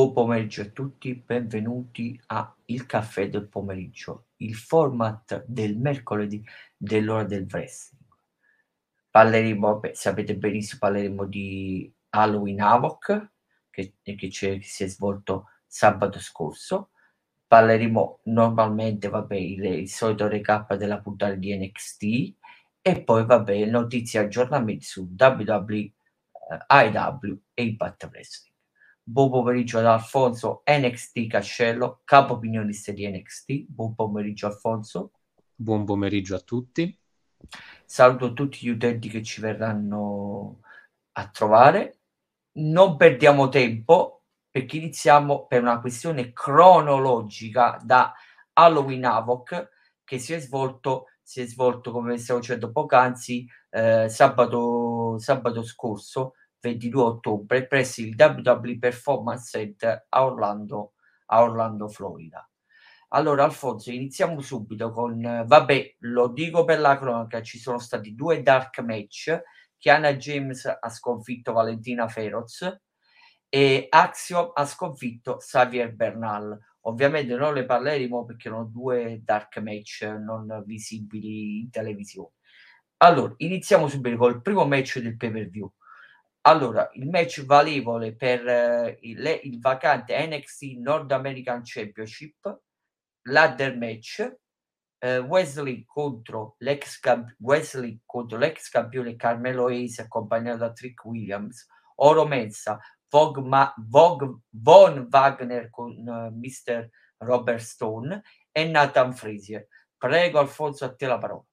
Buon pomeriggio a tutti, benvenuti a Il Caffè del Pomeriggio, il format del mercoledì dell'ora del wrestling. Parleremo, sapete benissimo, parleremo di Halloween Havoc che si è svolto sabato scorso. Parleremo normalmente, il solito recap della puntata di NXT e poi, notizie e aggiornamenti su WWE, AEW e Impact Wrestling. Buon pomeriggio ad Alfonso NXT Cascello, capo opinionista di NXT. Buon pomeriggio Alfonso. Buon pomeriggio a tutti. Saluto tutti gli utenti che ci verranno a trovare. Non perdiamo tempo perché iniziamo per una questione cronologica da Halloween Havoc che si è svolto come stavo dicendo poc'anzi sabato scorso 22 ottobre presso il WWE Performance Center a Orlando, Florida. Allora Alfonso, iniziamo subito con lo dico per la cronaca, ci sono stati 2 dark match. Kiana James ha sconfitto Valentina Feroz e Axiom ha sconfitto Xavier Bernal. Ovviamente non le parleremo perché erano 2 dark match non visibili in televisione. Allora, iniziamo subito col primo match del pay-per-view. Allora, il match valevole per il vacante NXT North American Championship, ladder match, Wesley contro l'ex campione Carmelo Hayes accompagnato da Trick Williams, Oro Mensah, Von Wagner con Mr. Robert Stone e Nathan Frazier. Prego Alfonso, a te la parola.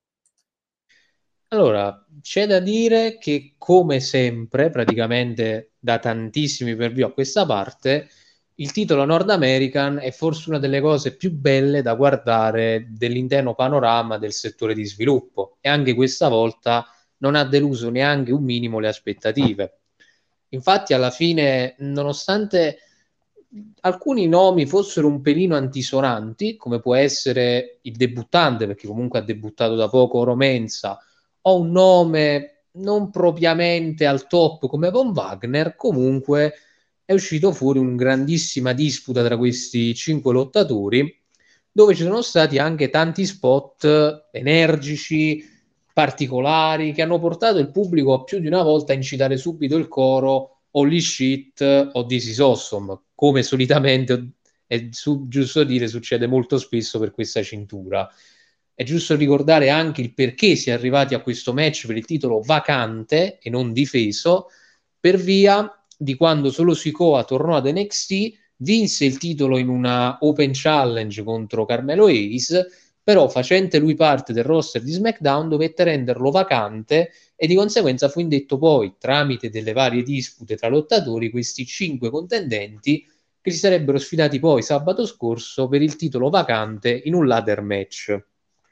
Allora, c'è da dire che come sempre, praticamente da tantissimi pay-per-view a questa parte, il titolo Nord American è forse una delle cose più belle da guardare dell'intero panorama del settore di sviluppo e anche questa volta non ha deluso neanche un minimo le aspettative. Infatti, alla fine, nonostante alcuni nomi fossero un pelino antisonanti, come può essere il debuttante, perché comunque ha debuttato da poco Oro Mensah, o un nome non propriamente al top come Von Wagner, comunque è uscito fuori una grandissima disputa tra questi 5 lottatori, dove ci sono stati anche tanti spot energici, particolari, che hanno portato il pubblico più di una volta a incitare subito il coro Holy shit o This is awesome, come solitamente è giusto dire succede molto spesso per questa cintura. È giusto ricordare anche il perché si è arrivati a questo match per il titolo vacante e non difeso, per via di quando Solo Sikoa tornò ad NXT, vinse il titolo in una Open Challenge contro Carmelo Hayes, però facente lui parte del roster di SmackDown dovette renderlo vacante e di conseguenza fu indetto poi, tramite delle varie dispute tra lottatori, questi 5 contendenti che si sarebbero sfidati poi sabato scorso per il titolo vacante in un ladder match.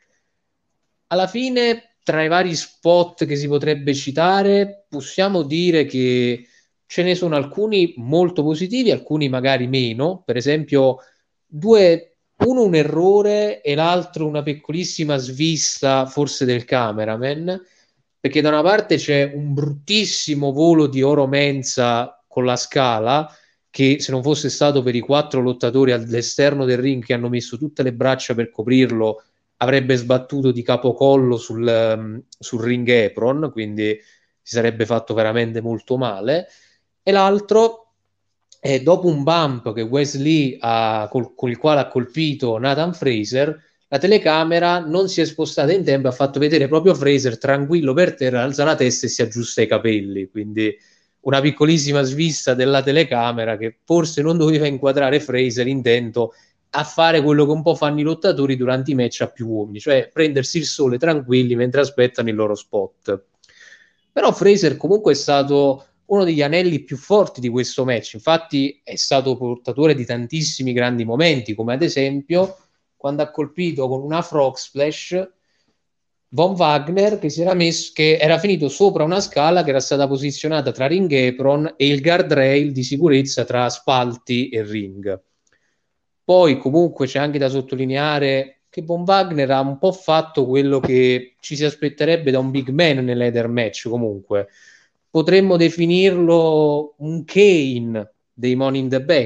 Alla fine, tra i vari spot che si potrebbe citare, possiamo dire che ce ne sono alcuni molto positivi, alcuni magari meno. Per esempio, uno un errore e l'altro una piccolissima svista, forse del cameraman, perché da una parte c'è un bruttissimo volo di Oro Mensah con la scala, che se non fosse stato per i 4 lottatori all'esterno del ring che hanno messo tutte le braccia per coprirlo, avrebbe sbattuto di capocollo sul ring apron, quindi si sarebbe fatto veramente molto male. E l'altro è dopo un bump che Wesley con il quale ha colpito Nathan Fraser, la telecamera non si è spostata in tempo, ha fatto vedere proprio Fraser tranquillo per terra, alza la testa e si aggiusta i capelli, quindi una piccolissima svista della telecamera che forse non doveva inquadrare Fraser intento a fare quello che un po' fanno i lottatori durante i match a più uomini, cioè prendersi il sole tranquilli mentre aspettano il loro spot. Però Fraser comunque è stato uno degli anelli più forti di questo match, infatti è stato portatore di tantissimi grandi momenti, come ad esempio quando ha colpito con una frog splash Von Wagner che era finito sopra una scala che era stata posizionata tra ring apron e il guardrail di sicurezza tra spalti e ring. Poi comunque c'è anche da sottolineare che Von Wagner ha un po' fatto quello che ci si aspetterebbe da un big man nell'Eder match comunque. Potremmo definirlo un Kane dei Money in the Bank.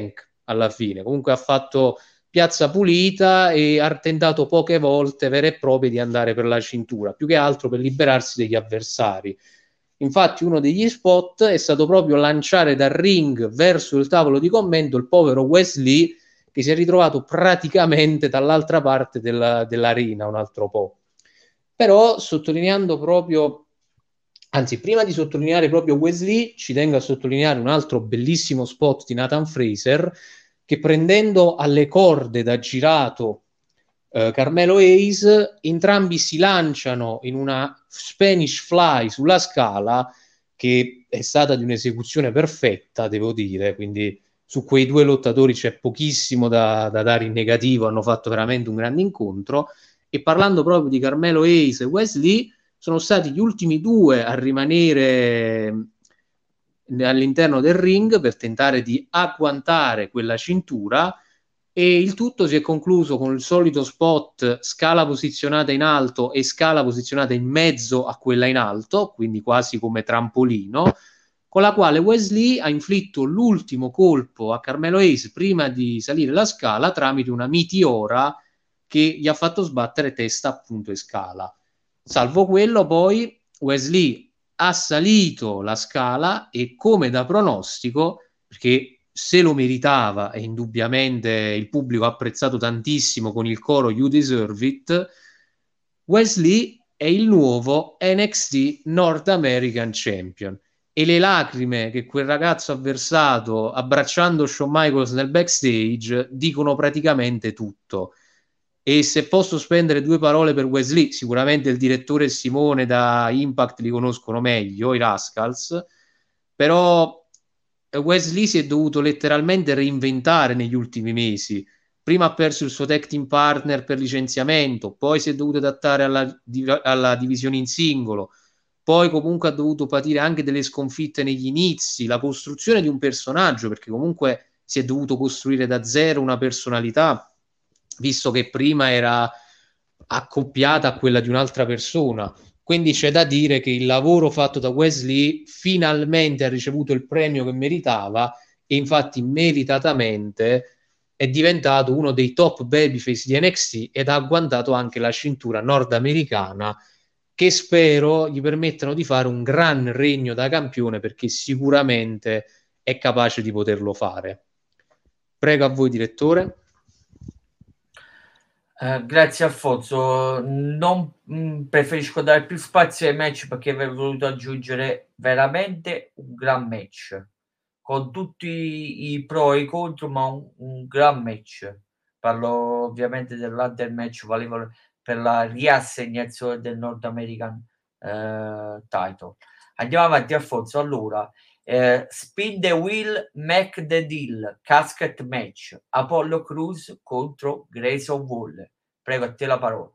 alla fine. Comunque ha fatto piazza pulita e ha tentato poche volte vere e proprie di andare per la cintura, più che altro per liberarsi degli avversari. Infatti uno degli spot è stato proprio lanciare dal ring verso il tavolo di commento il povero Wesley, che si è ritrovato praticamente dall'altra parte dell'arena un altro po'. Però sottolineando proprio, anzi prima di sottolineare proprio Wesley, ci tengo a sottolineare un altro bellissimo spot di Nathan Fraser, che prendendo alle corde da girato Carmelo Hayes, entrambi si lanciano in una Spanish Fly sulla scala, che è stata di un'esecuzione perfetta, devo dire, quindi su quei due lottatori c'è pochissimo da dare in negativo, hanno fatto veramente un grande incontro. E parlando proprio di Carmelo Hayes e Wesley, sono stati gli ultimi due a rimanere all'interno del ring per tentare di agguantare quella cintura, e il tutto si è concluso con il solito spot scala posizionata in alto e scala posizionata in mezzo a quella in alto, quindi quasi come trampolino, con la quale Wesley ha inflitto l'ultimo colpo a Carmelo Hayes prima di salire la scala tramite una mitiora che gli ha fatto sbattere testa appunto in scala. Salvo quello, poi Wesley ha salito la scala e, come da pronostico, perché se lo meritava e indubbiamente il pubblico ha apprezzato tantissimo con il coro You Deserve It, Wesley è il nuovo NXT North American Champion. E le lacrime che quel ragazzo ha versato abbracciando Shawn Michaels nel backstage dicono praticamente tutto. E se posso spendere due parole per Wesley, sicuramente il direttore Simone da Impact li conoscono meglio, i Rascals, però Wesley si è dovuto letteralmente reinventare negli ultimi mesi. Prima ha perso il suo tag team partner per licenziamento, poi si è dovuto adattare alla divisione in singolo, poi comunque ha dovuto patire anche delle sconfitte negli inizi, la costruzione di un personaggio, perché comunque si è dovuto costruire da zero una personalità, visto che prima era accoppiata a quella di un'altra persona. Quindi c'è da dire che il lavoro fatto da Wesley finalmente ha ricevuto il premio che meritava, e infatti meritatamente è diventato uno dei top babyface di NXT ed ha agguantato anche la cintura nordamericana, che spero gli permettano di fare un gran regno da campione, perché sicuramente è capace di poterlo fare. Prego a voi, direttore. Grazie Alfonso, non preferisco dare più spazio ai match perché avrei voluto aggiungere veramente un gran match con tutti i pro e i contro, ma un gran match. Parlo ovviamente dell'Under match valevole per la riassegnazione del North American title. Andiamo avanti Alfonso. Allora, Spin the Wheel, Make the Deal, Casket Match, Apollo Crews contro Grayson Waller. Prego, a te la parola.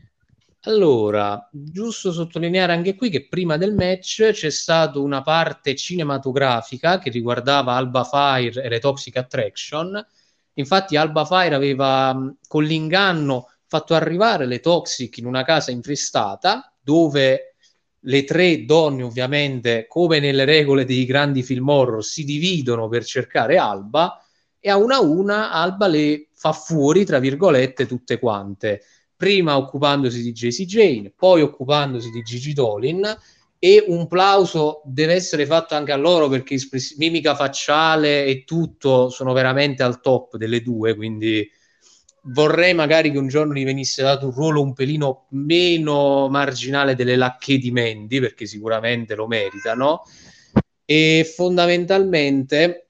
Allora, giusto sottolineare anche qui che prima del match c'è stata una parte cinematografica che riguardava Alba Fire e le Toxic Attraction. Infatti Alba Fire aveva con l'inganno fatto arrivare le Toxic in una casa infestata, dove le tre donne, ovviamente, come nelle regole dei grandi film horror, si dividono per cercare Alba, e a una Alba le fa fuori, tra virgolette, tutte quante. Prima occupandosi di JC Jane, poi occupandosi di Gigi Dolin, e un plauso deve essere fatto anche a loro, perché mimica facciale e tutto sono veramente al top delle due, quindi vorrei magari che un giorno gli venisse dato un ruolo un pelino meno marginale delle lacche di Mandy, perché sicuramente lo meritano. E fondamentalmente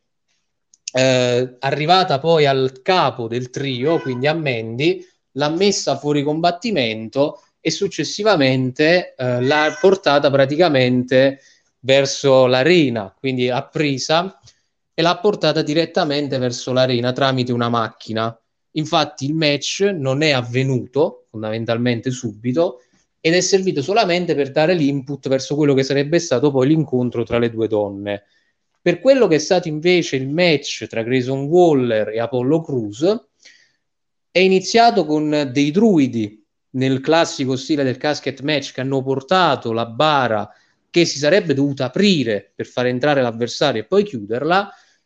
arrivata poi al capo del trio, quindi a Mandy, l'ha messa fuori combattimento e successivamente l'ha portata praticamente verso l'arena, quindi ha presa e l'ha portata direttamente verso l'arena tramite una macchina. Infatti il match non è avvenuto fondamentalmente subito ed è servito solamente per dare l'input verso quello che sarebbe stato poi l'incontro tra le due donne. Per quello che è stato invece il match tra Grayson Waller e Apollo Crews, è iniziato con dei druidi nel classico stile del casket match, che hanno portato la bara che si sarebbe dovuta aprire per far entrare l'avversario e poi chiuderla,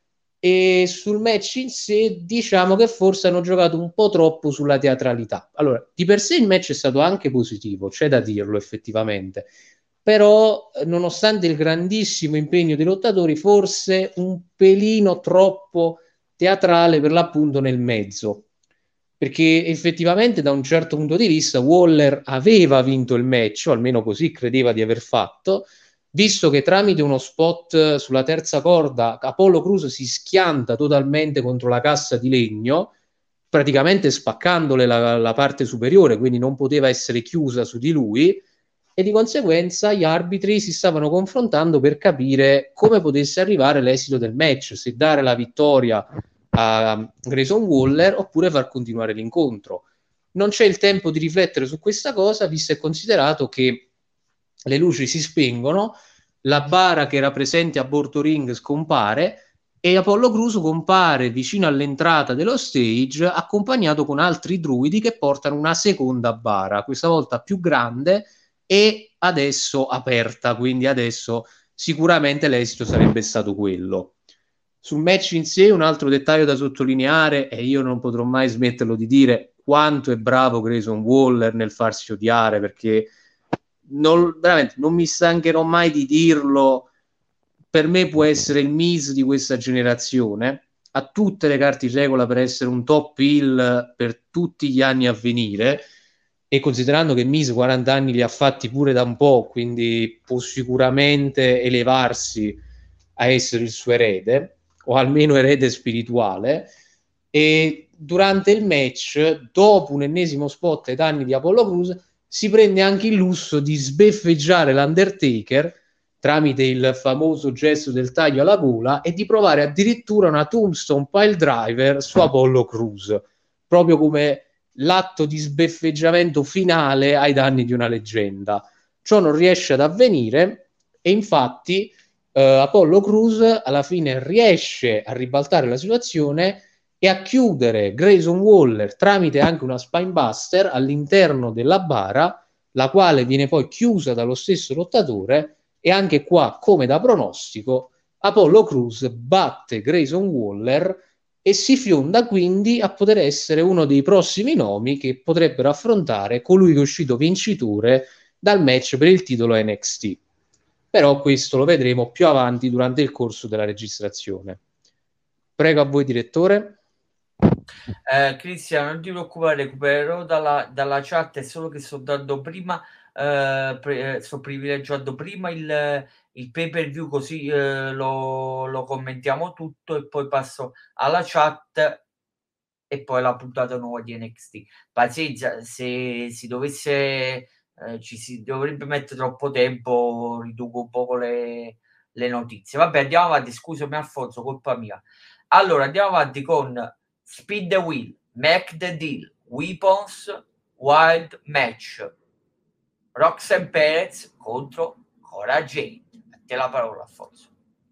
E sul match in sé diciamo che forse hanno giocato un po' troppo sulla teatralità. Allora, di per sé il match è stato anche positivo, c'è da dirlo effettivamente, però nonostante il grandissimo impegno dei lottatori, forse un pelino troppo teatrale per l'appunto nel mezzo, perché effettivamente da un certo punto di vista Waller aveva vinto il match, o almeno così credeva di aver fatto, visto che tramite uno spot sulla terza corda Apollo Crews si schianta totalmente contro la cassa di legno, praticamente spaccandole la parte superiore, quindi non poteva essere chiusa su di lui, e di conseguenza gli arbitri si stavano confrontando per capire come potesse arrivare l'esito del match, se dare la vittoria a Grayson Waller oppure far continuare l'incontro. Non c'è il tempo di riflettere su questa cosa, visto e considerato che le luci si spengono, la bara che era presente a bordo ring scompare e Apollo Crews compare vicino all'entrata dello stage accompagnato con altri druidi che portano una seconda bara, questa volta più grande e adesso aperta, quindi adesso sicuramente l'esito sarebbe stato quello. Sul match in sé, un altro dettaglio da sottolineare, e io non potrò mai smetterlo di dire, quanto è bravo Grayson Waller nel farsi odiare, perché veramente non mi stancherò mai di dirlo, per me può essere il Miz di questa generazione, ha tutte le carte in regola per essere un top heel per tutti gli anni a venire, e considerando che Miz 40 anni li ha fatti pure da un po', quindi può sicuramente elevarsi a essere il suo erede, o almeno erede spirituale. E durante il match, dopo un ennesimo spot ai danni di Apollo Crews, si prende anche il lusso di sbeffeggiare l'Undertaker tramite il famoso gesto del taglio alla gola e di provare addirittura una tombstone pile driver su Apollo Crews, proprio come l'atto di sbeffeggiamento finale ai danni di una leggenda. Ciò non riesce ad avvenire e infatti Apollo Crews alla fine riesce a ribaltare la situazione e a chiudere Grayson Waller tramite anche una spinebuster all'interno della bara, la quale viene poi chiusa dallo stesso lottatore, e anche qua, come da pronostico, Apollo Crews batte Grayson Waller e si fionda quindi a poter essere uno dei prossimi nomi che potrebbero affrontare colui che è uscito vincitore dal match per il titolo NXT. Però questo lo vedremo più avanti durante il corso della registrazione. Prego a voi, direttore. Cristian, non ti preoccupare, recupererò dalla chat, è solo che sto dando prima, sto privilegiando prima il pay per view, così lo commentiamo tutto e poi passo alla chat e poi la puntata nuova di NXT. Pazienza, se si dovesse, ci si dovrebbe mettere troppo tempo, riduco un poco le notizie. Vabbè, andiamo avanti, scusami Alfonso, colpa mia. Allora, andiamo avanti con Spin the Wheel, Make the Deal, Weapons, Wild Match, Roxanne Perez contro Cora Jade. A te la parola, Alfonso.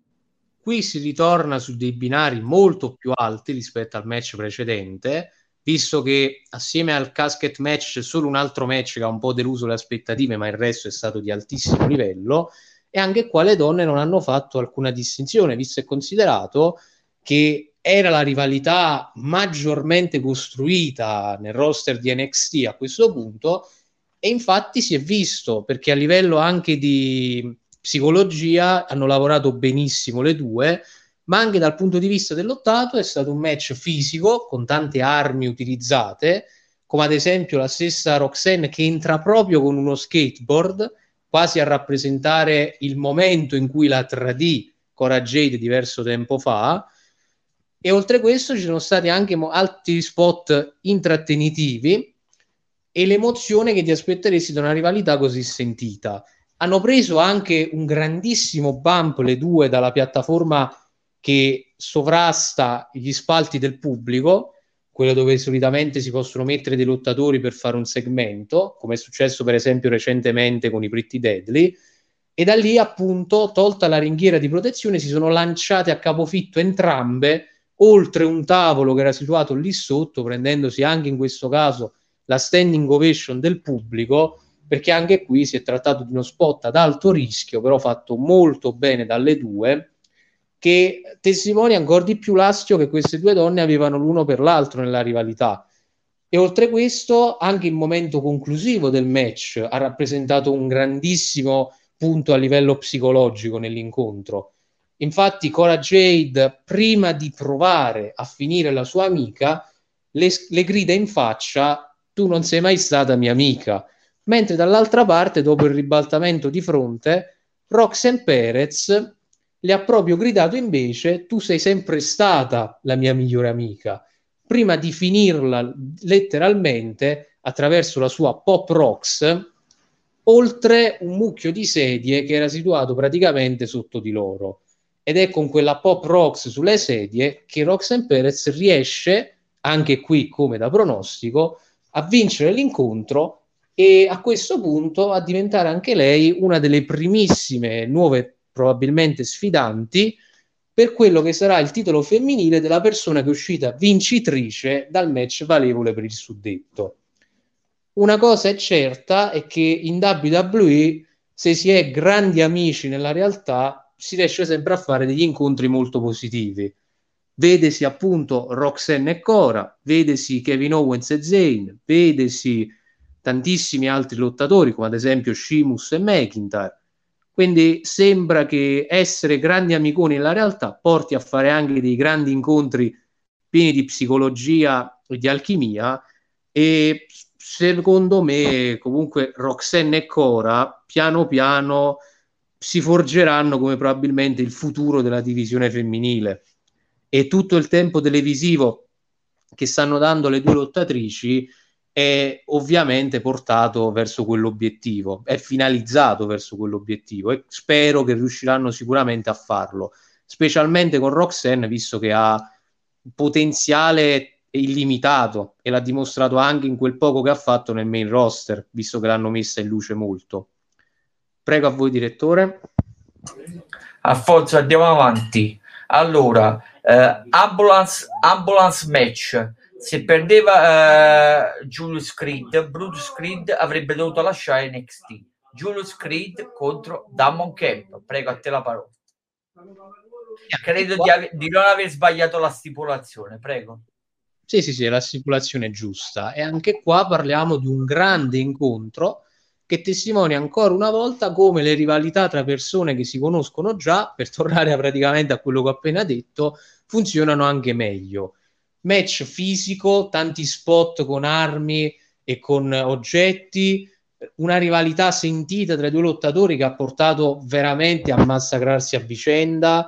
Qui si ritorna su dei binari molto più alti rispetto al match precedente, visto che assieme al casket match c'è solo un altro match che ha un po' deluso le aspettative, ma il resto è stato di altissimo livello, e anche qua le donne non hanno fatto alcuna distinzione, visto e considerato che era la rivalità maggiormente costruita nel roster di NXT a questo punto, e infatti si è visto, perché a livello anche di psicologia hanno lavorato benissimo le due, ma anche dal punto di vista dell'ottato è stato un match fisico con tante armi utilizzate, come ad esempio la stessa Roxanne che entra proprio con uno skateboard, quasi a rappresentare il momento in cui la tradì Cora Jade diverso tempo fa. E oltre a questo ci sono stati anche altri spot intrattenitivi e l'emozione che ti aspetteresti da una rivalità così sentita. Hanno preso anche un grandissimo bump le due dalla piattaforma che sovrasta gli spalti del pubblico, quello dove solitamente si possono mettere dei lottatori per fare un segmento, come è successo per esempio recentemente con i Pretty Deadly, e da lì appunto, tolta la ringhiera di protezione, si sono lanciate a capofitto entrambe oltre un tavolo che era situato lì sotto, prendendosi anche in questo caso la standing ovation del pubblico, perché anche qui si è trattato di uno spot ad alto rischio, però fatto molto bene dalle due, che testimonia ancora di più l'astio che queste due donne avevano l'uno per l'altro nella rivalità. E oltre questo, anche il momento conclusivo del match ha rappresentato un grandissimo punto a livello psicologico nell'incontro. Infatti, Cora Jade, prima di provare a finire la sua amica, le grida in faccia: tu non sei mai stata mia amica. Mentre dall'altra parte, dopo il ribaltamento di fronte, Roxanne Perez le ha proprio gridato invece: tu sei sempre stata la mia migliore amica, prima di finirla letteralmente attraverso la sua Pop Rocks oltre un mucchio di sedie che era situato praticamente sotto di loro. Ed è con quella Pop Rocks sulle sedie che Roxanne Perez riesce, anche qui come da pronostico, a vincere l'incontro e a questo punto a diventare anche lei una delle primissime nuove, probabilmente sfidanti, per quello che sarà il titolo femminile della persona che è uscita vincitrice dal match valevole per il suddetto. Una cosa è certa, è che in WWE, se si è grandi amici nella realtà, si riesce sempre a fare degli incontri molto positivi. Vedesi appunto Roxanne e Cora, vedesi Kevin Owens e Zayn, vedesi tantissimi altri lottatori come ad esempio Sheamus e McIntyre. Quindi sembra che essere grandi amiconi nella realtà porti a fare anche dei grandi incontri pieni di psicologia e di alchimia, e secondo me comunque Roxanne e Cora piano piano si forgeranno come probabilmente il futuro della divisione femminile, e tutto il tempo televisivo che stanno dando le due lottatrici è ovviamente portato verso quell'obiettivo, è finalizzato verso quell'obiettivo, e spero che riusciranno sicuramente a farlo, specialmente con Roxanne, visto che ha potenziale illimitato e l'ha dimostrato anche in quel poco che ha fatto nel main roster, visto che l'hanno messa in luce molto. Prego a voi, direttore. Alfonso, andiamo avanti. Allora, ambulance match. Se perdeva Julius Creed, Brutus Creed avrebbe dovuto lasciare NXT. Julius Creed contro Damon Camp. Prego, a te la parola. Credo di non aver sbagliato la stipulazione, prego. Sì, la stipulazione è giusta. E anche qua parliamo di un grande incontro che testimonia ancora una volta come le rivalità tra persone che si conoscono già, per tornare praticamente a quello che ho appena detto, funzionano anche meglio. Match fisico, tanti spot con armi e con oggetti, una rivalità sentita tra i due lottatori che ha portato veramente a massacrarsi a vicenda,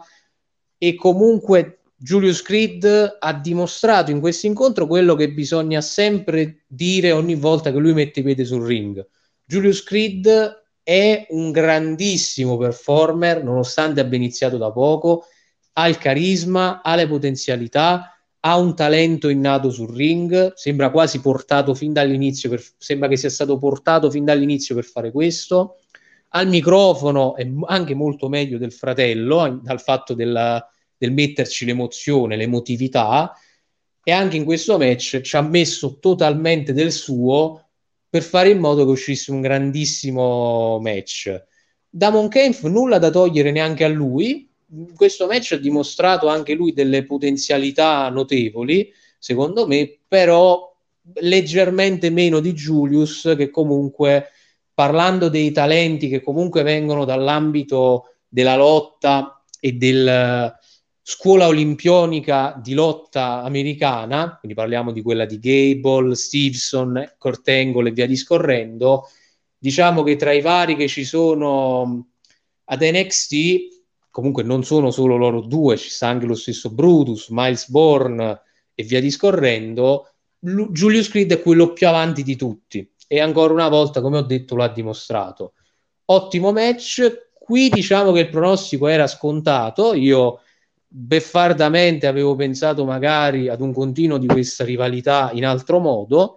e comunque Julius Creed ha dimostrato in questo incontro quello che bisogna sempre dire ogni volta che lui mette i piedi sul ring. Julius Creed è un grandissimo performer, nonostante abbia iniziato da poco, ha il carisma, ha le potenzialità, ha un talento innato sul ring, sembra quasi portato fin dall'inizio, sembra che sia stato portato fin dall'inizio per fare questo. Al microfono è anche molto meglio del fratello, dal fatto del metterci l'emozione, l'emotività, e anche in questo match ci ha messo totalmente del suo per fare in modo che uscisse un grandissimo match. Damon Kempf nulla da togliere neanche a lui, in questo match ha dimostrato anche lui delle potenzialità notevoli, secondo me, però leggermente meno di Julius, che comunque, parlando dei talenti che comunque vengono dall'ambito della lotta e del scuola olimpionica di lotta americana, quindi parliamo di quella di Gable, Stevenson, Kurt Angle e via discorrendo, diciamo che tra i vari che ci sono ad NXT, comunque non sono solo loro due, ci sta anche lo stesso Brutus, Miles Bourne e via discorrendo. Julius Creed è quello più avanti di tutti e ancora una volta, come ho detto, lo ha dimostrato. Ottimo match. Qui diciamo che il pronostico era scontato, io beffardamente avevo pensato magari ad un continuo di questa rivalità in altro modo,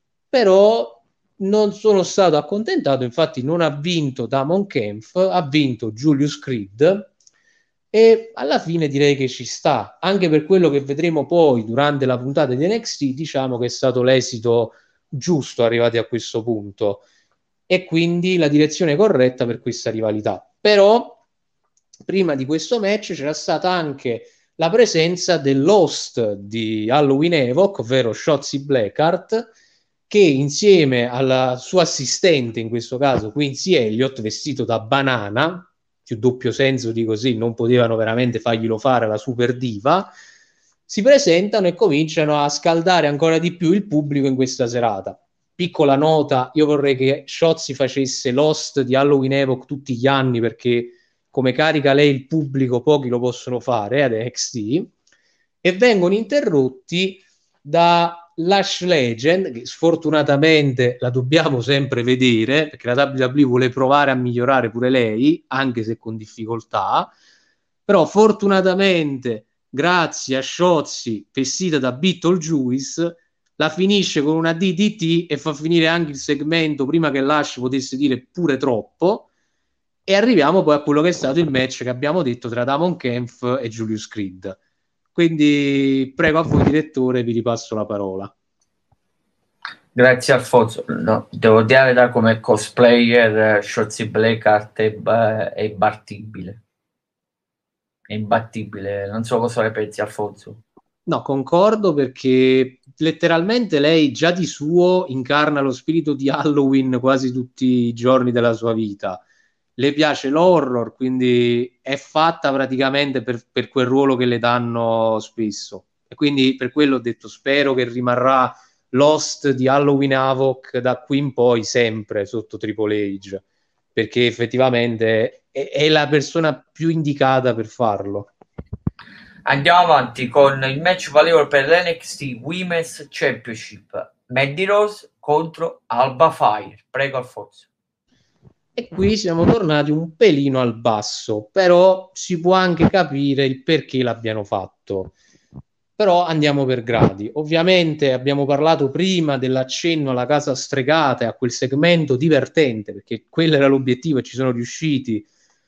però non sono stato accontentato, infatti non ha vinto Damon Kempf, ha vinto Julius Creed, e alla fine direi che ci sta, anche per quello che vedremo poi durante la puntata di NXT, diciamo che è stato l'esito giusto arrivati a questo punto, e quindi la direzione corretta per questa rivalità. Però prima di questo match c'era stata anche la presenza dell'host di Halloween Havoc, ovvero Shotzi Blackheart, che insieme alla sua assistente, in questo caso Quincy Elliott, vestito da banana, più doppio senso di così, non potevano veramente farglielo fare la super diva, si presentano e cominciano a scaldare ancora di più il pubblico in questa serata. Piccola nota, io vorrei che Shotzi facesse l'host di Halloween Havoc tutti gli anni, perché come carica lei il pubblico pochi lo possono fare ad NXT, e vengono interrotti da Lash Legend, che sfortunatamente la dobbiamo sempre vedere, perché la WWE vuole provare a migliorare pure lei, anche se con difficoltà, però fortunatamente grazie a Shotzi vestita da Beetlejuice la finisce con una DDT e fa finire anche il segmento prima che Lash potesse dire pure troppo, e arriviamo poi a quello che è stato il match che abbiamo detto tra Damon Kempf e Julius Creed. Quindi prego a voi direttore, vi ripasso la parola. Grazie Alfonso. No, devo dire da come cosplayer Shotzi Blackheart è imbattibile. È imbattibile. Non so cosa ne pensi, Alfonso. No, concordo, perché letteralmente lei già di suo incarna lo spirito di Halloween quasi tutti i giorni della sua vita. Le piace l'horror, quindi è fatta praticamente per quel ruolo che le danno spesso. E quindi per quello ho detto, spero che rimarrà l'host di Halloween Havoc da qui in poi sempre sotto Triple H, perché effettivamente è la persona più indicata per farlo. Andiamo avanti con il match valevole per l'NXT Women's Championship. Mandy Rose contro Alba Fire. Prego Alfonso. E qui siamo tornati un pelino al basso, però si può anche capire il perché l'abbiano fatto. Però andiamo per gradi. Ovviamente abbiamo parlato prima dell'accenno alla casa stregata e a quel segmento divertente, perché quello era l'obiettivo e ci sono riusciti,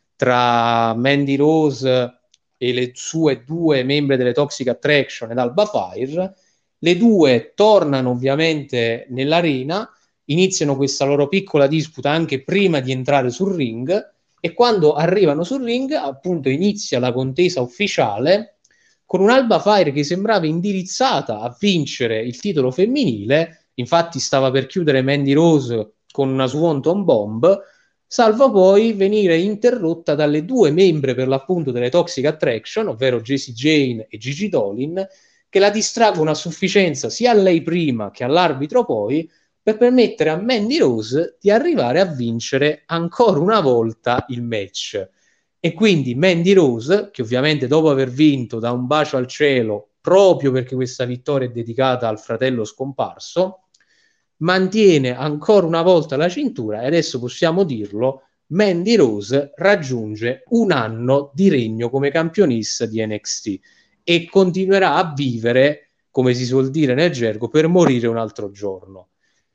tra Mandy Rose e le sue due membri delle Toxic Attraction ed Alba Fire. Le due tornano ovviamente nell'arena, iniziano questa loro piccola disputa anche prima di entrare sul ring, e quando arrivano sul ring appunto inizia la contesa ufficiale con un'Alba Fire che sembrava indirizzata a vincere il titolo femminile. Infatti stava per chiudere Mandy Rose con una Swanton Bomb, salvo poi venire interrotta dalle due membre per l'appunto delle Toxic Attraction, ovvero Jessie Jane e Gigi Dolin, che la distraggono a sufficienza sia a lei prima che all'arbitro poi, per permettere a Mandy Rose di arrivare a vincere ancora una volta il match. E quindi Mandy Rose, che ovviamente dopo aver vinto dà un bacio al cielo, proprio perché questa vittoria è dedicata al fratello scomparso, mantiene ancora una volta la cintura, e adesso possiamo dirlo, Mandy Rose raggiunge un anno di regno come campionessa di NXT e continuerà a vivere, come si suol dire nel gergo, per morire un altro giorno.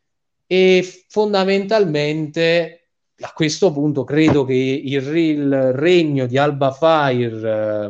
E fondamentalmente a questo punto credo che il regno di Alba Fire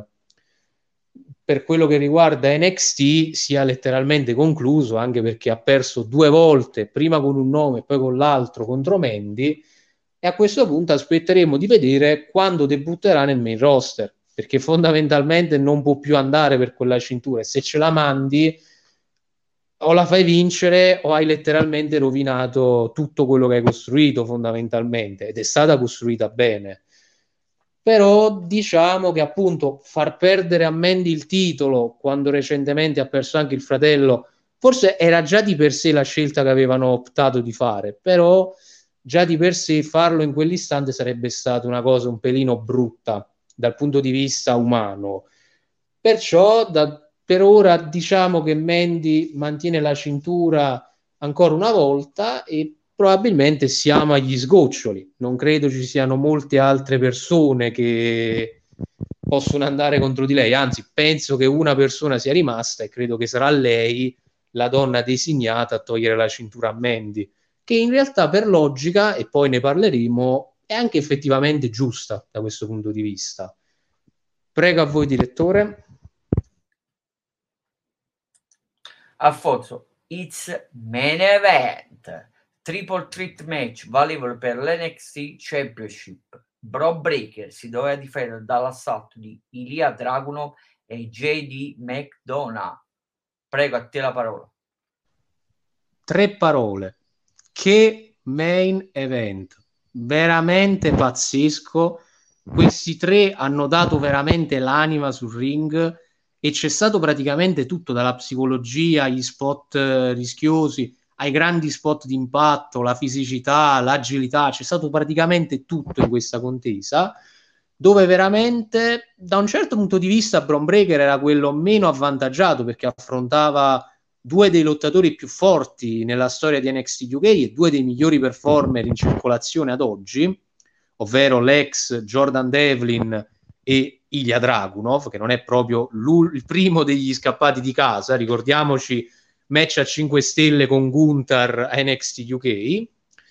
per quello che riguarda NXT sia letteralmente concluso, anche perché ha perso due volte, prima con un nome e poi con l'altro contro Mandy, e a questo punto aspetteremo di vedere quando debutterà nel main roster, perché fondamentalmente non può più andare per quella cintura, e se ce la mandi o la fai vincere o hai letteralmente rovinato tutto quello che hai costruito fondamentalmente, ed è stata costruita bene. Però diciamo che appunto far perdere a Mandy il titolo quando recentemente ha perso anche il fratello, forse era già di per sé la scelta che avevano optato di fare, però già di per sé farlo in quell'istante sarebbe stata una cosa un pelino brutta dal punto di vista umano. Perciò per ora diciamo che Mandy mantiene la cintura ancora una volta, e probabilmente siamo agli sgoccioli. Non credo ci siano molte altre persone che possono andare contro di lei, anzi penso che una persona sia rimasta, e credo che sarà lei la donna designata a togliere la cintura a Mandy, che in realtà per logica, e poi ne parleremo, è anche effettivamente giusta da questo punto di vista. Prego a voi direttore. Alfonso, it's main event. Triple threat match valevole per l'NXT Championship. Bron Breakker si doveva difendere dall'assalto di Ilya Dragunov e JD McDonough. Prego, a te la parola. 3 parole. Che main event, veramente pazzesco. Questi 3 hanno dato veramente l'anima sul ring e c'è stato praticamente tutto, dalla psicologia agli spot rischiosi ai grandi spot di impatto, la fisicità, l'agilità, c'è stato praticamente tutto in questa contesa, dove veramente da un certo punto di vista Bron Breakker era quello meno avvantaggiato, perché affrontava 2 dei lottatori più forti nella storia di NXT UK e 2 dei migliori performer in circolazione ad oggi, ovvero l'ex Jordan Devlin e Ilya Dragunov, che non è proprio il primo degli scappati di casa, ricordiamoci match a 5 stelle con Gunther a NXT UK,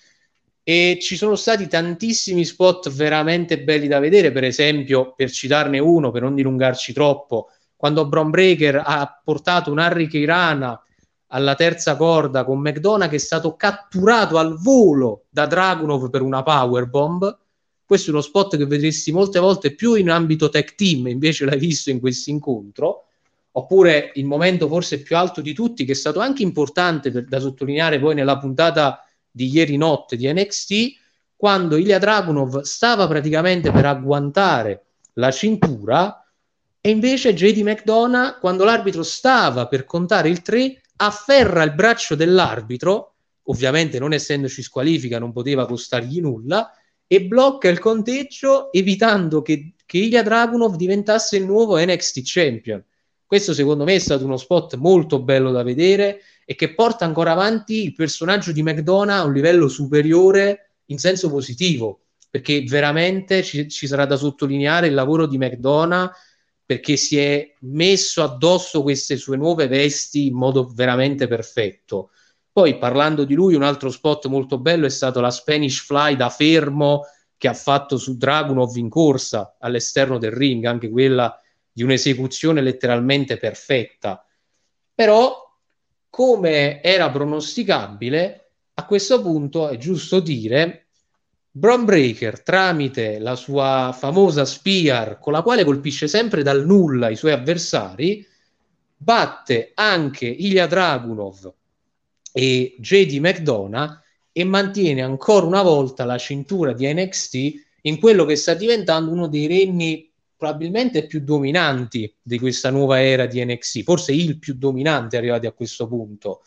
e ci sono stati tantissimi spot veramente belli da vedere. Per esempio, per citarne uno, per non dilungarci troppo, quando Bron Breakker ha portato un Harry Rana alla terza corda con McDonough, che è stato catturato al volo da Dragunov per una powerbomb. Questo è uno spot che vedresti molte volte più in ambito tag team, invece l'hai visto in questo incontro. Oppure il momento forse più alto di tutti, che è stato anche importante da sottolineare poi nella puntata di ieri notte di NXT, quando Ilya Dragunov stava praticamente per agguantare la cintura e invece JD McDonough, quando l'arbitro stava per contare il 3, afferra il braccio dell'arbitro, ovviamente non essendoci squalifica non poteva costargli nulla, e blocca il conteggio, evitando che Ilya Dragunov diventasse il nuovo NXT Champion. Questo secondo me è stato uno spot molto bello da vedere e che porta ancora avanti il personaggio di McDonough a un livello superiore in senso positivo, perché veramente ci sarà da sottolineare il lavoro di McDonough, perché si è messo addosso queste sue nuove vesti in modo veramente perfetto. Poi, parlando di lui, un altro spot molto bello è stato la Spanish Fly da fermo che ha fatto su Dragunov in corsa all'esterno del ring, anche quella di un'esecuzione letteralmente perfetta. Però, come era pronosticabile, a questo punto è giusto dire, Bron Breakker, tramite la sua famosa Spear, con la quale colpisce sempre dal nulla i suoi avversari, batte anche Ilya Dragunov e JD McDonough e mantiene ancora una volta la cintura di NXT in quello che sta diventando uno dei regni probabilmente più dominanti di questa nuova era di NXT, forse il più dominante arrivati a questo punto.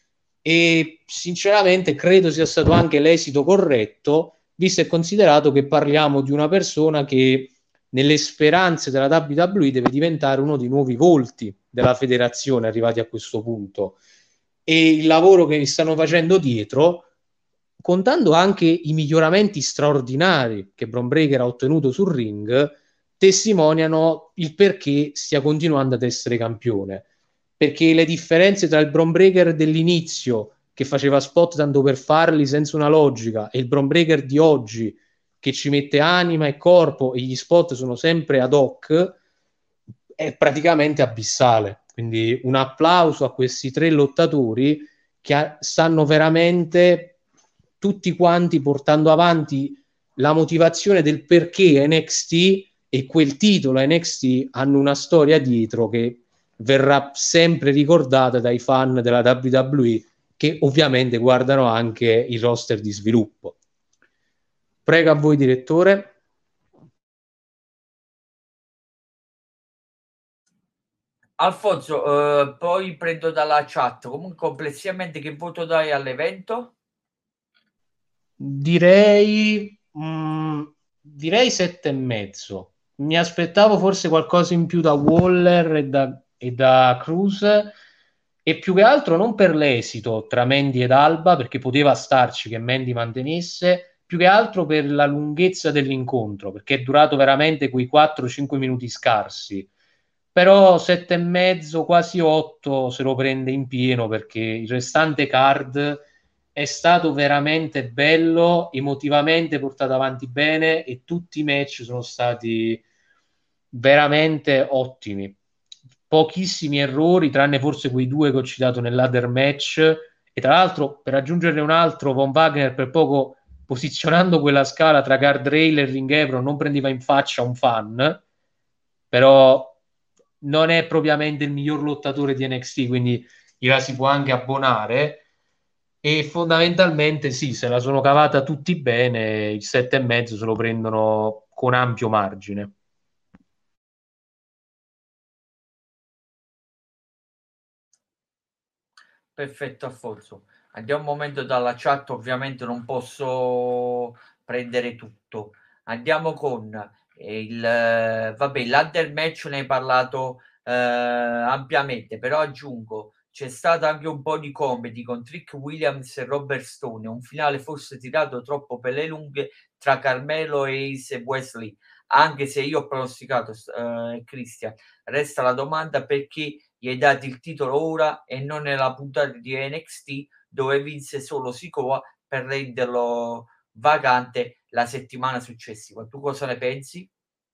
E sinceramente credo sia stato anche l'esito corretto, visto e considerato che parliamo di una persona che nelle speranze della WWE deve diventare uno dei nuovi volti della federazione arrivati a questo punto. E il lavoro che stanno facendo dietro, contando anche i miglioramenti straordinari che Bron Breakker ha ottenuto sul ring, testimoniano il perché stia continuando ad essere campione. Perché le differenze tra il Bron Breakker dell'inizio, che faceva spot tanto per farli senza una logica, e il Bron Breakker di oggi, che ci mette anima e corpo e gli spot sono sempre ad hoc, è praticamente abissale. Quindi un applauso a questi 3 lottatori che stanno veramente tutti quanti portando avanti la motivazione del perché NXT e quel titolo NXT hanno una storia dietro che verrà sempre ricordata dai fan della WWE, che ovviamente guardano anche il roster di sviluppo. Prego a voi, direttore. Alfonso, poi prendo dalla chat. Comunque complessivamente che voto dai all'evento? Direi 7,5. Mi aspettavo forse qualcosa in più da Waller e da Cruz, e più che altro non per l'esito tra Mandy ed Alba, perché poteva starci che Mandy mantenesse, più che altro per la lunghezza dell'incontro, perché è durato veramente quei 4-5 minuti scarsi. Però 7,5, quasi 8 se lo prende in pieno, perché il restante card è stato veramente bello, emotivamente portato avanti bene e tutti i match sono stati veramente ottimi. Pochissimi errori, tranne forse quei 2 che ho citato nell'other match. E tra l'altro, per aggiungerne un altro, Von Wagner per poco posizionando quella scala tra guardrail e ring apron non prendeva in faccia un fan, però non è propriamente il miglior lottatore di NXT, quindi gliela si può anche abbonare. E fondamentalmente sì, se la sono cavata tutti bene, il 7,5 se lo prendono con ampio margine. Perfetto, Alfonso. Andiamo un momento dalla chat, ovviamente non posso prendere tutto. Andiamo con vabbè, l'Under match ne hai parlato ampiamente, però aggiungo, c'è stato anche un po' di comedy con Trick Williams e Robert Stone, un finale forse tirato troppo per le lunghe tra Carmelo, Ace e Wesley, anche se io ho pronosticato Christian. Resta la domanda perché gli hai dato il titolo ora e non nella puntata di NXT dove vinse solo Sikoa per renderlo vacante la settimana successiva. Tu cosa ne pensi?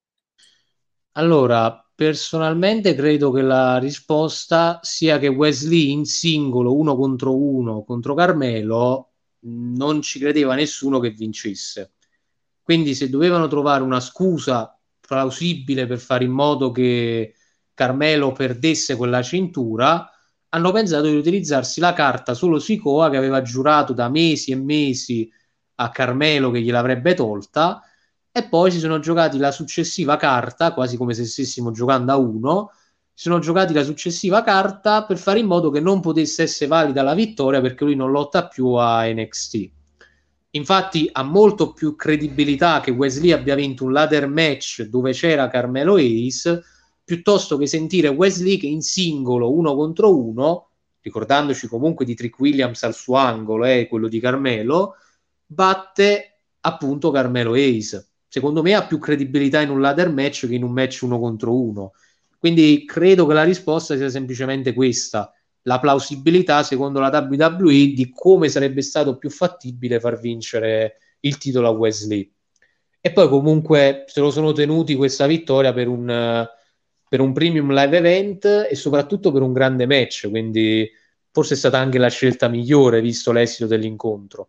Allora, personalmente credo che la risposta sia che Wesley in singolo, uno contro Carmelo, non ci credeva nessuno che vincesse. Quindi se dovevano trovare una scusa plausibile per fare in modo che Carmelo perdesse quella cintura, hanno pensato di utilizzarsi la carta solo Sikoa che aveva giurato da mesi e mesi a Carmelo che gliel'avrebbe tolta e poi si sono giocati la successiva carta, quasi come se stessimo giocando a uno, si sono giocati la successiva carta per fare in modo che non potesse essere valida la vittoria perché lui non lotta più a NXT. Infatti ha molto più credibilità che Wesley abbia vinto un ladder match dove c'era Carmelo Ace piuttosto che sentire Wesley che in singolo uno contro uno, ricordandoci comunque di Trick Williams al suo angolo, quello di Carmelo, batte appunto Carmelo Ace. Secondo me ha più credibilità in un ladder match che in un match uno contro uno. Quindi credo che la risposta sia semplicemente questa, la plausibilità secondo la WWE di come sarebbe stato più fattibile far vincere il titolo a Wesley. E poi comunque se lo sono tenuti questa vittoria per un premium live event e soprattutto per un grande match, quindi forse è stata anche la scelta migliore visto l'esito dell'incontro.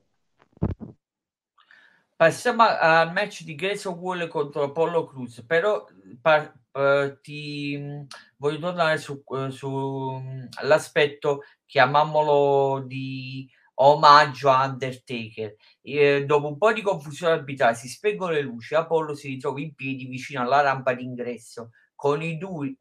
Passiamo al match di Grayson Waller contro Apollo Cruz, però voglio tornare sull'aspetto, chiamiamolo di omaggio a Undertaker. Dopo un po' di confusione arbitrale si spengono le luci, Apollo si ritrova in piedi vicino alla rampa d'ingresso con i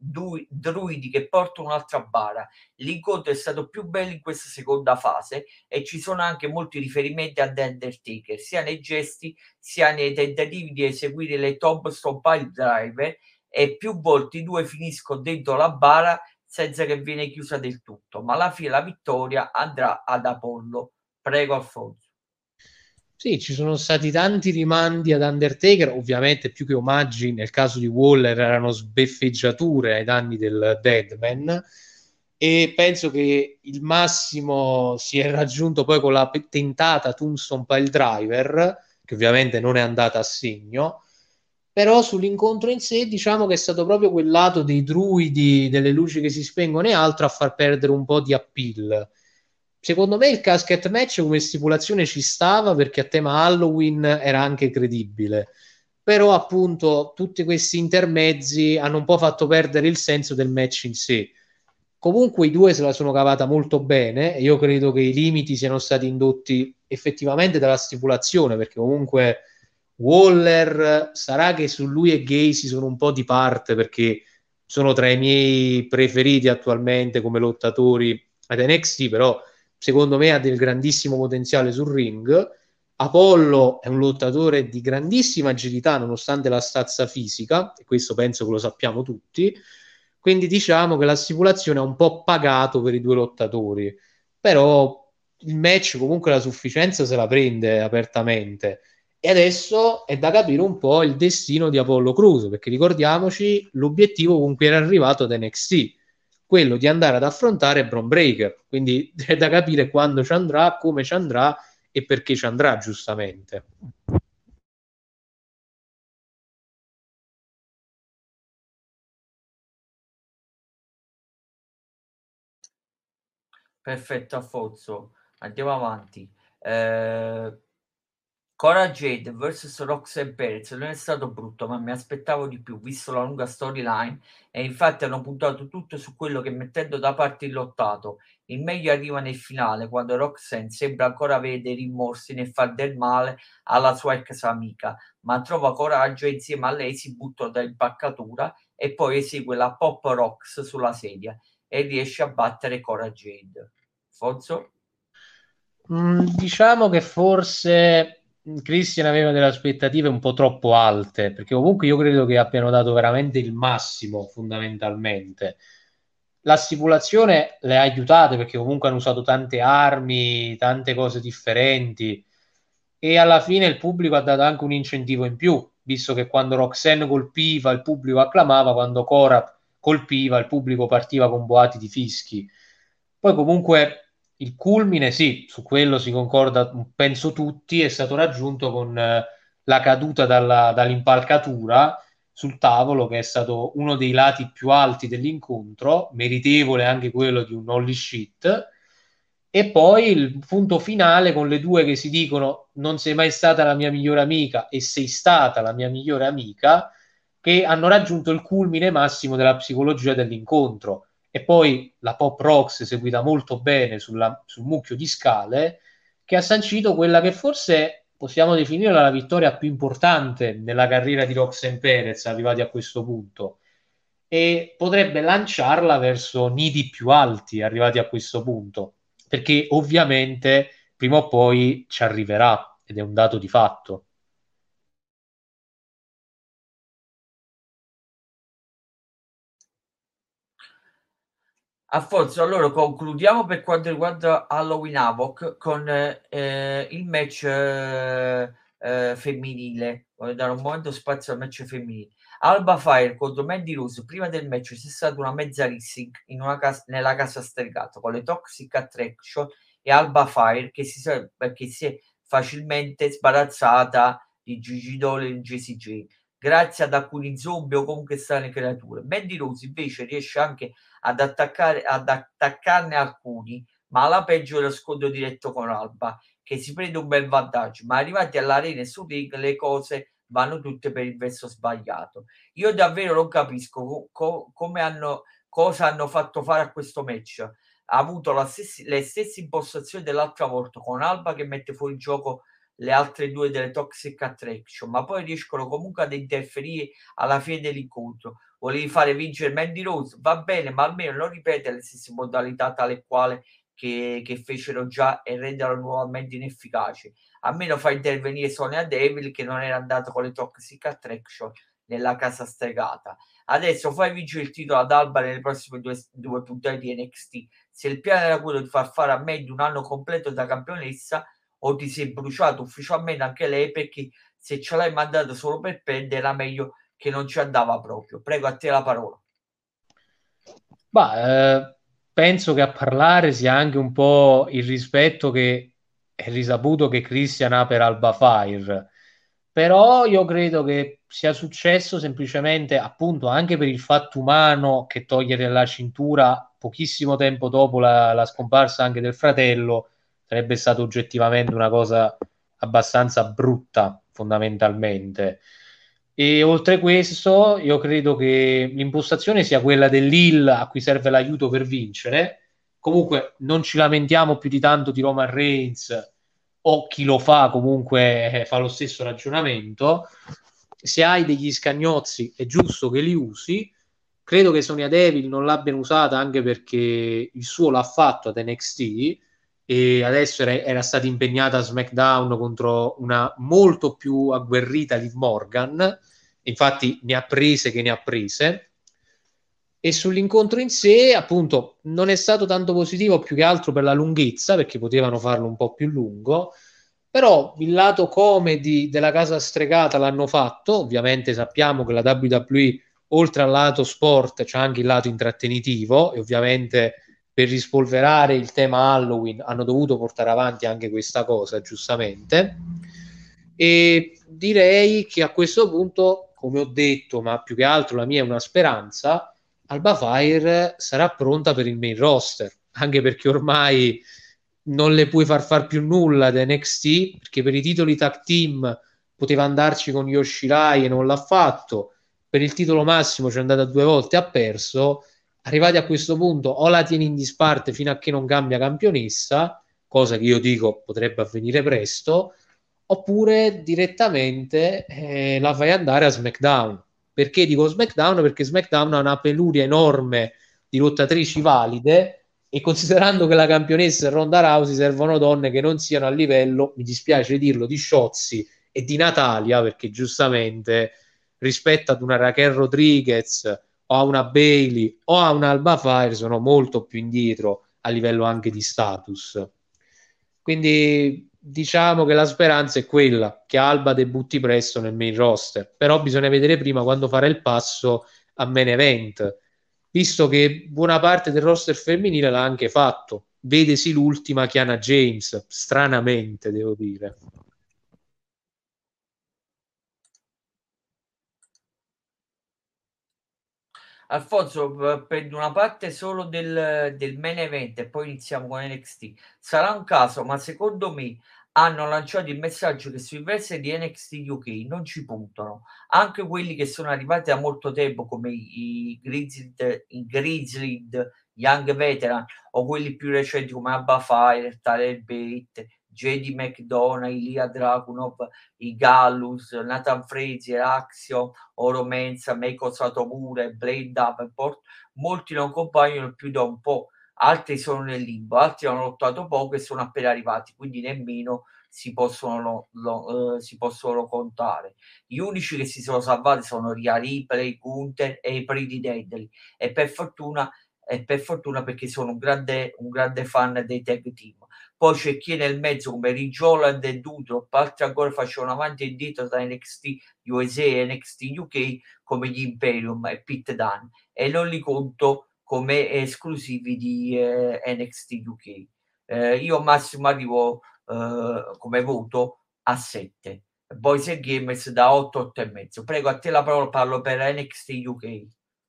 druidi che portano un'altra bara. L'incontro è stato più bello in questa seconda fase e ci sono anche molti riferimenti ad Undertaker, sia nei gesti sia nei tentativi di eseguire le tombstone pile driver, e più volte i due finiscono dentro la bara senza che viene chiusa del tutto, ma alla fine la vittoria andrà ad Apollo. Prego Alfonso. Sì, ci sono stati tanti rimandi ad Undertaker, ovviamente più che omaggi nel caso di Waller erano sbeffeggiature ai danni del Deadman e penso che il massimo si è raggiunto poi con la tentata Tombstone Pile Driver, che ovviamente non è andata a segno, però sull'incontro in sé diciamo che è stato proprio quel lato dei druidi, delle luci che si spengono e altro a far perdere un po' di appeal. Secondo me il casket match come stipulazione ci stava perché a tema Halloween era anche credibile, però appunto tutti questi intermezzi hanno un po' fatto perdere il senso del match in sé. Comunque i due se la sono cavata molto bene e io credo che i limiti siano stati indotti effettivamente dalla stipulazione perché comunque Waller sarà che su lui e Gacy sono un po' di parte perché sono tra i miei preferiti attualmente come lottatori ad NXT, però secondo me ha del grandissimo potenziale sul ring. Apollo è un lottatore di grandissima agilità nonostante la stazza fisica, e questo penso che lo sappiamo tutti. Quindi diciamo che la stipulazione ha un po' pagato per i due lottatori, però il match comunque la sufficienza se la prende apertamente. E adesso è da capire un po' il destino di Apollo Crews, perché ricordiamoci l'obiettivo con cui era arrivato ad NXT, quello di andare ad affrontare Bron Breaker. Quindi è da capire quando ci andrà, come ci andrà e perché ci andrà, giustamente. Perfetto Alfonso, andiamo avanti. Eh, Cora Jade vs Roxanne Perez non è stato brutto, ma mi aspettavo di più, visto la lunga storyline, e infatti hanno puntato tutto su quello che, mettendo da parte il lottato, il meglio arriva nel finale, quando Roxanne sembra ancora avere dei rimorsi nel far del male alla sua ex amica, ma trova coraggio e insieme a lei si butta dall'impalcatura e poi esegue la Pop Rocks sulla sedia e riesce a battere Cora Jade. Fonzo? Diciamo che forse Christian aveva delle aspettative un po' troppo alte, perché comunque io credo che abbiano dato veramente il massimo, fondamentalmente. La stipulazione le ha aiutate perché comunque hanno usato tante armi, tante cose differenti e alla fine il pubblico ha dato anche un incentivo in più, visto che quando Roxanne colpiva il pubblico acclamava, quando Cora colpiva il pubblico partiva con boati di fischi. Poi comunque il culmine, sì, su quello si concorda, penso tutti, è stato raggiunto con la caduta dall'impalcatura sul tavolo, che è stato uno dei lati più alti dell'incontro, meritevole anche quello di un holy shit. E poi il punto finale con le due che si dicono non sei mai stata la mia migliore amica e sei stata la mia migliore amica, che hanno raggiunto il culmine massimo della psicologia dell'incontro. E poi la Pop Rocks seguita molto bene sul mucchio di scale, che ha sancito quella che forse possiamo definire la vittoria più importante nella carriera di Roxanne Perez, arrivati a questo punto, e potrebbe lanciarla verso nidi più alti, arrivati a questo punto, perché ovviamente prima o poi ci arriverà, ed è un dato di fatto. Alfonso, allora concludiamo per quanto riguarda Halloween Havoc con il match femminile. Voglio dare un momento spazio al match femminile. Alba Fire contro Mandy Rose. Prima del match c'è stata una mezza racing nella casa stregata con le Toxic Attraction e Alba Fire che si è facilmente sbarazzata di Gigi Dole e JCJ grazie ad alcuni zombie o comunque strane creature. Mandy Rose invece riesce anche ad attaccarne alcuni, ma alla peggio lo scontro diretto con Alba, che si prende un bel vantaggio, ma arrivati all'arena e su ring le cose vanno tutte per il verso sbagliato. Io davvero non capisco come cosa hanno fatto fare a questo match. Ha avuto le stesse impostazioni dell'altra volta, con Alba che mette fuori gioco le altre due delle Toxic Attraction, ma poi riescono comunque ad interferire alla fine dell'incontro. Volevi fare vincere Mandy Rose, va bene, ma almeno non ripete le stesse modalità tale quale che fecero già e renderlo nuovamente inefficaci. Almeno fa intervenire Sonia Devil che non era andato con le Toxic Attraction nella casa stregata. Adesso fai vincere il titolo ad Alba nelle prossime due puntate di NXT. Se il piano era quello di far fare a Mandy un anno completo da campionessa, o ti sei bruciato ufficialmente anche lei, perché se ce l'hai mandato solo per perdere era meglio che non ci andava proprio. Prego, a te la parola. Penso che a parlare sia anche un po' il rispetto che è risaputo che Christian ha per Alba Fire. Però io credo che sia successo semplicemente appunto anche per il fatto umano che togliere la cintura pochissimo tempo dopo la scomparsa anche del fratello sarebbe stato oggettivamente una cosa abbastanza brutta, fondamentalmente. E oltre questo, io credo che l'impostazione sia quella dell'Hill a cui serve l'aiuto per vincere. Comunque non ci lamentiamo più di tanto di Roman Reigns o chi lo fa comunque fa lo stesso ragionamento. Se hai degli scagnozzi è giusto che li usi. Credo che Sonia Devil non l'abbiano usata anche perché il suo l'ha fatto ad NXT e adesso era stata impegnata a SmackDown contro una molto più agguerrita Liv Morgan. Infatti ne ha prese che ne ha prese. E sull'incontro in sé, appunto, non è stato tanto positivo più che altro per la lunghezza, perché potevano farlo un po' più lungo, però il lato comedy della casa stregata l'hanno fatto. Ovviamente sappiamo che la WWE, oltre al lato sport, c'è anche il lato intrattenitivo e ovviamente per rispolverare il tema Halloween hanno dovuto portare avanti anche questa cosa, giustamente. E direi che a questo punto, come ho detto, ma più che altro la mia è una speranza, Alba Fire sarà pronta per il main roster, anche perché ormai non le puoi far più nulla da NXT, perché per i titoli tag team poteva andarci con Yoshirai e non l'ha fatto, per il titolo massimo ci è andata 2 volte e ha perso. Arrivati a questo punto o la tieni in disparte fino a che non cambia campionessa, cosa che io dico potrebbe avvenire presto, oppure direttamente la fai andare a SmackDown. Perché dico SmackDown? Perché SmackDown ha una penuria enorme di lottatrici valide, e considerando che la campionessa è Ronda Rousey, servono donne che non siano a livello, mi dispiace dirlo, di Shotzi e di Natalia, perché giustamente rispetto ad una Raquel Rodriguez o a una Bailey o a una Alba Fire sono molto più indietro a livello anche di status. Quindi diciamo che la speranza è quella che Alba debutti presto nel main roster, però bisogna vedere prima quando fare il passo a main event, visto che buona parte del roster femminile l'ha anche fatto. Vedesi l'ultima Kiana James, stranamente devo dire. Alfonso, prendo una parte solo del main event e poi iniziamo con NXT. Sarà un caso, ma secondo me hanno lanciato il messaggio che sui versi di NXT UK non ci puntano. Anche quelli che sono arrivati da molto tempo, come i Grizzled, Young Veteran, o quelli più recenti come Abba Fire, Tyler Bate, JD McDonough, Ilya Dragunov, i Gallus, Nathan Frazier, Axiom, Oro Mensa, Meiko Satomura e Blade Davenport, molti non compaiono più da un po', altri sono nel limbo, altri hanno lottato poco e sono appena arrivati, quindi nemmeno si possono contare. Gli unici che si sono salvati sono Rhea Ripley, Gunther e i Pretty Deadly, e per fortuna perché sono un grande fan dei tag team. Poi c'è chi è nel mezzo come Ridge Holland e Doudrop, altri ancora facevano avanti e indietro da NXT USA e NXT UK come gli Imperium e Pete Dunne, e non li conto come esclusivi di NXT UK. Io massimo arrivo come voto a 7. Boys and Gamers da 8, 8 e mezzo. Prego, a te la parola, parlo per NXT UK.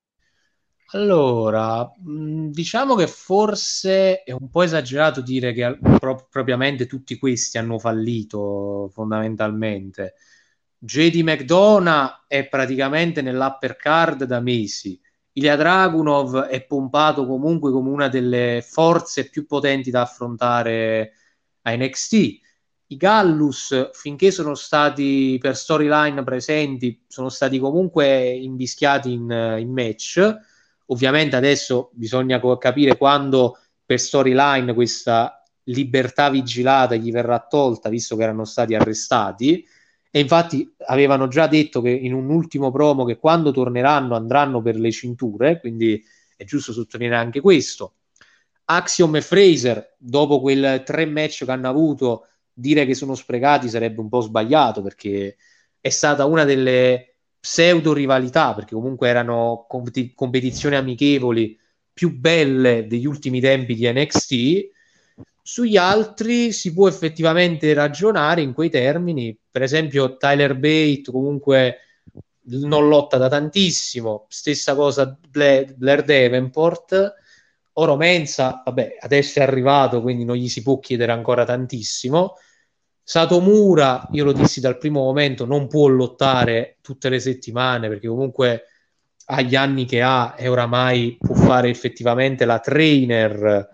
Allora, diciamo che forse è un po' esagerato dire che propriamente tutti questi hanno fallito fondamentalmente. JD McDonough è praticamente nell'upper card da mesi. Ilya Dragunov è pompato comunque come una delle forze più potenti da affrontare a NXT. I Gallus, finché sono stati per storyline presenti, sono stati comunque invischiati in match. Ovviamente adesso bisogna capire quando per storyline questa libertà vigilata gli verrà tolta, visto che erano stati arrestati. E infatti avevano già detto che in un ultimo promo che quando torneranno andranno per le cinture, quindi è giusto sottolineare anche questo. Axiom e Fraser, dopo quel 3 match che hanno avuto, dire che sono sprecati sarebbe un po' sbagliato, perché è stata una delle pseudo rivalità, perché comunque erano competizioni amichevoli più belle degli ultimi tempi di NXT. Sugli altri si può effettivamente ragionare in quei termini. Per esempio Tyler Bate comunque non lotta da tantissimo, stessa cosa Blair Davenport. Oro Mensa, vabbè, adesso è arrivato, quindi non gli si può chiedere ancora tantissimo. Satomura, io lo dissi dal primo momento, non può lottare tutte le settimane, perché comunque agli anni che ha e oramai può fare effettivamente la trainer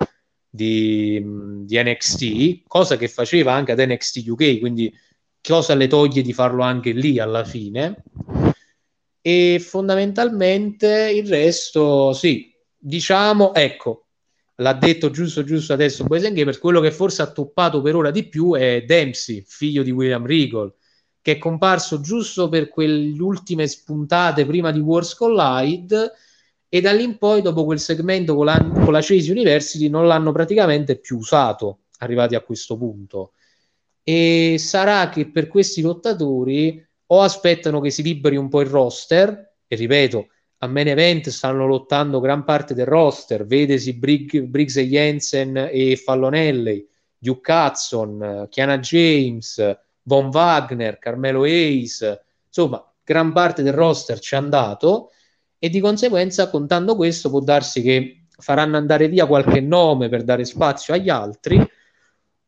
di NXT, cosa che faceva anche ad NXT UK, quindi cosa le toglie di farlo anche lì alla fine. E fondamentalmente il resto, sì, diciamo, ecco, l'ha detto giusto adesso Boys and Gamers, quello che forse ha toppato per ora di più è Dempsey, figlio di William Regal, che è comparso giusto per quelle ultime spuntate prima di Wars Collide, e da lì in poi, dopo quel segmento con la Chase University, non l'hanno praticamente più usato, arrivati a questo punto. E sarà che per questi lottatori o aspettano che si liberi un po' il roster, e ripeto, a main event stanno lottando gran parte del roster, vedesi Briggs e Jensen e Fallonelli, Duke Hudson, Kiana James, Von Wagner, Carmelo Hayes, insomma, gran parte del roster ci è andato, e di conseguenza, contando questo, può darsi che faranno andare via qualche nome per dare spazio agli altri,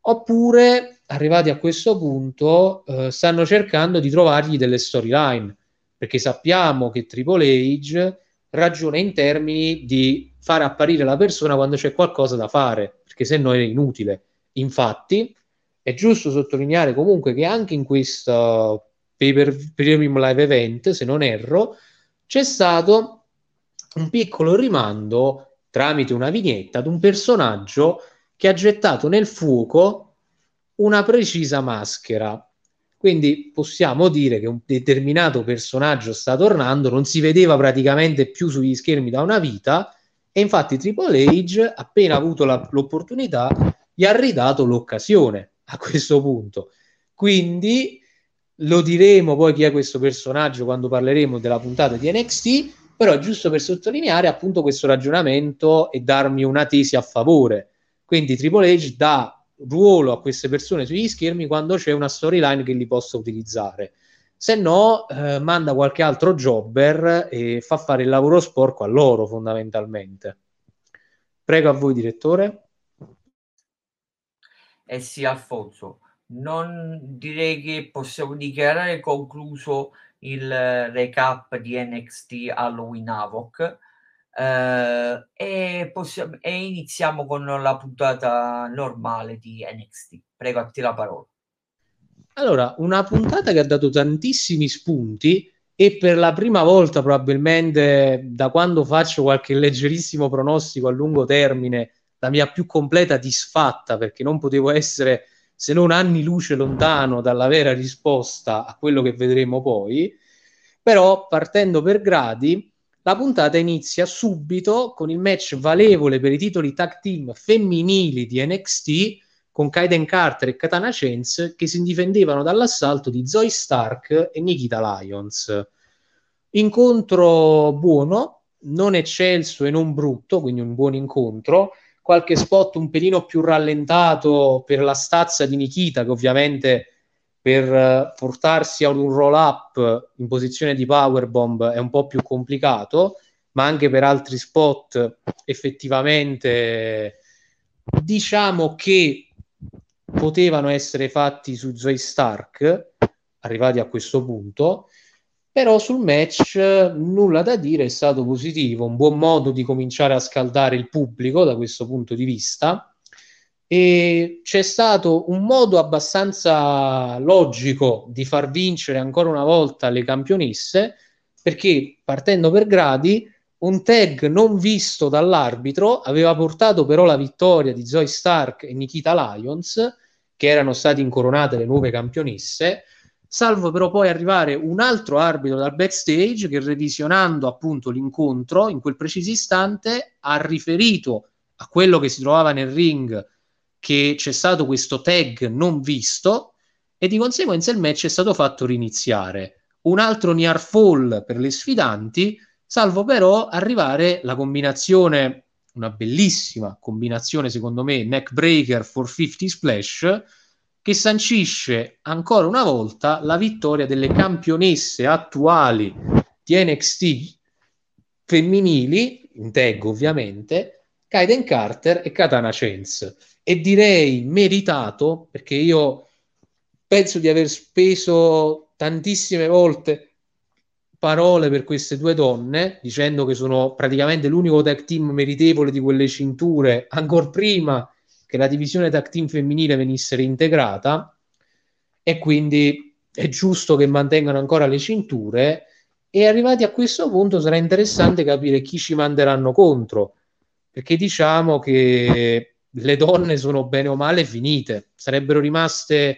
oppure, arrivati a questo punto, stanno cercando di trovargli delle storyline, perché sappiamo che Triple H ragiona in termini di fare apparire la persona quando c'è qualcosa da fare, perché se no è inutile. Infatti, è giusto sottolineare comunque che anche in questo Premium Live Event, se non erro, c'è stato un piccolo rimando tramite una vignetta ad un personaggio che ha gettato nel fuoco una precisa maschera. Quindi possiamo dire che un determinato personaggio sta tornando, non si vedeva praticamente più sugli schermi da una vita, e infatti Triple H, appena avuto l'opportunità, gli ha ridato l'occasione a questo punto. Quindi lo diremo poi chi è questo personaggio quando parleremo della puntata di NXT, però è giusto per sottolineare appunto questo ragionamento e darmi una tesi a favore. Quindi Triple H dà ruolo a queste persone sugli schermi quando c'è una storyline che li possa utilizzare. Se no, manda qualche altro jobber e fa fare il lavoro sporco a loro, fondamentalmente. Prego a voi, direttore. Eh sì, Alfonso, non direi che possiamo dichiarare concluso il recap di NXT Halloween Havoc, e iniziamo con la puntata normale di NXT. Prego, a te la parola. Allora, una puntata che ha dato tantissimi spunti e per la prima volta probabilmente da quando faccio qualche leggerissimo pronostico a lungo termine, la mia più completa disfatta, perché non potevo essere se non anni luce lontano dalla vera risposta a quello che vedremo poi. Però partendo per gradi, la puntata inizia subito con il match valevole per i titoli tag team femminili di NXT con Kaiden Carter e Katana Chance che si difendevano dall'assalto di Zoe Stark e Nikita Lyons. Incontro buono, non eccelso e non brutto, quindi un buon incontro. Qualche spot un pelino più rallentato per la stazza di Nikita, che ovviamente per portarsi ad un roll up in posizione di powerbomb è un po' più complicato, ma anche per altri spot effettivamente diciamo che potevano essere fatti su Zoe Stark, arrivati a questo punto, però sul match nulla da dire, è stato positivo, un buon modo di cominciare a scaldare il pubblico da questo punto di vista, e c'è stato un modo abbastanza logico di far vincere ancora una volta le campionesse, perché partendo per gradi un tag non visto dall'arbitro aveva portato però la vittoria di Zoe Stark e Nikita Lyons, che erano state incoronate le nuove campionesse, salvo però poi arrivare un altro arbitro dal backstage che, revisionando appunto l'incontro in quel preciso istante, ha riferito a quello che si trovava nel ring che c'è stato questo tag non visto e di conseguenza il match è stato fatto riniziare. Un altro near fall per le sfidanti, salvo però arrivare la combinazione, una bellissima combinazione secondo me, neckbreaker 450 splash, che sancisce ancora una volta la vittoria delle campionesse attuali di NXT femminili, in tag ovviamente, Kaiden Carter e Katana Chance. E direi meritato, perché io penso di aver speso tantissime volte parole per queste due donne, dicendo che sono praticamente l'unico tag team meritevole di quelle cinture, ancora prima che la divisione tag team femminile venisse reintegrata, e quindi è giusto che mantengano ancora le cinture. E arrivati a questo punto sarà interessante capire chi ci manderanno contro, perché diciamo che le donne sono bene o male finite, sarebbero rimaste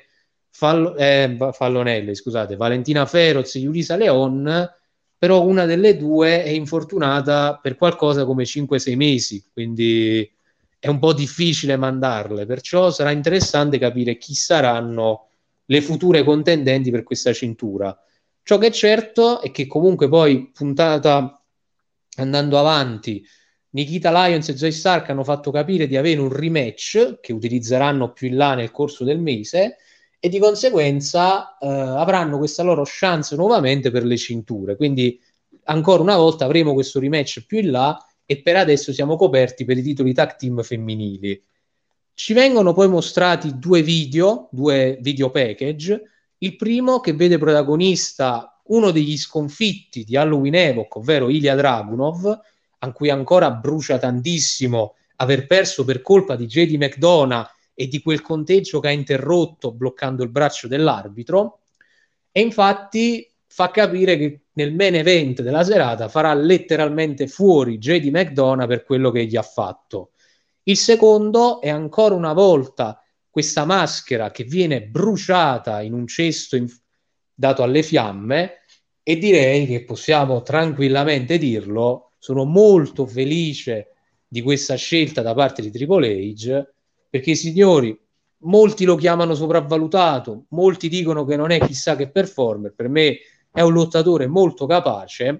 Fallonelle, scusate, Valentina Feroz e Yulisa Leon, però una delle due è infortunata per qualcosa come 5-6 mesi, quindi è un po' difficile mandarle, perciò sarà interessante capire chi saranno le future contendenti per questa cintura. Ciò che è certo è che comunque poi, puntata andando avanti, Nikita Lyons e Zoe Stark hanno fatto capire di avere un rematch che utilizzeranno più in là nel corso del mese, e di conseguenza avranno questa loro chance nuovamente per le cinture. Quindi ancora una volta avremo questo rematch più in là, e per adesso siamo coperti per i titoli tag team femminili. Ci vengono poi mostrati due video package. Il primo che vede protagonista uno degli sconfitti di Halloween Evoc, ovvero Ilya Dragunov, a cui ancora brucia tantissimo aver perso per colpa di JD McDonough e di quel conteggio che ha interrotto bloccando il braccio dell'arbitro, e infatti fa capire che nel main event della serata farà letteralmente fuori JD McDonough per quello che gli ha fatto. Il secondo è ancora una volta questa maschera che viene bruciata in un cesto dato alle fiamme, e direi che possiamo tranquillamente dirlo, sono molto felice di questa scelta da parte di Triple H, perché signori, molti lo chiamano sopravvalutato, molti dicono che non è chissà che performer, per me è un lottatore molto capace.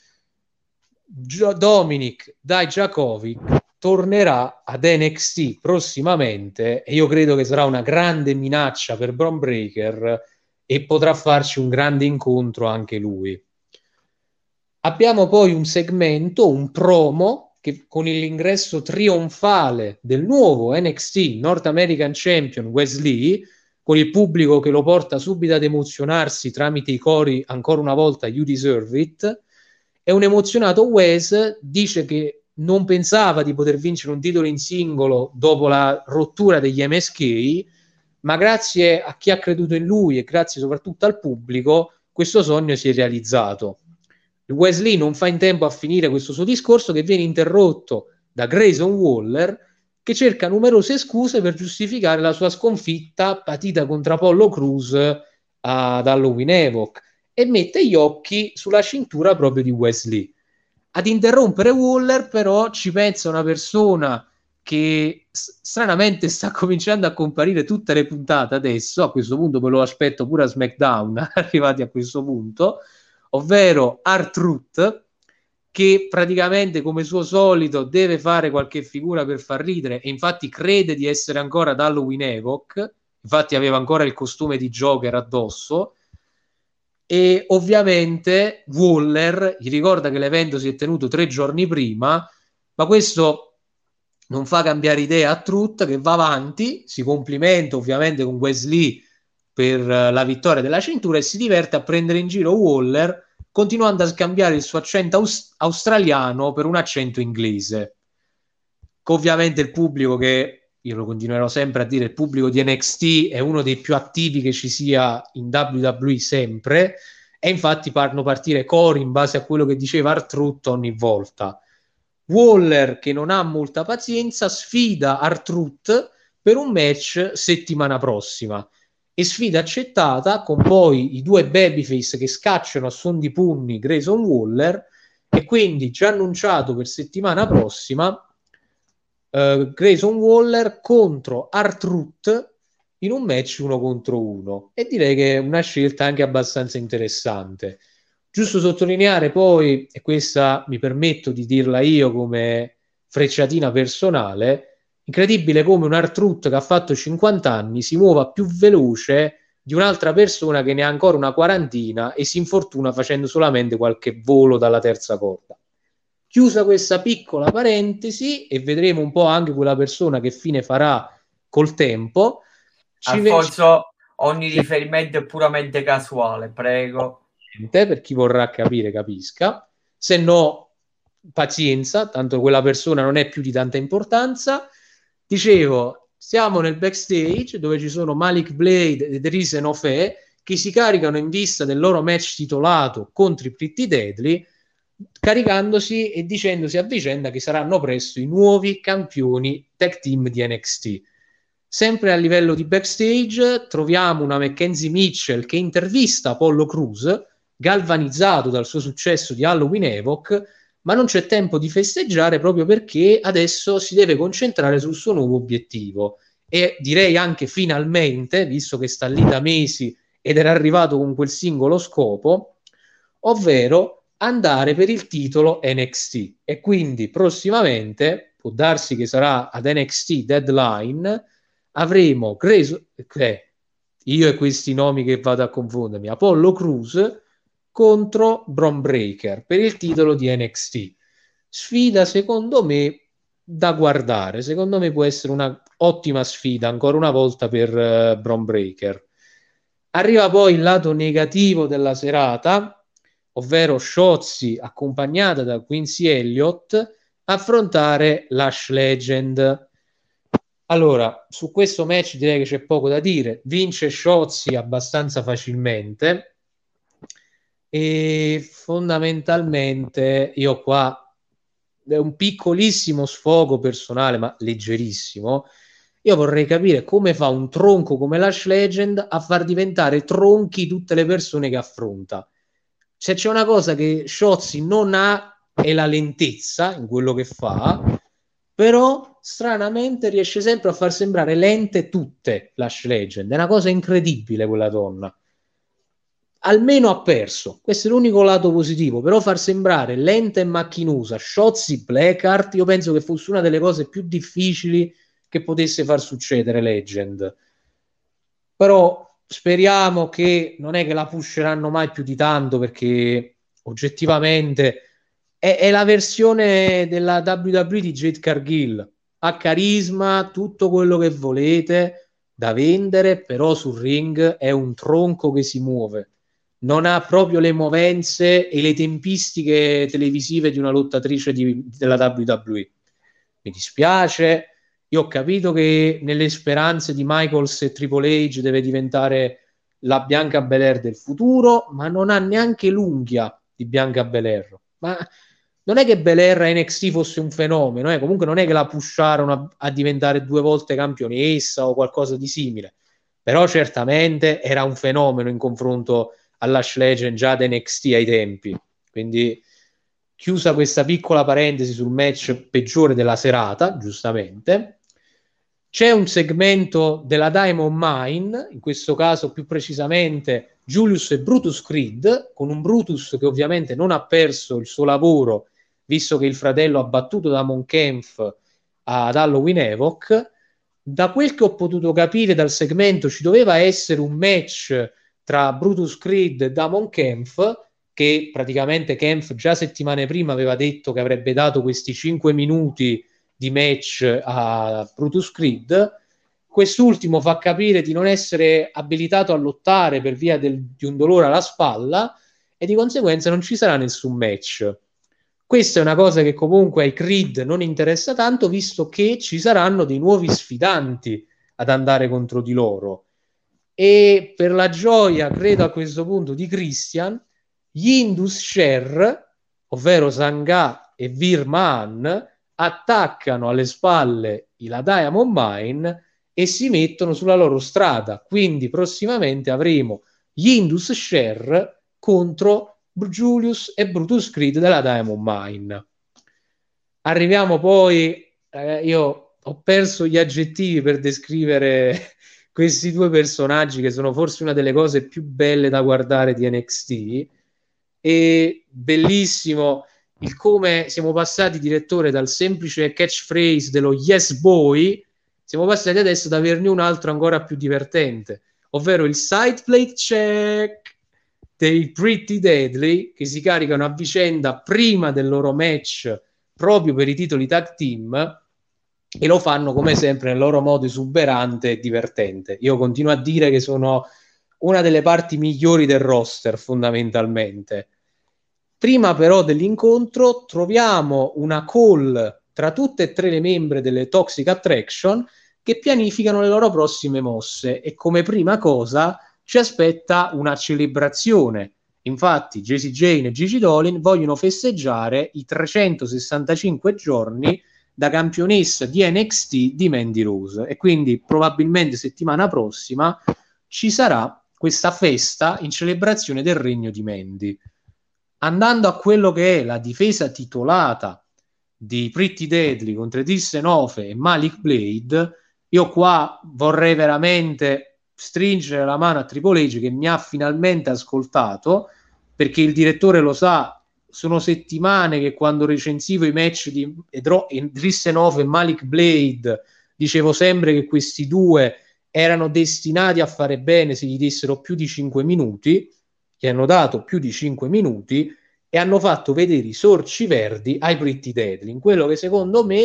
Dominic Dijakovic tornerà ad NXT prossimamente e io credo che sarà una grande minaccia per Bron Breakker e potrà farci un grande incontro anche lui. Abbiamo poi un segmento, un promo, che con l'ingresso trionfale del nuovo NXT North American Champion Wes Lee, con il pubblico che lo porta subito ad emozionarsi tramite i cori ancora una volta You Deserve It, e un emozionato Wes dice che non pensava di poter vincere un titolo in singolo dopo la rottura degli MSK, ma grazie a chi ha creduto in lui e grazie soprattutto al pubblico questo sogno si è realizzato. Wes Lee non fa in tempo a finire questo suo discorso, che viene interrotto da Grayson Waller, che cerca numerose scuse per giustificare la sua sconfitta patita contro Apollo Crews ad Halloween Evoc, e mette gli occhi sulla cintura proprio di Wes Lee. Ad interrompere Waller però ci pensa una persona che stranamente sta cominciando a comparire tutte le puntate adesso, a questo punto me lo aspetto pure a SmackDown arrivati a questo punto, ovvero R-Truth, che praticamente come suo solito deve fare qualche figura per far ridere, e infatti crede di essere ancora ad Halloween Evoc, infatti aveva ancora il costume di Joker addosso, e ovviamente Waller gli ricorda che l'evento si è tenuto 3 giorni prima, ma questo non fa cambiare idea a Truth, che va avanti, si complimenta ovviamente con Wes Lee per la vittoria della cintura e si diverte a prendere in giro Waller, continuando a scambiare il suo accento australiano per un accento inglese. Ovviamente il pubblico, che io lo continuerò sempre a dire, il pubblico di NXT è uno dei più attivi che ci sia in WWE sempre, e infatti fanno partire cori in base a quello che diceva R-Truth ogni volta. Waller, che non ha molta pazienza, sfida R-Truth per un match settimana prossima, e sfida accettata, con poi i due babyface che scacciano a suon di pugni Grayson Waller, e quindi già annunciato per settimana prossima Grayson Waller contro R-Truth in un match 1 contro 1, e direi che è una scelta anche abbastanza interessante. Giusto sottolineare poi, e questa mi permetto di dirla io come frecciatina personale, incredibile come un R-Truth che ha fatto 50 anni si muova più veloce di un'altra persona che ne ha ancora una quarantina e si infortuna facendo solamente qualche volo dalla terza corda. Chiusa questa piccola parentesi, e vedremo un po' anche quella persona che fine farà col tempo. Alfonso, ogni riferimento è puramente casuale, prego. Per chi vorrà capire capisca, se no pazienza, tanto quella persona non è più di tanta importanza. Dicevo, siamo nel backstage dove ci sono Malik Blade ed Risen Ofé che si caricano in vista del loro match titolato contro i Pretty Deadly, caricandosi e dicendosi a vicenda che saranno presto i nuovi campioni tag team di NXT. Sempre a livello di backstage troviamo una Mackenzie Mitchell che intervista Apollo Crews, galvanizzato dal suo successo di Halloween Evoc, ma non c'è tempo di festeggiare proprio perché adesso si deve concentrare sul suo nuovo obiettivo, e direi anche finalmente, visto che sta lì da mesi ed era arrivato con quel singolo scopo, ovvero andare per il titolo NXT. E quindi prossimamente, può darsi che sarà ad NXT Deadline, avremo io e questi nomi che vado a confondermi, Apollo Crews contro Bron Breakker per il titolo di NXT. Sfida secondo me da guardare. Secondo me può essere una ottima sfida ancora una volta per Bron Breakker. Arriva poi il lato negativo della serata, ovvero Shotzi accompagnata da Quincy Elliott affrontare Lash Legend. Allora, su questo match direi che c'è poco da dire. Vince Shotzi abbastanza facilmente e fondamentalmente io qua è un piccolissimo sfogo personale, ma leggerissimo. Io vorrei capire come fa un tronco come Lash Legend a far diventare tronchi tutte le persone che affronta. Se c'è una cosa che Shotzi non ha è la lentezza in quello che fa, però stranamente riesce sempre a far sembrare lente tutte Lash Legend. È una cosa incredibile quella donna. Almeno ha perso, questo è l'unico lato positivo, però far sembrare lenta e macchinosa Shotzi Blackheart, io penso che fosse una delle cose più difficili che potesse far succedere Legend. Però speriamo che non è che la pusheranno mai più di tanto, perché oggettivamente è la versione della WWE di Jade Cargill. Ha carisma, tutto quello che volete da vendere, però sul ring è un tronco che si muove. Non ha proprio le movenze e le tempistiche televisive di una lottatrice della WWE. Mi dispiace, io ho capito che nelle speranze di Michaels e Triple H deve diventare la Bianca Belair del futuro, ma non ha neanche l'unghia di Bianca Belair. Ma non è che Belair a NXT fosse un fenomeno, comunque non è che la pusharono a diventare 2 volte campionessa o qualcosa di simile, però certamente era un fenomeno in confronto all'Ash Legend già da NXT ai tempi. Quindi chiusa questa piccola parentesi sul match peggiore della serata, giustamente, c'è un segmento della Diamond Mine, in questo caso più precisamente Julius e Brutus Creed, con un Brutus che ovviamente non ha perso il suo lavoro, visto che il fratello ha battuto Damon Kempf ad Halloween Havoc. Da quel che ho potuto capire dal segmento ci doveva essere un match tra Brutus Creed e Damon Kempf, che praticamente Kempf già settimane prima aveva detto che avrebbe dato questi 5 minuti di match a Brutus Creed. Quest'ultimo fa capire di non essere abilitato a lottare per via di un dolore alla spalla e di conseguenza non ci sarà nessun match. Questa è una cosa che comunque ai Creed non interessa tanto, visto che ci saranno dei nuovi sfidanti ad andare contro di loro. E per la gioia, credo a questo punto, di Christian, gli Indus Sher, ovvero Sangha e Veer Mahan, attaccano alle spalle la Diamond Mine e si mettono sulla loro strada. Quindi prossimamente avremo gli Indus Sher contro Julius e Brutus Creed della Diamond Mine. Arriviamo poi, io ho perso gli aggettivi per descrivere questi due personaggi che sono forse una delle cose più belle da guardare di NXT. E bellissimo il come siamo passati, direttore, dal semplice catchphrase dello yes boy, siamo passati adesso ad averne un altro ancora più divertente, ovvero il side plate check dei Pretty Deadly, che si caricano a vicenda prima del loro match proprio per i titoli tag team, e lo fanno come sempre nel loro modo esuberante e divertente. Io continuo a dire che sono una delle parti migliori del roster, fondamentalmente. Prima però dell'incontro troviamo una call tra tutte e tre le membre delle Toxic Attraction che pianificano le loro prossime mosse, e come prima cosa ci aspetta una celebrazione. Infatti Jacy Jane e Gigi Dolin vogliono festeggiare i 365 giorni da campionessa di NXT di Mandy Rose, e quindi probabilmente settimana prossima ci sarà questa festa in celebrazione del regno di Mandy. Andando a quello che è la difesa titolata di Pretty Deadly contro Edith Nofe e Malik Blade, io qua vorrei veramente stringere la mano a Triple H, che mi ha finalmente ascoltato, perché il direttore lo sa, sono settimane che quando recensivo i match di Edith Nofe e Malik Blade dicevo sempre che questi due erano destinati a fare bene se gli dessero più di 5 minuti. Gli hanno dato più di 5 minuti e hanno fatto vedere i sorci verdi ai Pretty Deadly, in quello che secondo me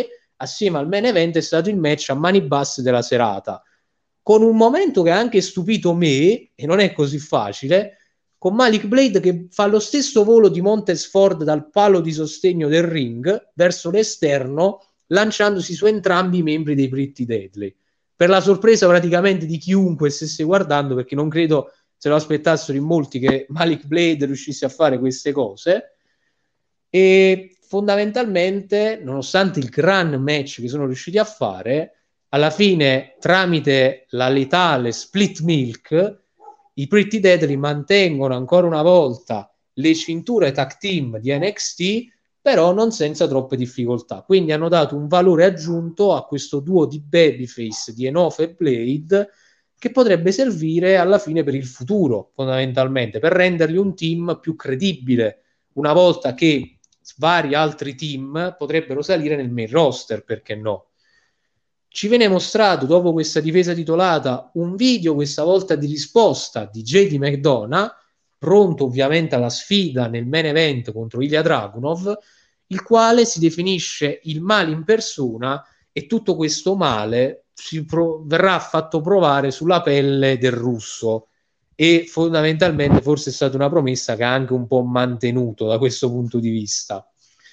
assieme al main event è stato il match a mani basse della serata, con un momento che ha anche stupito me, e non è così facile, con Malik Blade che fa lo stesso volo di Montez Ford dal palo di sostegno del ring verso l'esterno, lanciandosi su entrambi i membri dei Pretty Deadly. Per la sorpresa praticamente di chiunque stesse guardando, perché non credo se lo aspettassero in molti che Malik Blade riuscisse a fare queste cose. E fondamentalmente, nonostante il gran match che sono riusciti a fare, alla fine, tramite la letale split milk, i Pretty Deadly mantengono ancora una volta le cinture tag team di NXT, però non senza troppe difficoltà. Quindi hanno dato un valore aggiunto a questo duo di babyface di Enough e Blade, che potrebbe servire alla fine per il futuro, fondamentalmente, per rendergli un team più credibile, una volta che vari altri team potrebbero salire nel main roster, perché no? Ci viene mostrato, dopo questa difesa titolata, un video, questa volta di risposta, di JD McDonough, pronto ovviamente alla sfida nel main event contro Ilya Dragunov, il quale si definisce il male in persona, e tutto questo male verrà fatto provare sulla pelle del russo, e fondamentalmente forse è stata una promessa che ha anche un po' mantenuto da questo punto di vista.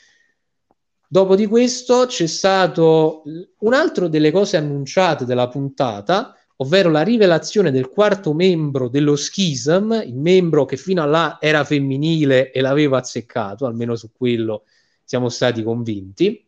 Dopo di questo c'è stato un altro delle cose annunciate della puntata, ovvero la rivelazione del quarto membro dello Schism, il membro che fino a là era femminile e l'aveva azzeccato, almeno su quello siamo stati convinti.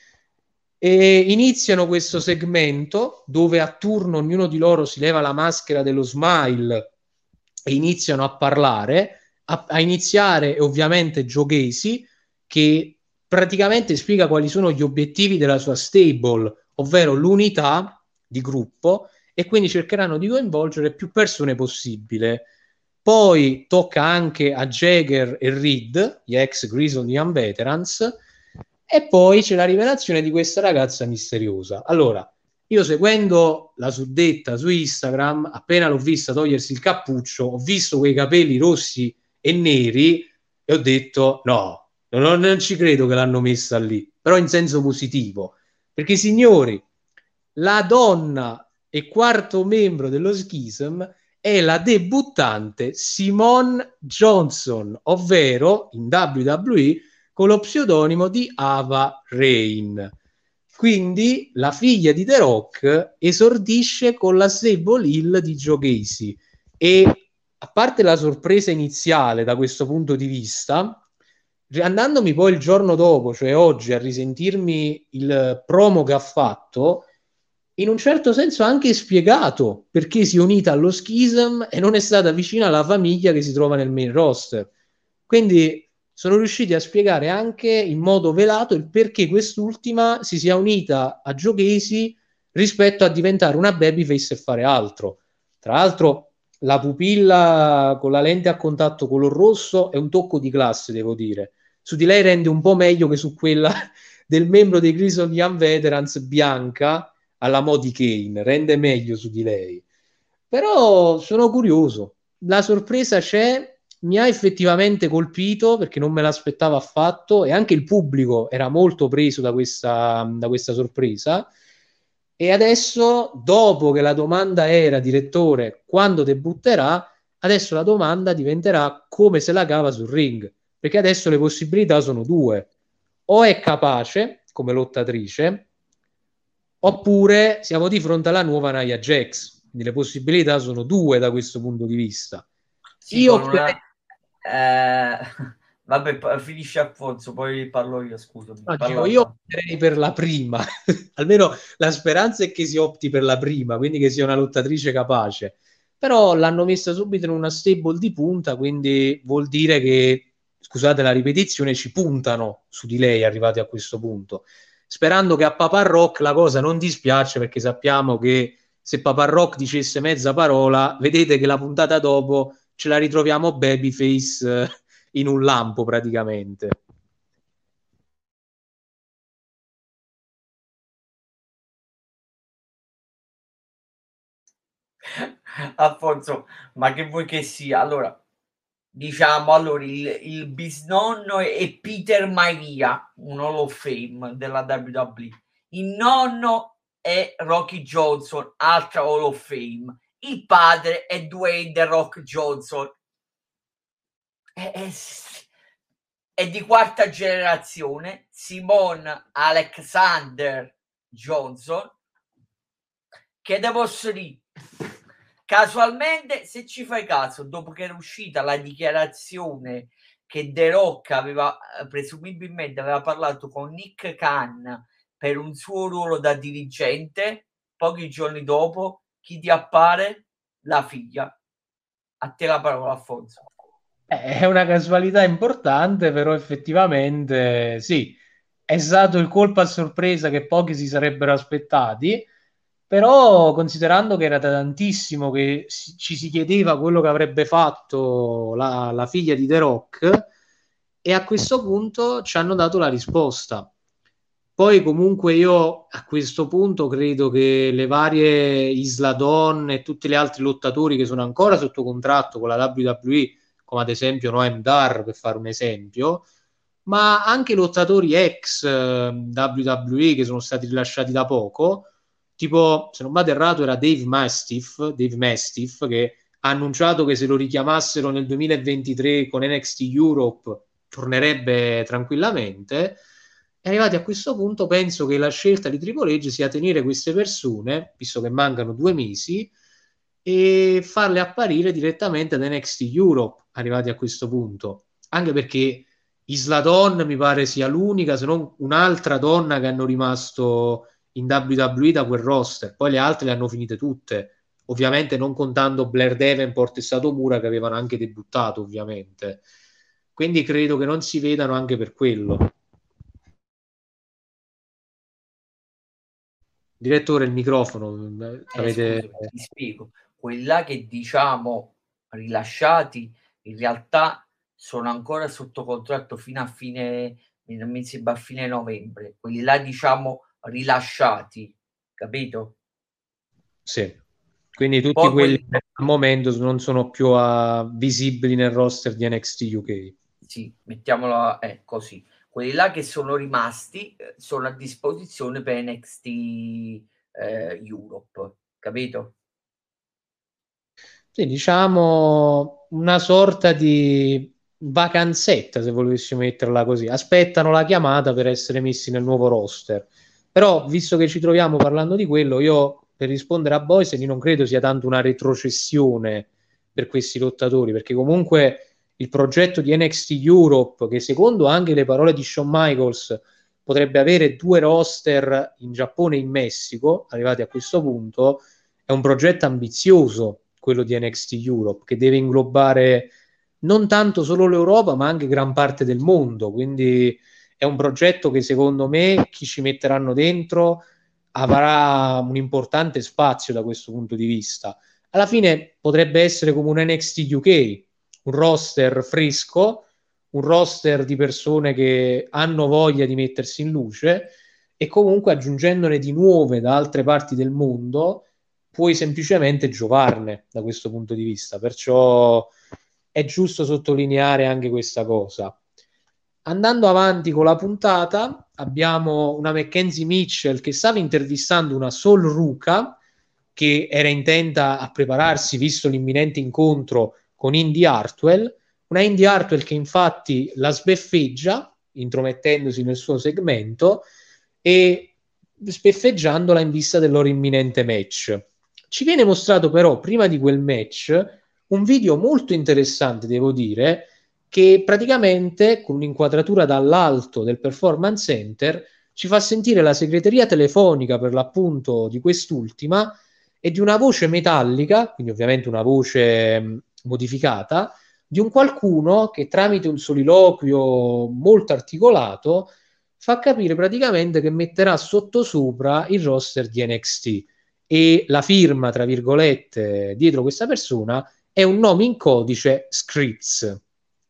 E iniziano questo segmento dove a turno ognuno di loro si leva la maschera dello smile e iniziano a parlare, a iniziare ovviamente Joe Gacy, che praticamente spiega quali sono gli obiettivi della sua stable, ovvero l'unità di gruppo, e quindi cercheranno di coinvolgere più persone possibile. Poi tocca anche a Jagger e Reed, gli ex Grizzly Young Veterans, e poi c'è la rivelazione di questa ragazza misteriosa. Allora, io seguendo la suddetta su Instagram, appena l'ho vista togliersi il cappuccio, ho visto quei capelli rossi e neri e ho detto no, non ci credo che l'hanno messa lì, però in senso positivo, perché signori, la donna e quarto membro dello Schism è la debuttante Simone Johnson, ovvero in WWE con lo pseudonimo di Ava Rain. Quindi la figlia di The Rock esordisce con la stable heel di Joe Gacy, e a parte la sorpresa iniziale da questo punto di vista, andandomi poi il giorno dopo, cioè oggi, a risentirmi il promo che ha fatto, in un certo senso ha anche spiegato perché si è unita allo Schism e non è stata vicina alla famiglia che si trova nel main roster. Quindi sono riusciti a spiegare anche in modo velato il perché quest'ultima si sia unita a Joe Gacy rispetto a diventare una babyface e fare altro. Tra l'altro la pupilla con la lente a contatto color rosso è un tocco di classe, devo dire. Su di lei rende un po' meglio che su quella del membro dei Grizzly Young Veterans bianca alla Modi Kane, rende meglio su di lei. Però sono curioso, la sorpresa c'è, mi ha effettivamente colpito perché non me l'aspettavo affatto, e anche il pubblico era molto preso da questa sorpresa. E adesso, dopo che la domanda era, direttore, quando debutterà, adesso la domanda diventerà come se la cava sul ring, perché adesso le possibilità sono due: o è capace come lottatrice, oppure siamo di fronte alla nuova Nia Jax. Quindi le possibilità sono due da questo punto di vista. Sì, Io con una... eh, vabbè, finisce Alfonso, poi parlo io, scusami. no, dicevo, Parla, io parla. opterei per la prima, almeno la speranza è che si opti per la prima, quindi che sia una lottatrice capace. Però l'hanno messa subito in una stable di punta, quindi vuol dire che, scusate la ripetizione, ci puntano su di lei arrivati a questo punto. Sperando che a Papa Rock la cosa non dispiace, perché sappiamo che se Papa Rock dicesse mezza parola, vedete che la puntata dopo ce la ritroviamo Babyface in un lampo praticamente. Alfonso, ma che vuoi che sia? Allora, diciamo, allora, il bisnonno è Peter Maivia, un Hall of Fame della WWE. Il nonno è Rocky Johnson, altra Hall of Fame. Il padre è Dwayne The Rock Johnson. È di quarta generazione. Simone Alexander Johnson, che devo dire, casualmente, se ci fai caso, dopo che era uscita la dichiarazione che The Rock aveva presumibilmente aveva parlato con Nick Khan per un suo ruolo da dirigente, pochi giorni dopo chi ti appare? La figlia. A te la parola, Alfonso. È una casualità importante, però effettivamente sì, è stato il colpo a sorpresa che pochi si sarebbero aspettati, però considerando che era da tantissimo che ci si chiedeva quello che avrebbe fatto la figlia di The Rock, e a questo punto ci hanno dato la risposta. Poi comunque io a questo punto credo che le varie Isla Dawn e tutti gli altri lottatori che sono ancora sotto contratto con la WWE, come ad esempio Noam Dar, per fare un esempio, ma anche lottatori ex WWE che sono stati rilasciati da poco, tipo, se non vado errato, era Dave Mastiff, che ha annunciato che se lo richiamassero nel 2023 con NXT Europe tornerebbe tranquillamente. E arrivati a questo punto, penso che la scelta di Triple H sia tenere queste persone, visto che mancano 2 mesi, e farle apparire direttamente ad NXT Europe, arrivati a questo punto. Anche perché Isla Dawn mi pare sia l'unica, se non un'altra donna che hanno rimasto in WWE da quel roster. Poi le altre le hanno finite tutte. Ovviamente non contando Blair Davenport e Sato Mura che avevano anche debuttato, ovviamente. Quindi credo che non si vedano anche per quello. Direttore, il microfono avete... Scusami, ti spiego. Quelli là che diciamo rilasciati in realtà sono ancora sotto contratto fino a fine, mi sembra a fine novembre. Quelli là diciamo rilasciati, capito? Sì. Quindi tutti Poi quelli quelli, che al momento non sono più visibili nel roster di NXT UK. sì, mettiamola così. Quelli là che sono rimasti sono a disposizione per NXT Europe, capito? Sì, diciamo una sorta di vacanzetta, se volessimo metterla così. Aspettano la chiamata per essere messi nel nuovo roster. Però, visto che ci troviamo parlando di quello, io per rispondere a Boysen, io non credo sia tanto una retrocessione per questi lottatori, perché comunque il progetto di NXT Europe, che secondo anche le parole di Shawn Michaels potrebbe avere 2 roster in Giappone e in Messico, arrivati a questo punto, è un progetto ambizioso quello di NXT Europe, che deve inglobare non tanto solo l'Europa, ma anche gran parte del mondo. Quindi è un progetto che secondo me chi ci metteranno dentro avrà un importante spazio da questo punto di vista. Alla fine potrebbe essere come un NXT UK, un roster fresco, un roster di persone che hanno voglia di mettersi in luce e comunque aggiungendone di nuove da altre parti del mondo puoi semplicemente giovarne da questo punto di vista. Perciò è giusto sottolineare anche questa cosa. Andando avanti con la puntata, abbiamo una Mackenzie Mitchell che stava intervistando una Sol Ruka che era intenta a prepararsi visto l'imminente incontro con Indy Hartwell, una Indy Hartwell che infatti la sbeffeggia intromettendosi nel suo segmento e sbeffeggiandola in vista del loro imminente match. Ci viene mostrato però prima di quel match un video molto interessante, devo dire, che praticamente con un'inquadratura dall'alto del Performance Center ci fa sentire la segreteria telefonica per l'appunto di quest'ultima e di una voce metallica, quindi ovviamente una voce modificata, di un qualcuno che tramite un soliloquio molto articolato fa capire praticamente che metterà sottosopra il roster di NXT e la firma, tra virgolette, dietro questa persona è un nome in codice Scripts.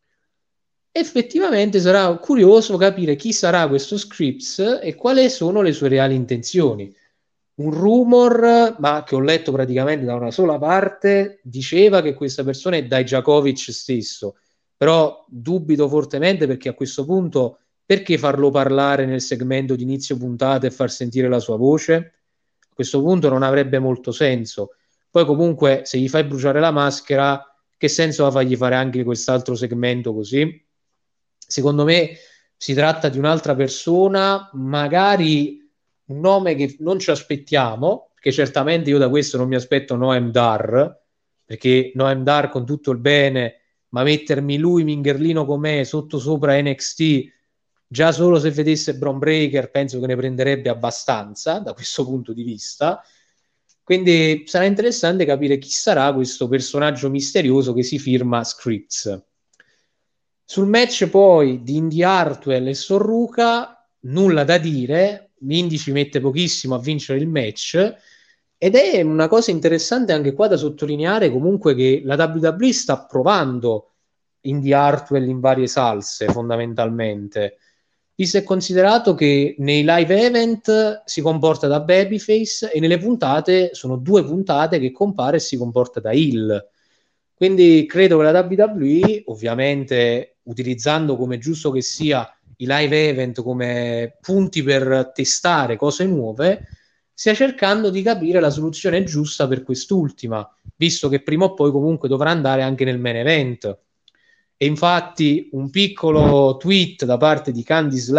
Effettivamente sarà curioso capire chi sarà questo Scripps e quali sono le sue reali intenzioni. Un rumor, ma che ho letto praticamente da una sola parte, diceva che questa persona è Dijakovic stesso, però dubito fortemente perché a questo punto perché farlo parlare nel segmento di inizio puntata e far sentire la sua voce? A questo punto non avrebbe molto senso. Poi comunque se gli fai bruciare la maschera, che senso ha fargli fare anche quest'altro segmento così? Secondo me si tratta di un'altra persona, magari un nome che non ci aspettiamo, perché certamente io da questo non mi aspetto Noam Dar, perché Noam Dar con tutto il bene, ma mettermi lui Mingerlino com'è sotto sopra NXT, già solo se vedesse Bron Breaker penso che ne prenderebbe abbastanza da questo punto di vista. Quindi sarà interessante capire chi sarà questo personaggio misterioso che si firma Scripts. Sul match poi di Indy Hartwell e Sorruca, nulla da dire, Indy ci mette pochissimo a vincere il match, ed è una cosa interessante anche qua da sottolineare comunque che la WWE sta provando Indy Hartwell in varie salse fondamentalmente, visto e considerato che nei live event si comporta da babyface e nelle puntate sono 2 puntate che compare e si comporta da heel. Quindi credo che la WWE, ovviamente utilizzando come giusto che sia i live event come punti per testare cose nuove, stia cercando di capire la soluzione giusta per quest'ultima, visto che prima o poi comunque dovrà andare anche nel main event. E infatti un piccolo tweet da parte di Candice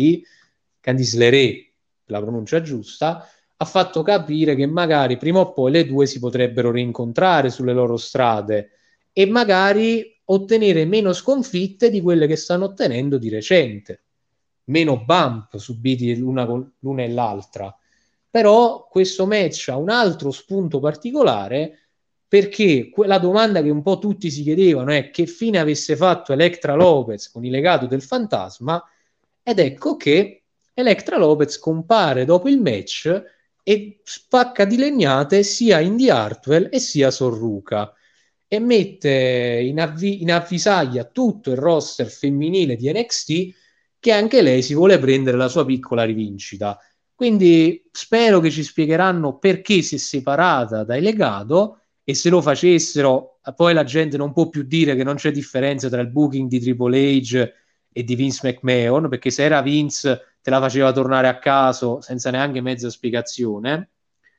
LeRae, la pronuncia giusta, ha fatto capire che magari prima o poi le due si potrebbero rincontrare sulle loro strade e magari ottenere meno sconfitte di quelle che stanno ottenendo di recente, meno bump subiti l'una e l'altra. Però questo match ha un altro spunto particolare, perché la domanda che un po' tutti si chiedevano è che fine avesse fatto Elektra Lopez con il legato del fantasma, ed ecco che Elektra Lopez compare dopo il match e spacca di legnate sia Indy Hartwell e sia Sorruca e mette in avvisaglia tutto il roster femminile di NXT che anche lei si vuole prendere la sua piccola rivincita. Quindi spero che ci spiegheranno perché si è separata dai legato, e se lo facessero poi la gente non può più dire che non c'è differenza tra il booking di Triple H e di Vince McMahon, perché se era Vince te la faceva tornare a caso senza neanche mezza spiegazione.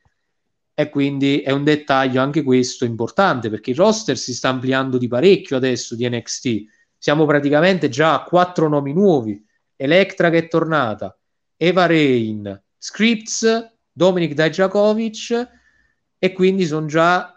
E quindi è un dettaglio anche questo importante, perché il roster si sta ampliando di parecchio adesso di NXT. Siamo praticamente già a 4 nomi nuovi: Electra che è tornata, Eva Rain, Scripts, Dominic Dijakovic, e quindi sono già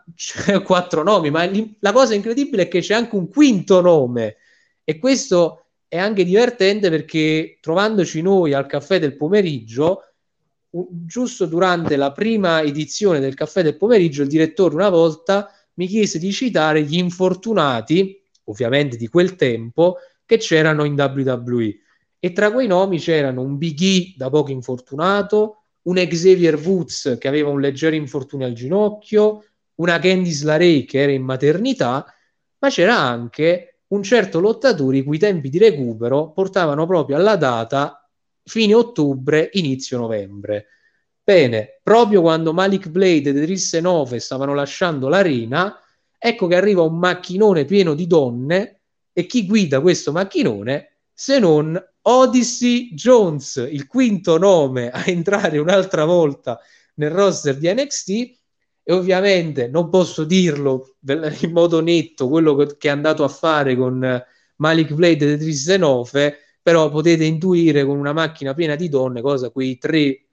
4 nomi. Ma la cosa incredibile è che c'è anche un quinto nome, e questo è anche divertente perché trovandoci noi al caffè del pomeriggio, giusto durante la prima edizione del caffè del pomeriggio, il direttore una volta mi chiese di citare gli infortunati, ovviamente di quel tempo, che c'erano in WWE, e tra quei nomi c'erano un Big E da poco infortunato, un Xavier Woods che aveva un leggero infortunio al ginocchio, una Candice LeRae che era in maternità, ma c'era anche un certo lottatore i cui tempi di recupero portavano proprio alla data fine ottobre, inizio novembre. Bene, proprio quando Malik Blade ed Idris Enofe stavano lasciando l'arena, ecco che arriva un macchinone pieno di donne, e chi guida questo macchinone se non Odyssey Jones, il quinto nome a entrare un'altra volta nel roster di NXT. E ovviamente non posso dirlo in modo netto quello che è andato a fare con Malik Blade ed Idris Enofe, però potete intuire con una macchina piena di donne cosa quei 3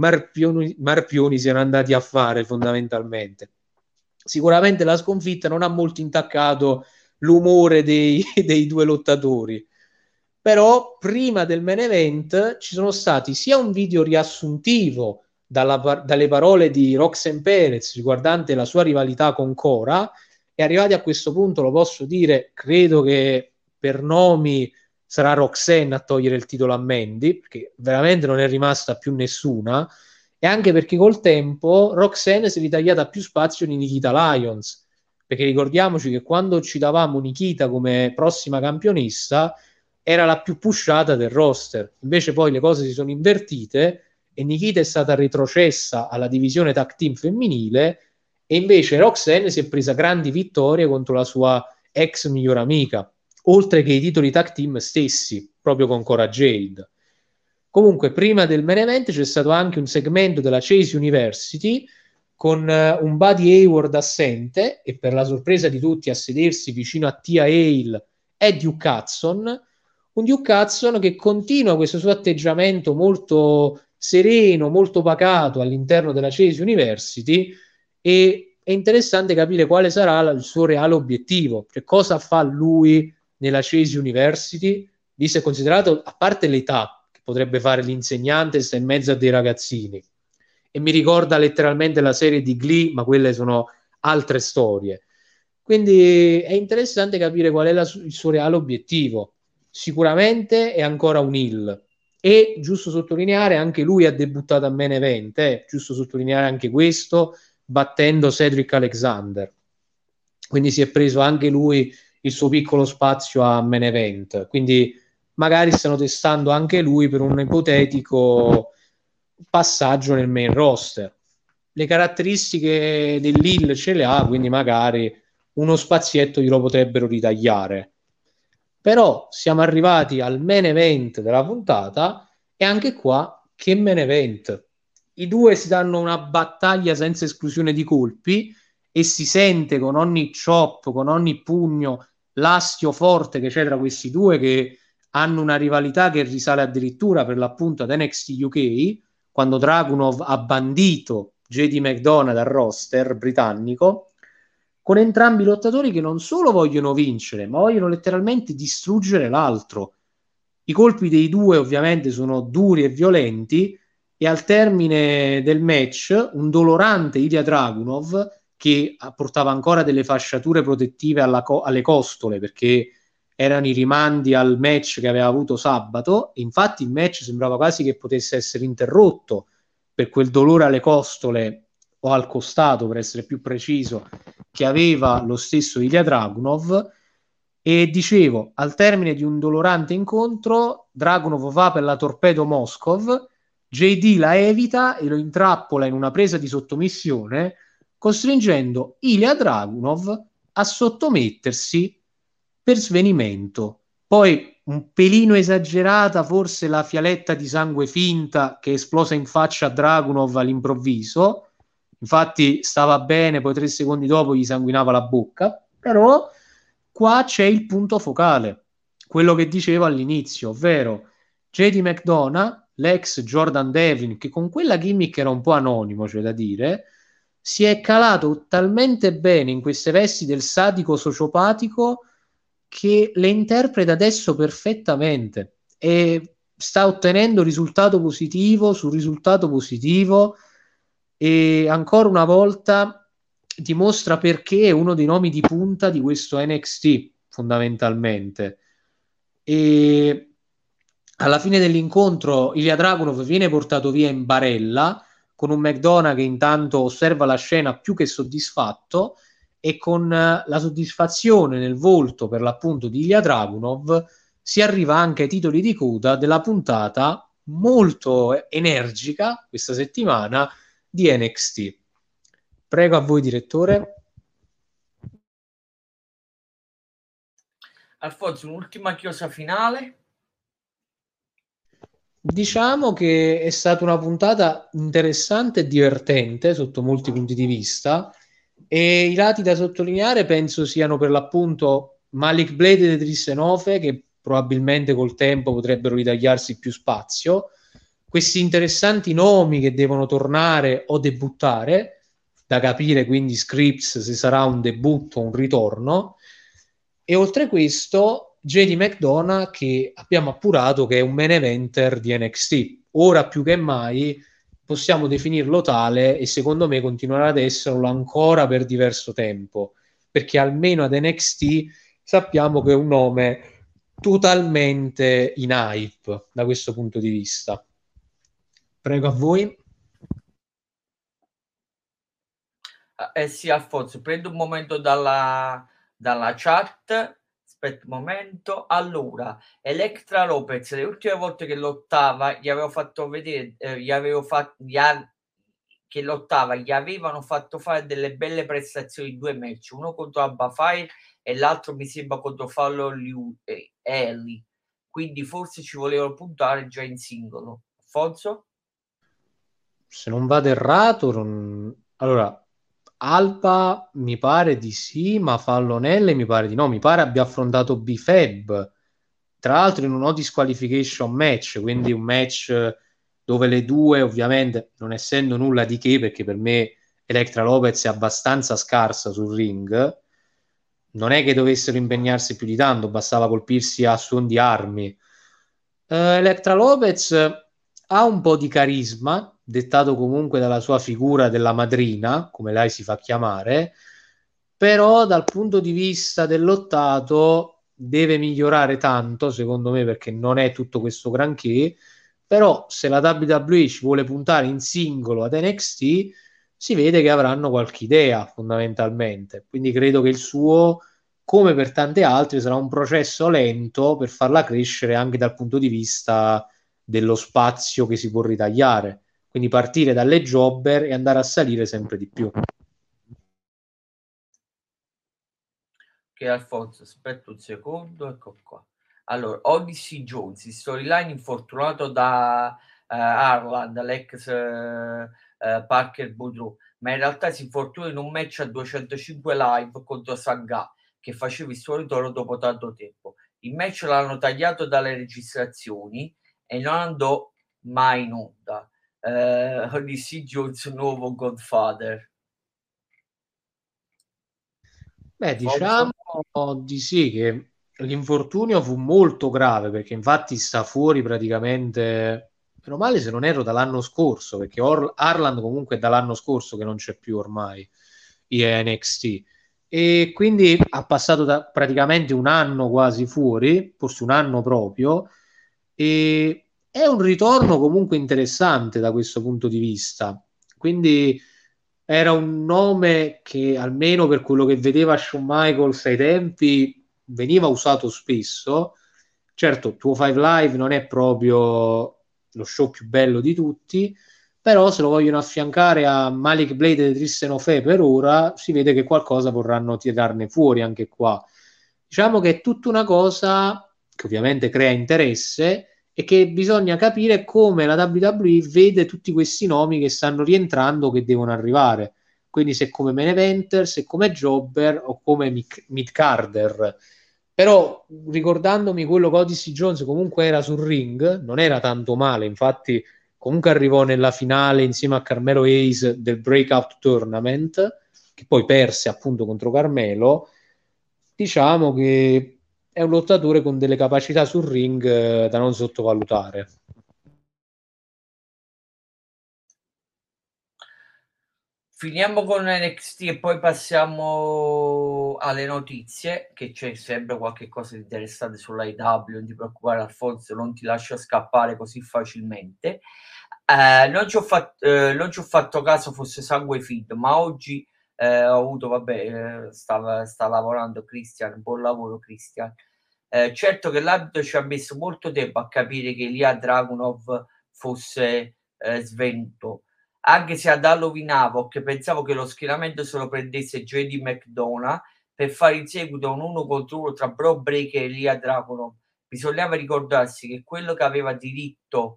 marpioni siano andati a fare fondamentalmente. Sicuramente la sconfitta non ha molto intaccato l'umore dei 2 lottatori, però prima del main event ci sono stati sia un video riassuntivo dalle parole di Roxanne Perez riguardante la sua rivalità con Cora, e arrivati a questo punto lo posso dire, credo che per nomi sarà Roxanne a togliere il titolo a Mandy, perché veramente non è rimasta più nessuna, e anche perché col tempo Roxanne si è ritagliata più spazio di Nikita Lyons, perché ricordiamoci che quando ci davamo Nikita come prossima campionessa era la più pushata del roster, invece poi le cose si sono invertite e Nikita è stata retrocessa alla divisione tag team femminile, e invece Roxanne si è presa grandi vittorie contro la sua ex miglior amica. oltre che i titoli tag team stessi, proprio con Cora Jade. Comunque, prima del main event c'è stato anche un segmento della Chase University con un Buddy Hayward assente e per la sorpresa di tutti a sedersi vicino a Tia Hale è Duke Hudson, un Duke Hudson che continua questo suo atteggiamento molto sereno, molto pacato all'interno della Chase University, e è interessante capire quale sarà il suo reale obiettivo, cioè cosa fa lui nella Chase University, visto e considerato, a parte l'età, che potrebbe fare l'insegnante, sta in mezzo a dei ragazzini, e mi ricorda letteralmente la serie di Glee, ma quelle sono altre storie. Quindi è interessante capire qual è il suo reale obiettivo. Sicuramente è ancora un heel, e giusto sottolineare, anche lui ha debuttato a main event, giusto sottolineare anche questo, battendo Cedric Alexander. Quindi si è preso anche lui il suo piccolo spazio a main event. Quindi magari stanno testando anche lui per un ipotetico passaggio nel main roster. Le caratteristiche dell'Hill ce le ha, quindi magari uno spazietto glielo potrebbero ritagliare. Però siamo arrivati al main event della puntata, e anche qua che main event. I due si danno una battaglia senza esclusione di colpi, e si sente con ogni chop, con ogni pugno, l'astio forte che c'è tra questi due, che hanno una rivalità che risale addirittura per l'appunto ad NXT UK, quando Dragunov ha bandito JD McDonagh dal roster britannico, con entrambi i lottatori che non solo vogliono vincere, ma vogliono letteralmente distruggere l'altro. I colpi dei due ovviamente sono duri e violenti, e al termine del match un dolorante Ilya Dragunov, che portava ancora delle fasciature protettive alle costole, perché erano i rimandi al match che aveva avuto sabato, e infatti il match sembrava quasi che potesse essere interrotto per quel dolore alle costole, o al costato per essere più preciso, che aveva lo stesso Ilya Dragunov. E dicevo, al termine di un dolorante incontro, Dragunov va per la torpedo Moskov, JD la evita e lo intrappola in una presa di sottomissione, costringendo Ilya Dragunov a sottomettersi per svenimento. Poi un pelino esagerata forse la fialetta di sangue finta che è esplosa in faccia a Dragunov all'improvviso, infatti stava bene, poi 3 secondi dopo gli sanguinava la bocca. Però qua c'è il punto focale, quello che dicevo all'inizio, ovvero JD McDonagh, l'ex Jordan Devlin, che con quella gimmick era un po' anonimo, c'è da dire, si è calato talmente bene in queste vesti del sadico sociopatico che le interpreta adesso perfettamente, e sta ottenendo risultato positivo su risultato positivo, e ancora una volta dimostra perché è uno dei nomi di punta di questo NXT fondamentalmente. E alla fine dell'incontro Ilya Dragunov viene portato via in barella, con un McDonagh che intanto osserva la scena più che soddisfatto, e con la soddisfazione nel volto per l'appunto di Ilya Dragunov si arriva anche ai titoli di coda della puntata molto energica questa settimana di NXT. Prego a voi, direttore. Alfonso, un'ultima chiosa finale? Diciamo che è stata una puntata interessante e divertente sotto molti punti di vista, e i lati da sottolineare penso siano per l'appunto Malik Blade e Idris Enofe, che probabilmente col tempo potrebbero ritagliarsi più spazio, questi interessanti nomi che devono tornare o debuttare, da capire quindi Scripps se sarà un debutto o un ritorno, e oltre questo JD McDonagh, che abbiamo appurato che è un main eventer di NXT. Ora più che mai possiamo definirlo tale, e secondo me continuerà ad esserlo ancora per diverso tempo, perché almeno ad NXT sappiamo che è un nome totalmente in hype da questo punto di vista. Prego a voi. Sì, Alfonso, prendo un momento dalla chat. Aspetta un momento. Allora, Electra Lopez, le ultime volte che lottava, gli avevo fatto vedere, che lottava gli avevano fatto fare delle belle prestazioni in 2 match, uno contro Alba Fire e l'altro mi sembra contro Fallon Ellie, quindi forse ci volevano puntare già in singolo. Alfonso? Se non vado errato, allora Alba mi pare di sì, ma Fallonelle mi pare di no. Mi pare abbia affrontato B-Fab, tra l'altro in un no disqualification match, quindi un match dove le due, ovviamente, non essendo nulla di che, perché per me Electra Lopez è abbastanza scarsa sul ring, non è che dovessero impegnarsi più di tanto, bastava colpirsi a suon di armi. Electra Lopez ha un po' di carisma, dettato comunque dalla sua figura della madrina, come lei si fa chiamare, però dal punto di vista del lottato deve migliorare tanto, secondo me, perché non è tutto questo granché, però se la WWE ci vuole puntare in singolo ad NXT, si vede che avranno qualche idea fondamentalmente, quindi credo che il suo, come per tante altre, sarà un processo lento per farla crescere anche dal punto di vista dello spazio che si può ritagliare. Quindi partire dalle jobber e andare a salire sempre di più. Che Alfonso, aspetta un secondo, ecco qua. Allora, Odyssey Jones, storyline infortunato da Harland, l'ex Parker Boudreaux, ma in realtà si infortuna in un match a 205 live contro Sangha, che faceva il suo ritorno dopo tanto tempo. Il match l'hanno tagliato dalle registrazioni e non andò mai in onda. Odyssey Jones, nuovo Godfather. Beh, Alfonso? diciamo di sì, che l'infortunio fu molto grave perché infatti sta fuori praticamente, meno male se non erro, dall'anno scorso, perché Harland comunque è dall'anno scorso che non c'è più ormai in NXT. E quindi ha passato praticamente un anno quasi fuori, forse un anno proprio, e è un ritorno comunque interessante da questo punto di vista. Quindi era un nome che almeno per quello che vedeva Shawn Michaels ai tempi veniva usato spesso. Certo, Tuo Five Live non è proprio lo show più bello di tutti, però se lo vogliono affiancare a Malik Blade e Tristan O'Fee per ora, si vede che qualcosa vorranno tirarne fuori anche qua. Diciamo che è tutta una cosa che ovviamente crea interesse e che bisogna capire come la WWE vede tutti questi nomi che stanno rientrando, che devono arrivare. Quindi se come main eventer, se come jobber o come mid-carder. Però ricordandomi quello che Odyssey Jones comunque era sul ring, non era tanto male, infatti comunque arrivò nella finale insieme a Carmelo Hayes del Breakout Tournament, che poi perse appunto contro Carmelo. Diciamo che è un lottatore con delle capacità sul ring da non sottovalutare. Finiamo con NXT e poi passiamo alle notizie, che c'è sempre qualche cosa di interessante sull'AEW, non ti preoccupare Alfonso, non ti lascio scappare così facilmente. Non ci ho fatto caso fosse Sangue Feed, ma oggi ho avuto, vabbè, sta lavorando Christian, buon lavoro Christian. Certo che l'arbitro ci ha messo molto tempo a capire che Ilya Dragunov fosse svenuto, anche se ad Halloween Havoc pensavo che lo schieramento se lo prendesse JD McDonough per fare in seguito un 1 contro 1 tra Bro Breaker e Ilya Dragunov. Bisognava ricordarsi che quello che aveva diritto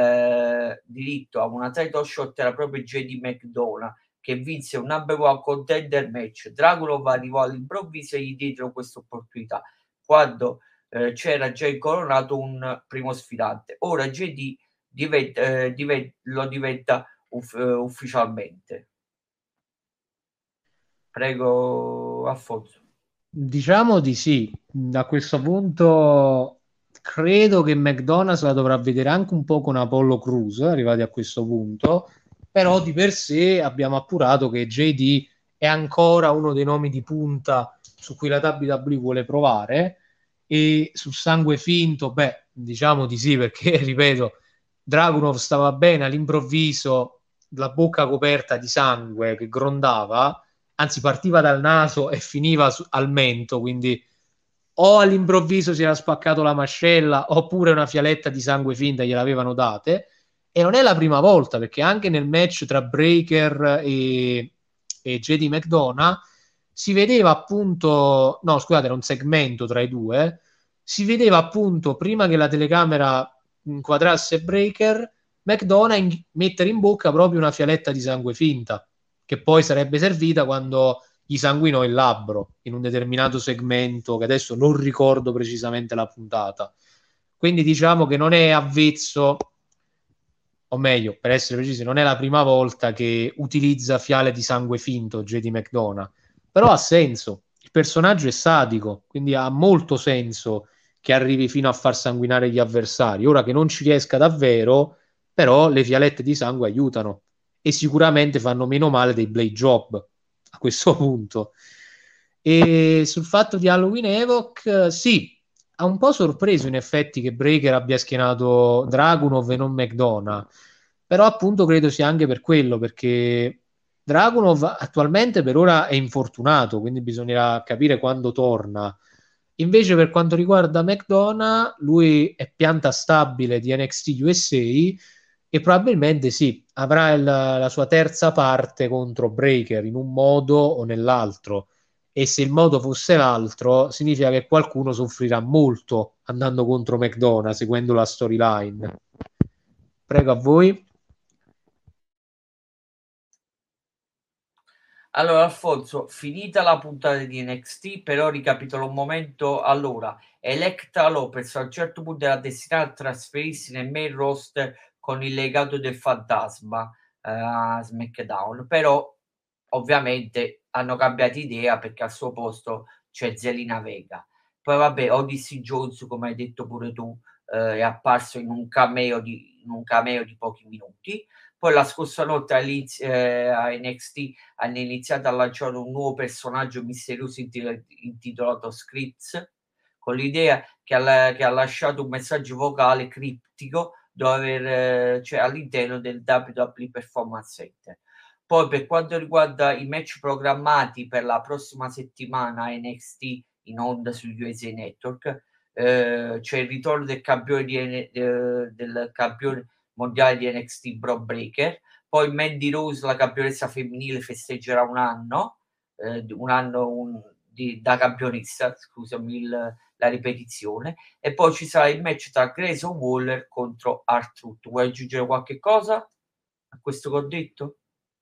a una title shot era proprio JD McDonough, che vinse un number one contender match. Dragunov arrivò all'improvviso e gli diedero questa opportunità quando c'era già incoronato un primo sfidante. Ora JD lo diventa ufficialmente. Prego, Alfonso. Diciamo di sì, a questo punto credo che McDonald's la dovrà vedere anche un po' con Apollo Crews, arrivati a questo punto, però di per sé abbiamo appurato che JD è ancora uno dei nomi di punta su cui la WWE vuole provare, e sul sangue finto, beh, diciamo di sì, perché ripeto, Dragunov stava bene, all'improvviso la bocca coperta di sangue che grondava, anzi partiva dal naso e finiva al mento, quindi o all'improvviso si era spaccato la mascella oppure una fialetta di sangue finta gliel'avevano date, E non è la prima volta, perché anche nel match tra Breaker e JD McDonough si vedeva appunto, no scusate, era un segmento tra i due, si vedeva appunto prima che la telecamera inquadrasse Breaker, McDonough mettere in bocca proprio una fialetta di sangue finta, che poi sarebbe servita quando gli sanguinò il labbro in un determinato segmento, che adesso non ricordo precisamente la puntata. Quindi diciamo che non è avvezzo, o meglio, per essere precisi, non è la prima volta che utilizza fiale di sangue finto JD McDonough, però ha senso. Il personaggio è sadico, quindi ha molto senso che arrivi fino a far sanguinare gli avversari. Ora che non ci riesca davvero, però le fialette di sangue aiutano e sicuramente fanno meno male dei blade job a questo punto. E sul fatto di Halloween Evoc, sì, ha un po' sorpreso in effetti che Breaker abbia schienato Dragunov e non McDonough, però appunto credo sia anche per quello, perché Dragunov attualmente per ora è infortunato, quindi bisognerà capire quando torna. Invece per quanto riguarda McDonough, lui è pianta stabile di NXT USA e probabilmente sì, avrà la sua terza parte contro Breaker in un modo o nell'altro. E se il modo fosse l'altro, significa che qualcuno soffrirà molto andando contro McDonough, seguendo la storyline. Prego a voi. Allora, Alfonso, finita la puntata di NXT, però ricapitolo un momento. Allora, Electra Lopez a un certo punto era destinata a trasferirsi nel main roster con il legato del fantasma a SmackDown, però ovviamente hanno cambiato idea perché al suo posto c'è Zelina Vega. Poi vabbè, Odyssey Jones, come hai detto pure tu, è apparso in un cameo di pochi minuti. Poi la scorsa notte a NXT hanno iniziato a lanciare un nuovo personaggio misterioso intitolato Scripts, con l'idea che ha lasciato un messaggio vocale criptico cioè all'interno del WWE Performance Center. Poi per quanto riguarda i match programmati per la prossima settimana NXT in onda su USA Network, c'è il ritorno del campione del campione mondiale di NXT Bron Breakker. Poi Mandy Rose, la campionessa femminile, festeggerà un anno da campionessa, scusami la ripetizione. E poi ci sarà il match tra Grayson Waller contro R-Truth. Vuoi aggiungere qualche cosa a questo che ho detto?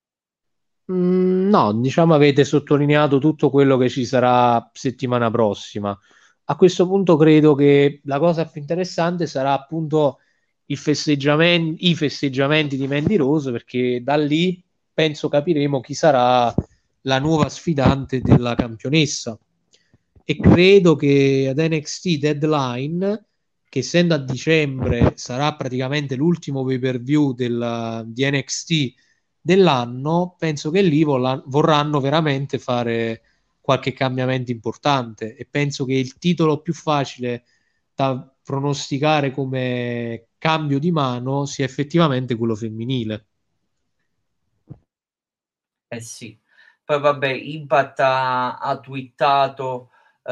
No, diciamo avete sottolineato tutto quello che ci sarà settimana prossima. A questo punto credo che la cosa più interessante sarà appunto i festeggiamenti di Mandy Rose, perché da lì penso capiremo chi sarà la nuova sfidante della campionessa. E credo che ad NXT Deadline, che essendo a dicembre sarà praticamente l'ultimo pay-per-view di NXT dell'anno, penso che lì vorranno veramente fare qualche cambiamento importante e penso che il titolo più facile da pronosticare come cambio di mano sia effettivamente quello femminile. Eh sì. Poi vabbè, Impact ha twittato,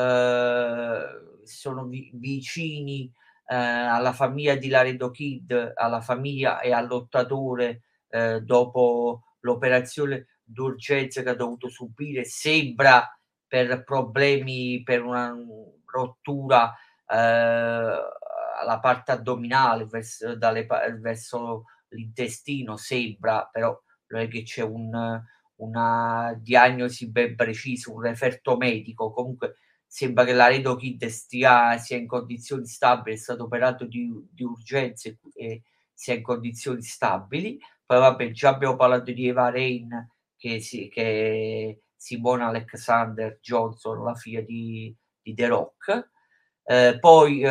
sono vicini alla famiglia di Laredo Kid, alla famiglia e al lottatore dopo l'operazione d'urgenza che ha dovuto subire, sembra per problemi, per una rottura alla parte addominale verso l'intestino, sembra, però non è che c'è una diagnosi ben precisa, un referto medico. Comunque sembra che Laredo Kid sia in condizioni stabili, è stato operato di urgenza e sia in condizioni stabili. Poi vabbè, già abbiamo parlato di Eva Rain, che è Simona Alexander Johnson, la figlia di The Rock. Poi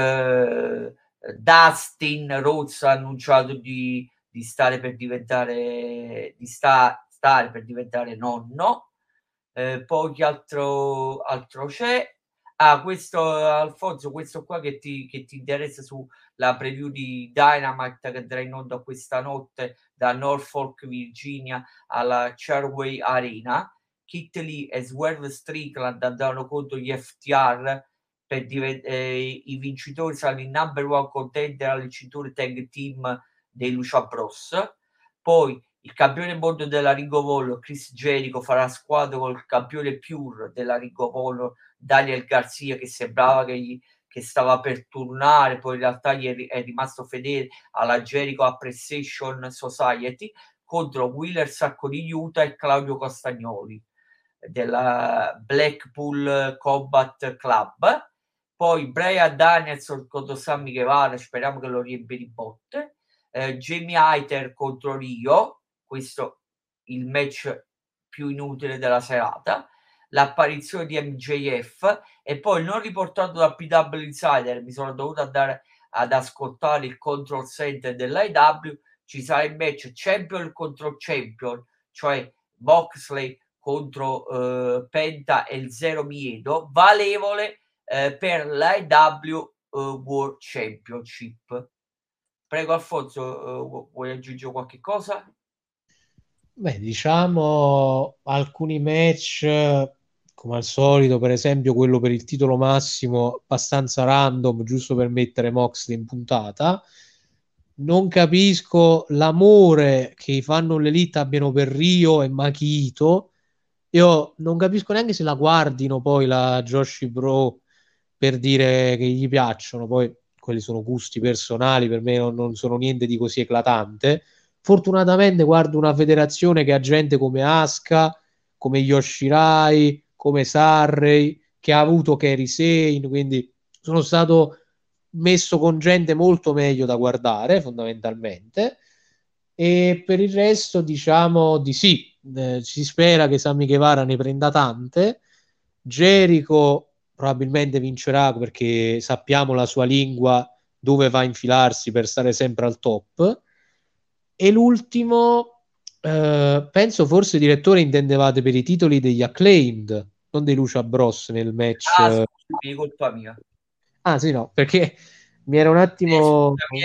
Dustin Rhodes ha annunciato di stare per diventare nonno. Poi che altro c'è? Questo Alfonso, questo qua che ti interessa sulla preview di Dynamite che andrà in onda questa notte da Norfolk, Virginia alla Charway Arena. Kit Lee e Swerve Strickland andranno contro gli FTR i vincitori saranno i number one contender al cinture tag team dei Lucha Bros. Poi il campione del mondo della Ring of Honor Chris Jericho farà squadra col campione Pure della Ring of Honor Daniel Garcia, che sembrava che stava per turnare, poi in realtà è rimasto fedele alla Jericho Appreciation Society, contro Wheeler Sacconi Utah e Claudio Castagnoli della Blackpool Combat Club. Poi Brian Danielson contro Sammy Guevara, speriamo che lo riempie di botte. Jamie Hayter contro Rio, questo il match più inutile della serata. L'apparizione di MJF, e poi non riportato da PW Insider, mi sono dovuto andare ad ascoltare il control center dell'IW. Ci sarà il match champion contro champion, cioè Moxley contro Penta e il Zero Miedo, valevole per l'IW World Championship. Prego Alfonso, vuoi aggiungere qualche cosa? Beh, diciamo alcuni match, come al solito, per esempio quello per il titolo massimo, abbastanza random, giusto per mettere Moxley in puntata. Non capisco l'amore che i fan l'Elite abbiano per Rio e Makito. Io non capisco neanche se la guardino poi la Joshi Bro per dire che gli piacciono. Poi quelli sono gusti personali, per me non sono niente di così eclatante. Fortunatamente guardo una federazione che ha gente come Asuka, come Yoshirai, come Sarrey, che ha avuto Kairi Sane, quindi sono stato messo con gente molto meglio da guardare, fondamentalmente. E per il resto diciamo di sì. Si spera che Sammy Guevara ne prenda tante. Jericho probabilmente vincerà perché sappiamo la sua lingua dove va a infilarsi per stare sempre al top. E l'ultimo, penso forse direttore intendevate per i titoli degli Acclaimed, non dei Lucha Bros nel match. Scusami, colpa mia. Ah sì, no, perché mi era un attimo... Scusami,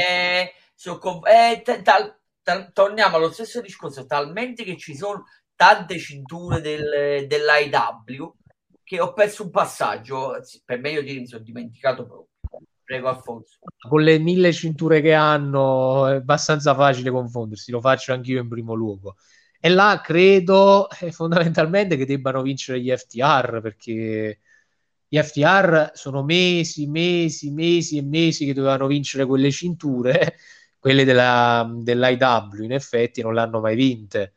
torniamo allo stesso discorso, talmente che ci sono tante cinture dell'IW che ho perso un passaggio, per meglio dire mi sono dimenticato proprio. Prego Alfonso. Con le 1000 cinture che hanno è abbastanza facile confondersi, lo faccio anch'io in primo luogo. E là credo fondamentalmente che debbano vincere gli FTR, perché gli FTR sono mesi e mesi che dovevano vincere quelle cinture, quelle dell'IW, in effetti non l'hanno mai vinte.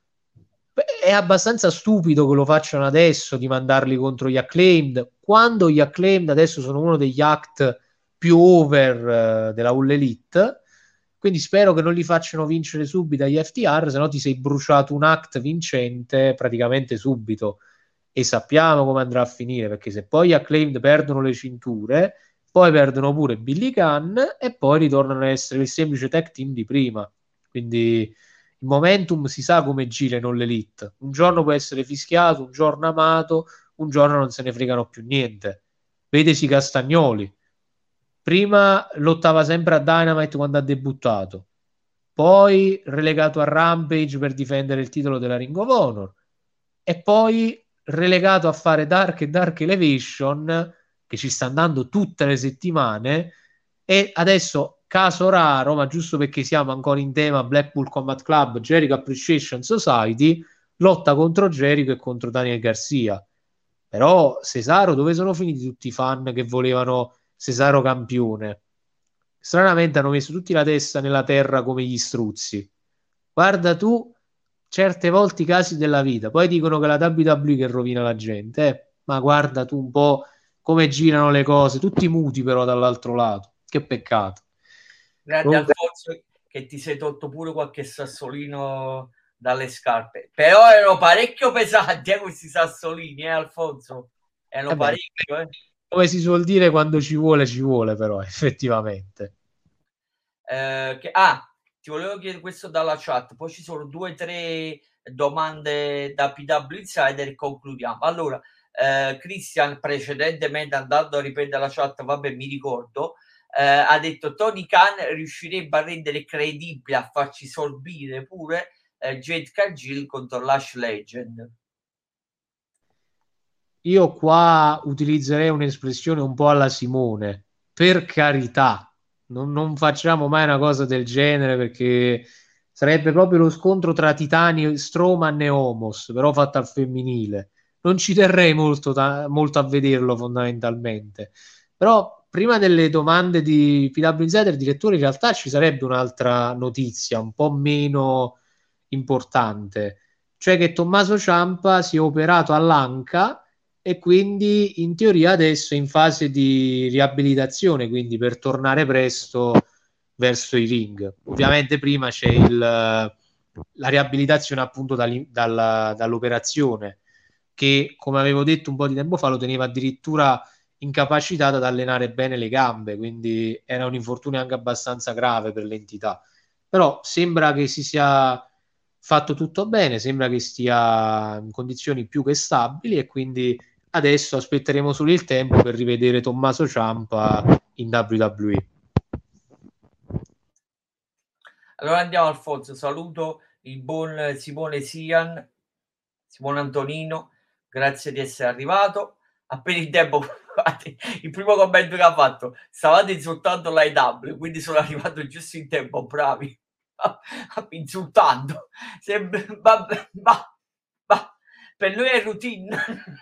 È abbastanza stupido che lo facciano adesso di mandarli contro gli Acclaimed, quando gli Acclaimed adesso sono uno degli act più over della All Elite. Quindi spero che non li facciano vincere subito agli FTR, se no ti sei bruciato un act vincente praticamente subito. E sappiamo come andrà a finire, perché se poi gli Acclaimed perdono le cinture, poi perdono pure Billy Gunn e poi ritornano ad essere il semplice tag team di prima. Quindi il momentum si sa come gira, non l'Elite. Un giorno può essere fischiato, un giorno amato, un giorno non se ne fregano più niente. Vedesi Castagnoli. Prima lottava sempre a Dynamite quando ha debuttato, poi relegato a Rampage per difendere il titolo della Ring of Honor, e poi relegato a fare Dark e Dark Elevation, che ci sta andando tutte le settimane, e adesso, caso raro, ma giusto perché siamo ancora in tema Blackpool Combat Club, Jericho Appreciation Society, lotta contro Jericho e contro Daniel Garcia. Però Cesaro, dove sono finiti tutti i fan che volevano Cesaro campione? Stranamente hanno messo tutti la testa nella terra come gli struzzi. Guarda tu, certe volte i casi della vita. Poi dicono che la WWE che rovina la gente, ma guarda tu un po' come girano le cose, tutti muti però dall'altro lato. Che peccato. Grande Comunque, Alfonso, che ti sei tolto pure qualche sassolino dalle scarpe. Però erano parecchio pesanti questi sassolini, Alfonso? Erano vabbè, parecchio, eh? come si suol dire, quando ci vuole però, effettivamente. Ti volevo chiedere questo dalla chat, poi ci sono 2 o 3 domande da PW Insider e concludiamo. Allora, Christian, precedentemente andando a ripetere la chat, vabbè, mi ricordo, ha detto Tony Khan riuscirebbe a rendere credibile, a farci sorbire pure Jade Cargill contro Lash Legend. Io qua utilizzerei un'espressione un po' alla Simone, per carità, Non facciamo mai una cosa del genere perché sarebbe proprio lo scontro tra titani Strowman e Omos, però fatto al femminile. Non ci terrei molto, molto a vederlo fondamentalmente. Però prima delle domande di PW Insider, direttore, in realtà ci sarebbe un'altra notizia un po' meno importante, cioè che Tommaso Ciampa si è operato all'anca e quindi in teoria adesso è in fase di riabilitazione, quindi per tornare presto verso i ring. Ovviamente prima c'è la riabilitazione appunto dall'operazione che, come avevo detto un po' di tempo fa, lo teneva addirittura incapacitato ad allenare bene le gambe, quindi era un infortunio anche abbastanza grave per l'entità. Però sembra che si sia fatto tutto bene, sembra che stia in condizioni più che stabili e quindi adesso aspetteremo solo il tempo per rivedere Tommaso Ciampa in WWE. Allora andiamo Alfonso, saluto il buon Simone Sian, Simone Antonino, grazie di essere arrivato. Appena in tempo, il primo commento che ha fatto, stavate insultando l'AEW, quindi sono arrivato giusto in tempo, bravi. Insultando. Ma per lui è routine.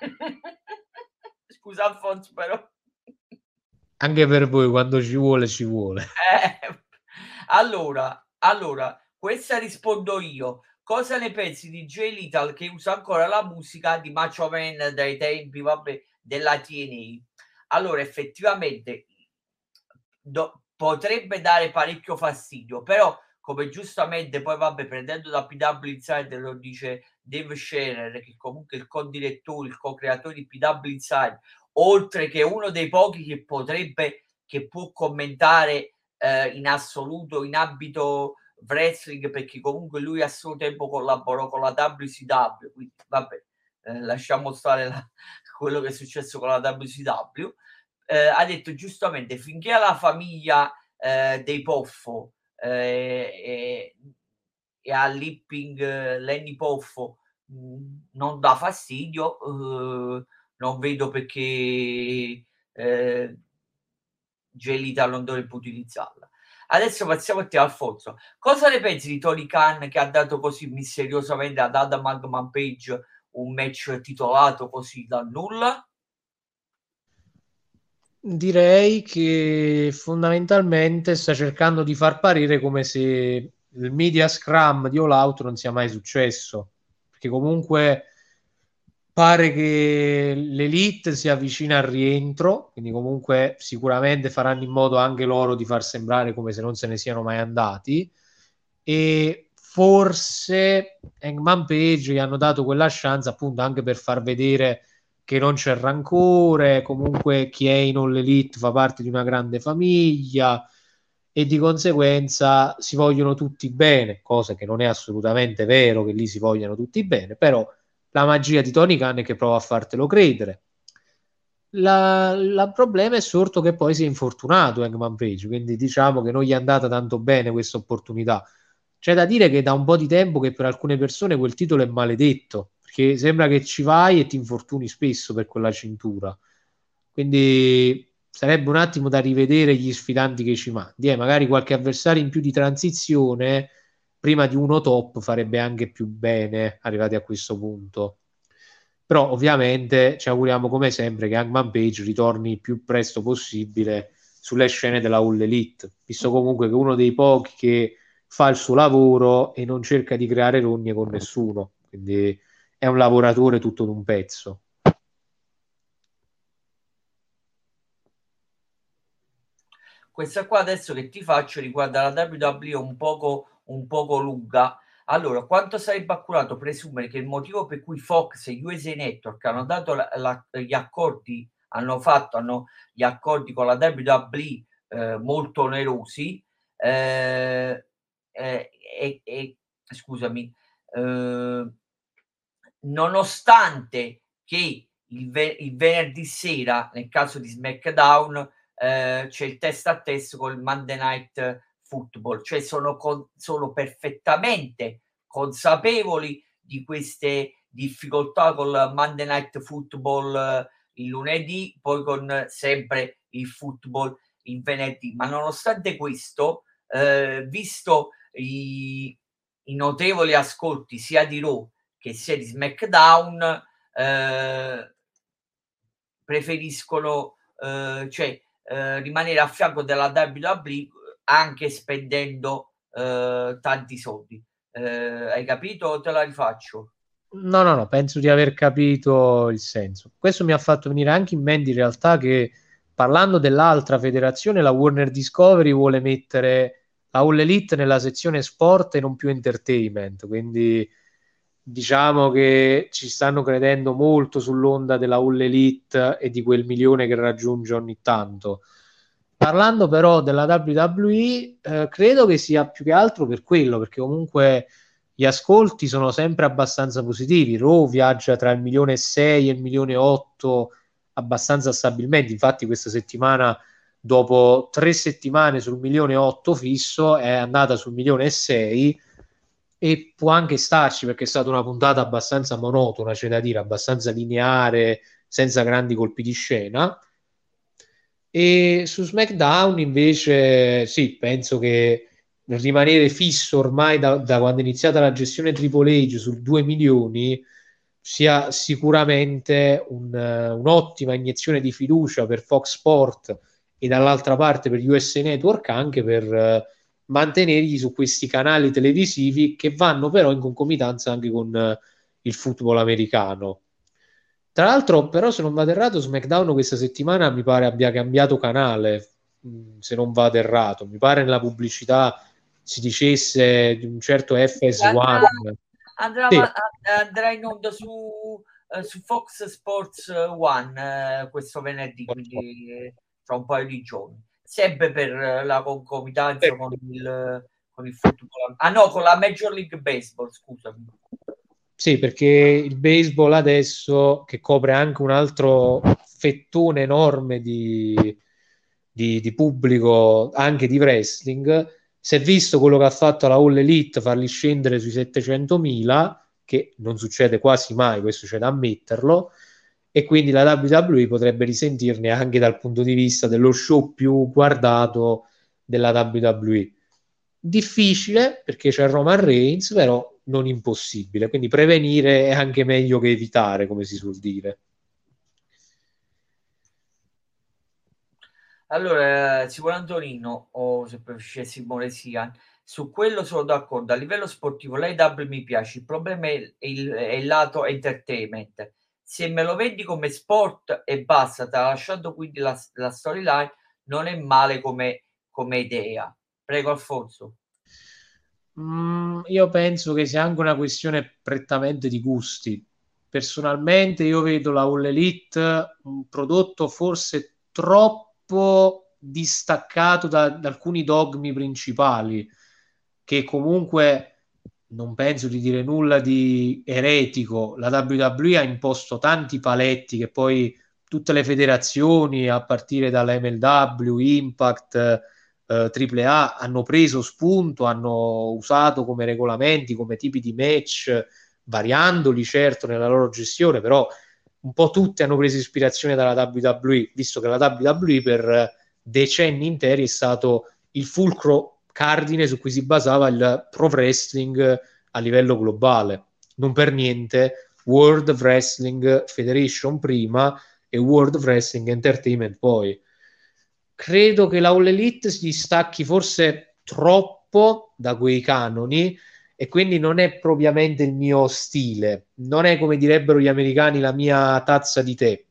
Scusa Alfonso, però. Anche per voi quando ci vuole ci vuole. Allora, questa rispondo io. Cosa ne pensi di Jay Lethal che usa ancora la musica di Macho Man dai tempi, vabbè, della TNA? Allora, effettivamente potrebbe dare parecchio fastidio, però come giustamente poi vabbè, prendendo da PW Insider lo dice Dave Scherer, che comunque è il co-direttore, il co-creatore di PW Insider, oltre che uno dei pochi che può commentare in assoluto in ambito wrestling, perché comunque lui a suo tempo collaborò con la WCW, quindi vabbè, lasciamo stare quello che è successo con la WCW. Ha detto giustamente finché alla famiglia dei Poffo e a Lipping Lenny Poffo non dà fastidio, non vedo perché Gelita non dovrebbe utilizzarla. Adesso passiamo a te Alfonso, cosa ne pensi di Tony Khan che ha dato così misteriosamente ad Adam Hangman Page un match titolato così da nulla? Direi che fondamentalmente sta cercando di far parere come se il media scrum di All Out non sia mai successo, perché comunque pare che l'Elite si avvicina al rientro, quindi comunque sicuramente faranno in modo anche loro di far sembrare come se non se ne siano mai andati e forse Hangman Page gli hanno dato quella chance appunto anche per far vedere che non c'è rancore, comunque chi è in All Elite fa parte di una grande famiglia e di conseguenza si vogliono tutti bene, cosa che non è assolutamente vero che lì si vogliano tutti bene, però la magia di Tony Khan è che prova a fartelo credere. Il problema è sorto che poi si è infortunato Hangman Page, quindi diciamo che non gli è andata tanto bene questa opportunità. C'è da dire che da un po' di tempo che per alcune persone quel titolo è maledetto, perché sembra che ci vai e ti infortuni spesso per quella cintura. Quindi sarebbe un attimo da rivedere gli sfidanti che ci mandi. Magari qualche avversario in più di transizione prima di uno top farebbe anche più bene arrivati a questo punto. Però ovviamente ci auguriamo come sempre che Hangman Page ritorni il più presto possibile sulle scene della All Elite, visto comunque che è uno dei pochi che fa il suo lavoro e non cerca di creare rogne con nessuno, quindi è un lavoratore tutto d'un pezzo. Questa qua adesso che ti faccio riguarda la WWE un poco lunga. Allora, quanto sarebbe accurato presumere che il motivo per cui Fox e USA Network hanno dato gli accordi, hanno gli accordi con la WWE molto onerosi, scusami, eh, nonostante che il venerdì sera, nel caso di SmackDown, c'è il test a test con il Monday Night Football, cioè sono perfettamente consapevoli di queste difficoltà col Monday Night Football il lunedì, poi con sempre il football il venerdì, ma nonostante questo, visto i notevoli ascolti sia di Raw che sia di SmackDown, preferiscono, rimanere a fianco della WWE anche spendendo, tanti soldi. Hai capito o te la rifaccio? No, penso di aver capito il senso. Questo mi ha fatto venire anche in mente in realtà che parlando dell'altra federazione, la Warner Discovery vuole mettere la All Elite nella sezione sport e non più entertainment, quindi diciamo che ci stanno credendo molto sull'onda della All Elite e di quel milione che raggiunge ogni tanto. Parlando però della WWE, credo che sia più che altro per quello, perché comunque gli ascolti sono sempre abbastanza positivi. Raw viaggia tra il 1.600.000 e il 1.800.000 abbastanza stabilmente. Infatti, questa settimana, dopo 3 settimane sul 1.800.000 fisso, è andata sul 1.600.000 e può anche starci perché è stata una puntata abbastanza monotona, c'è da dire, abbastanza lineare, senza grandi colpi di scena. E su SmackDown invece sì, penso che rimanere fisso ormai da quando è iniziata la gestione Triple H su 2 milioni sia sicuramente un'ottima iniezione di fiducia per Fox Sport e dall'altra parte per USA Network anche per mantenerli su questi canali televisivi che vanno però in concomitanza anche con il football americano. Tra l'altro, però, se non vado errato, SmackDown questa settimana mi pare abbia cambiato canale, se non vado errato. Mi pare nella pubblicità si dicesse di un certo Andrà, FS1. Sì, andrà in onda su Fox Sports One questo venerdì, quindi tra un paio di giorni. Sempre per la concomitanza con il football. Ah no, con la Major League Baseball, scusami. sì, perché il baseball adesso, che copre anche un altro fettone enorme di pubblico, anche di wrestling, si è visto quello che ha fatto la All Elite, farli scendere sui 700.000, che non succede quasi mai, questo c'è da ammetterlo, e quindi la WWE potrebbe risentirne anche dal punto di vista dello show più guardato della WWE. Difficile perché c'è Roman Reigns, però non impossibile. Quindi prevenire è anche meglio che evitare, come si suol dire. Allora, Simone Antonino, o se preferisce Simone Sian, su quello sono d'accordo. A livello sportivo, l'AEW mi piace, il problema è il lato entertainment. Se me lo vendi come sport e basta, tralasciando quindi la storyline, non è male come idea. Prego, Alfonso. Io penso che sia anche una questione prettamente di gusti. Personalmente io vedo la All Elite un prodotto forse troppo distaccato da alcuni dogmi principali, che comunque non penso di dire nulla di eretico. La WWE ha imposto tanti paletti che poi tutte le federazioni, a partire dalla MLW, Impact, AAA hanno preso spunto, hanno usato come regolamenti, come tipi di match, variandoli certo nella loro gestione, però un po' tutte hanno preso ispirazione dalla WWE, visto che la WWE per decenni interi è stato il fulcro cardine su cui si basava il pro wrestling a livello globale. Non per niente World Wrestling Federation prima e World Wrestling Entertainment poi. Credo che la All Elite si distacchi forse troppo da quei canoni e quindi non è propriamente il mio stile, non è come direbbero gli americani la mia tazza di tè,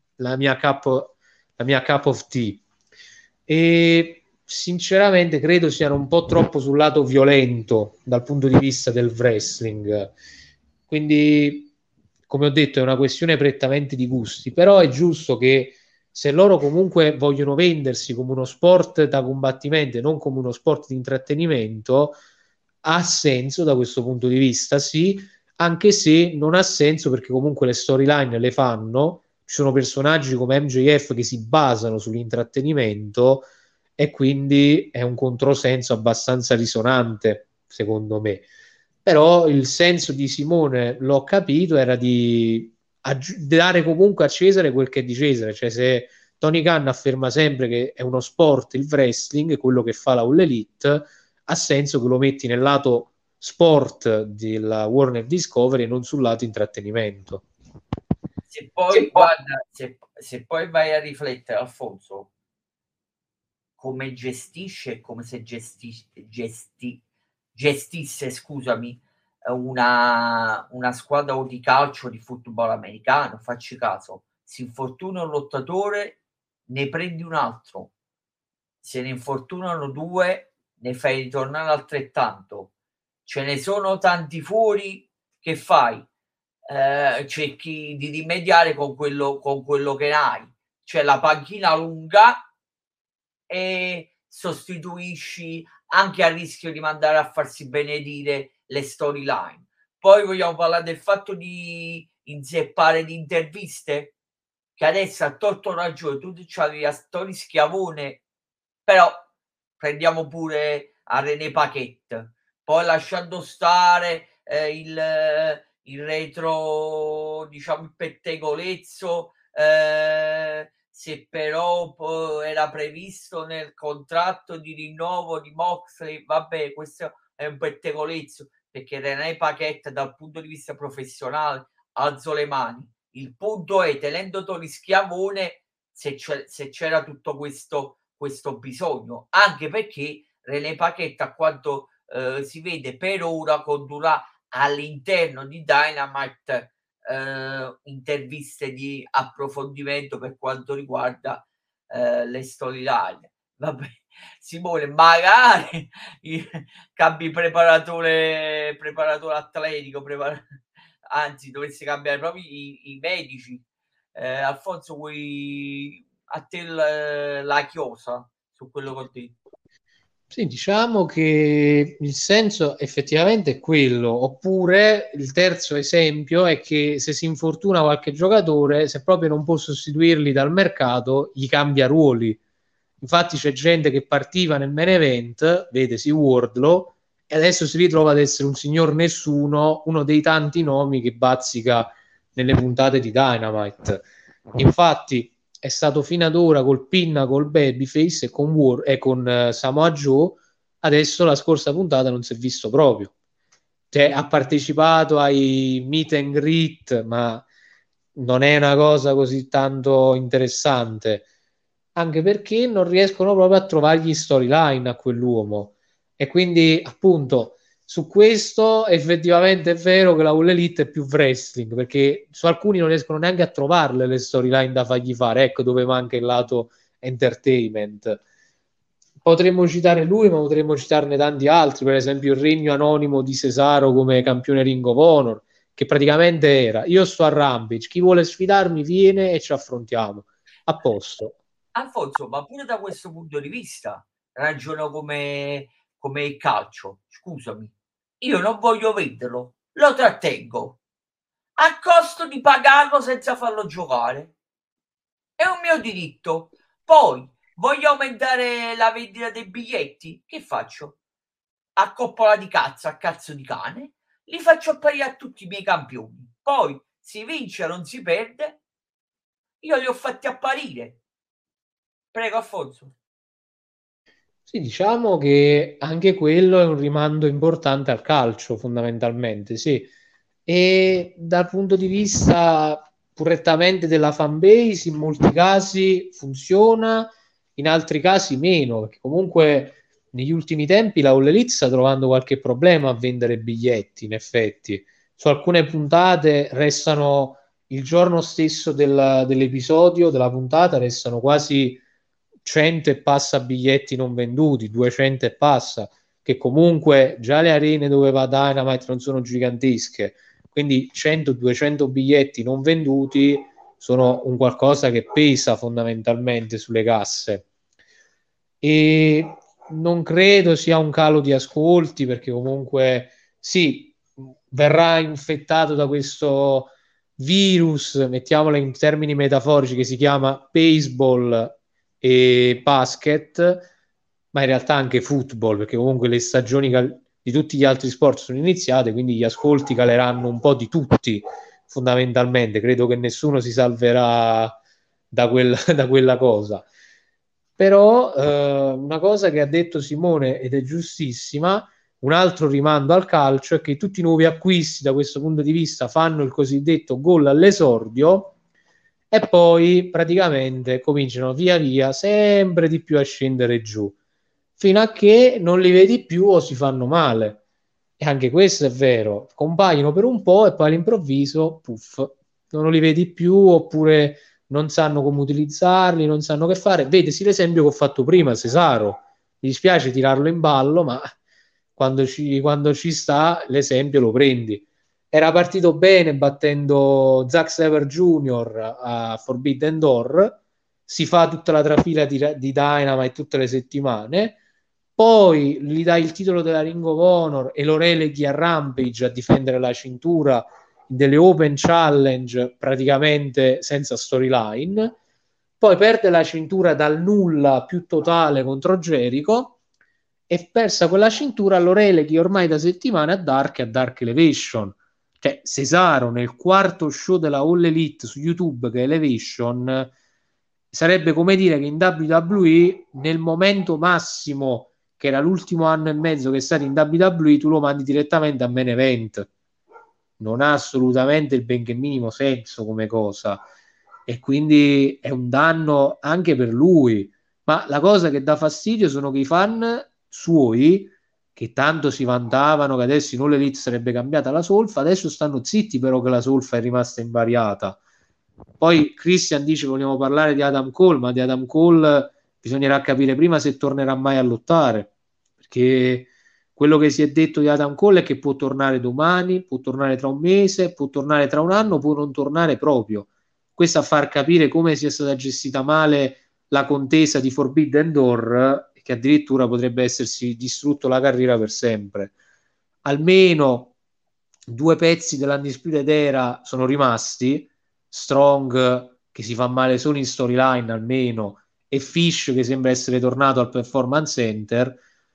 la mia cup of tea. E sinceramente credo siano un po' troppo sul lato violento dal punto di vista del wrestling. Quindi, come ho detto, è una questione prettamente di gusti, però è giusto che se loro comunque vogliono vendersi come uno sport da combattimento e non come uno sport di intrattenimento, ha senso da questo punto di vista, sì, anche se non ha senso perché comunque le storyline le fanno, ci sono personaggi come MJF che si basano sull'intrattenimento e quindi è un controsenso abbastanza risonante, secondo me. Però il senso di Simone, l'ho capito, era di dare comunque a Cesare quel che è di Cesare, cioè se Tony Khan afferma sempre che è uno sport il wrestling, quello che fa la All Elite, ha senso che lo metti nel lato sport della Warner Discovery e non sul lato intrattenimento. Se poi, guarda, se poi vai a riflettere, Alfonso, come gestisce, come se gestisse, scusami, una squadra o di calcio o di football americano, facci caso, si infortuna un lottatore, ne prendi un altro, se ne infortunano 2, ne fai ritornare altrettanto, ce ne sono tanti fuori, che fai? Cerchi di rimediare con quello che hai, cioè la panchina lunga, e sostituisci anche a rischio di mandare a farsi benedire le storyline. Poi vogliamo parlare del fatto di inzeppare di interviste, che adesso ha torto ragione, tu c'avevi a Story Schiavone, però prendiamo pure a René Paquette, poi lasciando stare il retro, diciamo il pettegolezzo, se però era previsto nel contratto di rinnovo di Moxley, vabbè, questo è un pettegolezzo, perché René Paquette dal punto di vista professionale alzo le mani. Il punto è, tenendo Tony Schiavone, se c'era tutto questo bisogno, anche perché René Paquette, a quanto si vede per ora, condurrà all'interno di Dynamite interviste di approfondimento per quanto riguarda le storyline. Vabbè, Simone, magari cambi preparatore atletico, anzi dovessi cambiare proprio i medici. Alfonso, vuoi a te la chiosa su quello che ho detto? Sì, diciamo che il senso effettivamente è quello, oppure il terzo esempio è che se si infortuna qualche giocatore, se proprio non può sostituirli dal mercato, gli cambia ruoli. Infatti c'è gente che partiva nel main event, vedesi Wardlow, e adesso si ritrova ad essere un signor nessuno, uno dei tanti nomi che bazzica nelle puntate di Dynamite. Infatti è stato fino ad ora col Pinnacle Babyface e con Samoa Joe, adesso la scorsa puntata non si è visto proprio. Cioè, ha partecipato ai meet and greet, ma non è una cosa così tanto interessante, anche perché non riescono proprio a trovargli storyline a quell'uomo. E quindi, appunto, su questo effettivamente è vero che la All Elite è più wrestling, perché su alcuni non riescono neanche a trovarle le storyline da fargli fare, ecco dove manca il lato entertainment. Potremmo citare lui, ma potremmo citarne tanti altri, per esempio il regno anonimo di Cesaro come campione Ring of Honor, che praticamente era: io sto a Rampage, chi vuole sfidarmi viene e ci affrontiamo. A posto. Alfonso, ma pure da questo punto di vista ragiono come il calcio. Scusami, io non voglio venderlo, lo trattengo a costo di pagarlo senza farlo giocare. È un mio diritto. Poi voglio aumentare la vendita dei biglietti? Che faccio? A coppola di cazzo, a cazzo di cane, li faccio apparire a tutti i miei campioni. Poi si vince o non si perde, io li ho fatti apparire. Prego, Alfonso. Sì, diciamo che anche quello è un rimando importante al calcio, fondamentalmente, sì. E dal punto di vista prettamente della fanbase, in molti casi funziona, in altri casi meno, perché comunque negli ultimi tempi la All Elite sta trovando qualche problema a vendere biglietti, in effetti. Su alcune puntate restano il giorno stesso dell'episodio, della puntata, restano quasi 100 e passa biglietti non venduti, 200 e passa, che comunque già le arene dove va Dynamite non sono gigantesche, quindi 100-200 biglietti non venduti sono un qualcosa che pesa fondamentalmente sulle casse. E non credo sia un calo di ascolti, perché comunque sì, verrà infettato da questo virus, mettiamolo in termini metaforici, che si chiama baseball e basket, ma in realtà anche football, perché comunque le stagioni di tutti gli altri sport sono iniziate, quindi gli ascolti caleranno un po' di tutti, fondamentalmente. Credo che nessuno si salverà da quella cosa. Però una cosa che ha detto Simone, ed è giustissima, un altro rimando al calcio è che tutti i nuovi acquisti da questo punto di vista fanno il cosiddetto gol all'esordio e poi praticamente cominciano via via sempre di più a scendere giù, fino a che non li vedi più o si fanno male. E anche questo è vero, compaiono per un po' e poi all'improvviso, puff, non li vedi più oppure non sanno come utilizzarli, non sanno che fare. Vedesi l'esempio che ho fatto prima, Cesaro. Mi dispiace tirarlo in ballo, ma quando ci sta l'esempio lo prendi. Era partito bene battendo Zack Sabre Jr. a Forbidden Door, si fa tutta la trafila di Dynamite tutte le settimane, poi gli dai il titolo della Ring of Honor e lo releghi a Rampage a difendere la cintura delle Open Challenge praticamente senza storyline, poi perde la cintura dal nulla più totale contro Jericho e persa quella cintura lo releghi ormai da settimane a Dark e a Dark Elevation. Cioè Cesaro nel quarto show della All Elite su YouTube, che è Elevation, sarebbe come dire che in WWE nel momento massimo, che era l'ultimo anno e mezzo che è stato in WWE, tu lo mandi direttamente a main event. Non ha assolutamente il benché minimo senso come cosa, e quindi è un danno anche per lui. Ma la cosa che dà fastidio sono che i fan suoi, che tanto si vantavano che adesso in All Elite sarebbe cambiata la solfa, adesso stanno zitti però che la solfa è rimasta invariata. Poi Christian dice vogliamo parlare di Adam Cole, ma di Adam Cole bisognerà capire prima se tornerà mai a lottare, perché quello che si è detto di Adam Cole è che può tornare domani, può tornare tra un mese, può tornare tra un anno, può non tornare proprio. Questo a far capire come sia stata gestita male la contesa di Forbidden Door, che addirittura potrebbe essersi distrutto la carriera per sempre. Almeno due pezzi dell'Undisputed Era sono rimasti, Strong che si fa male solo in storyline almeno, e Fish che sembra essere tornato al Performance Center.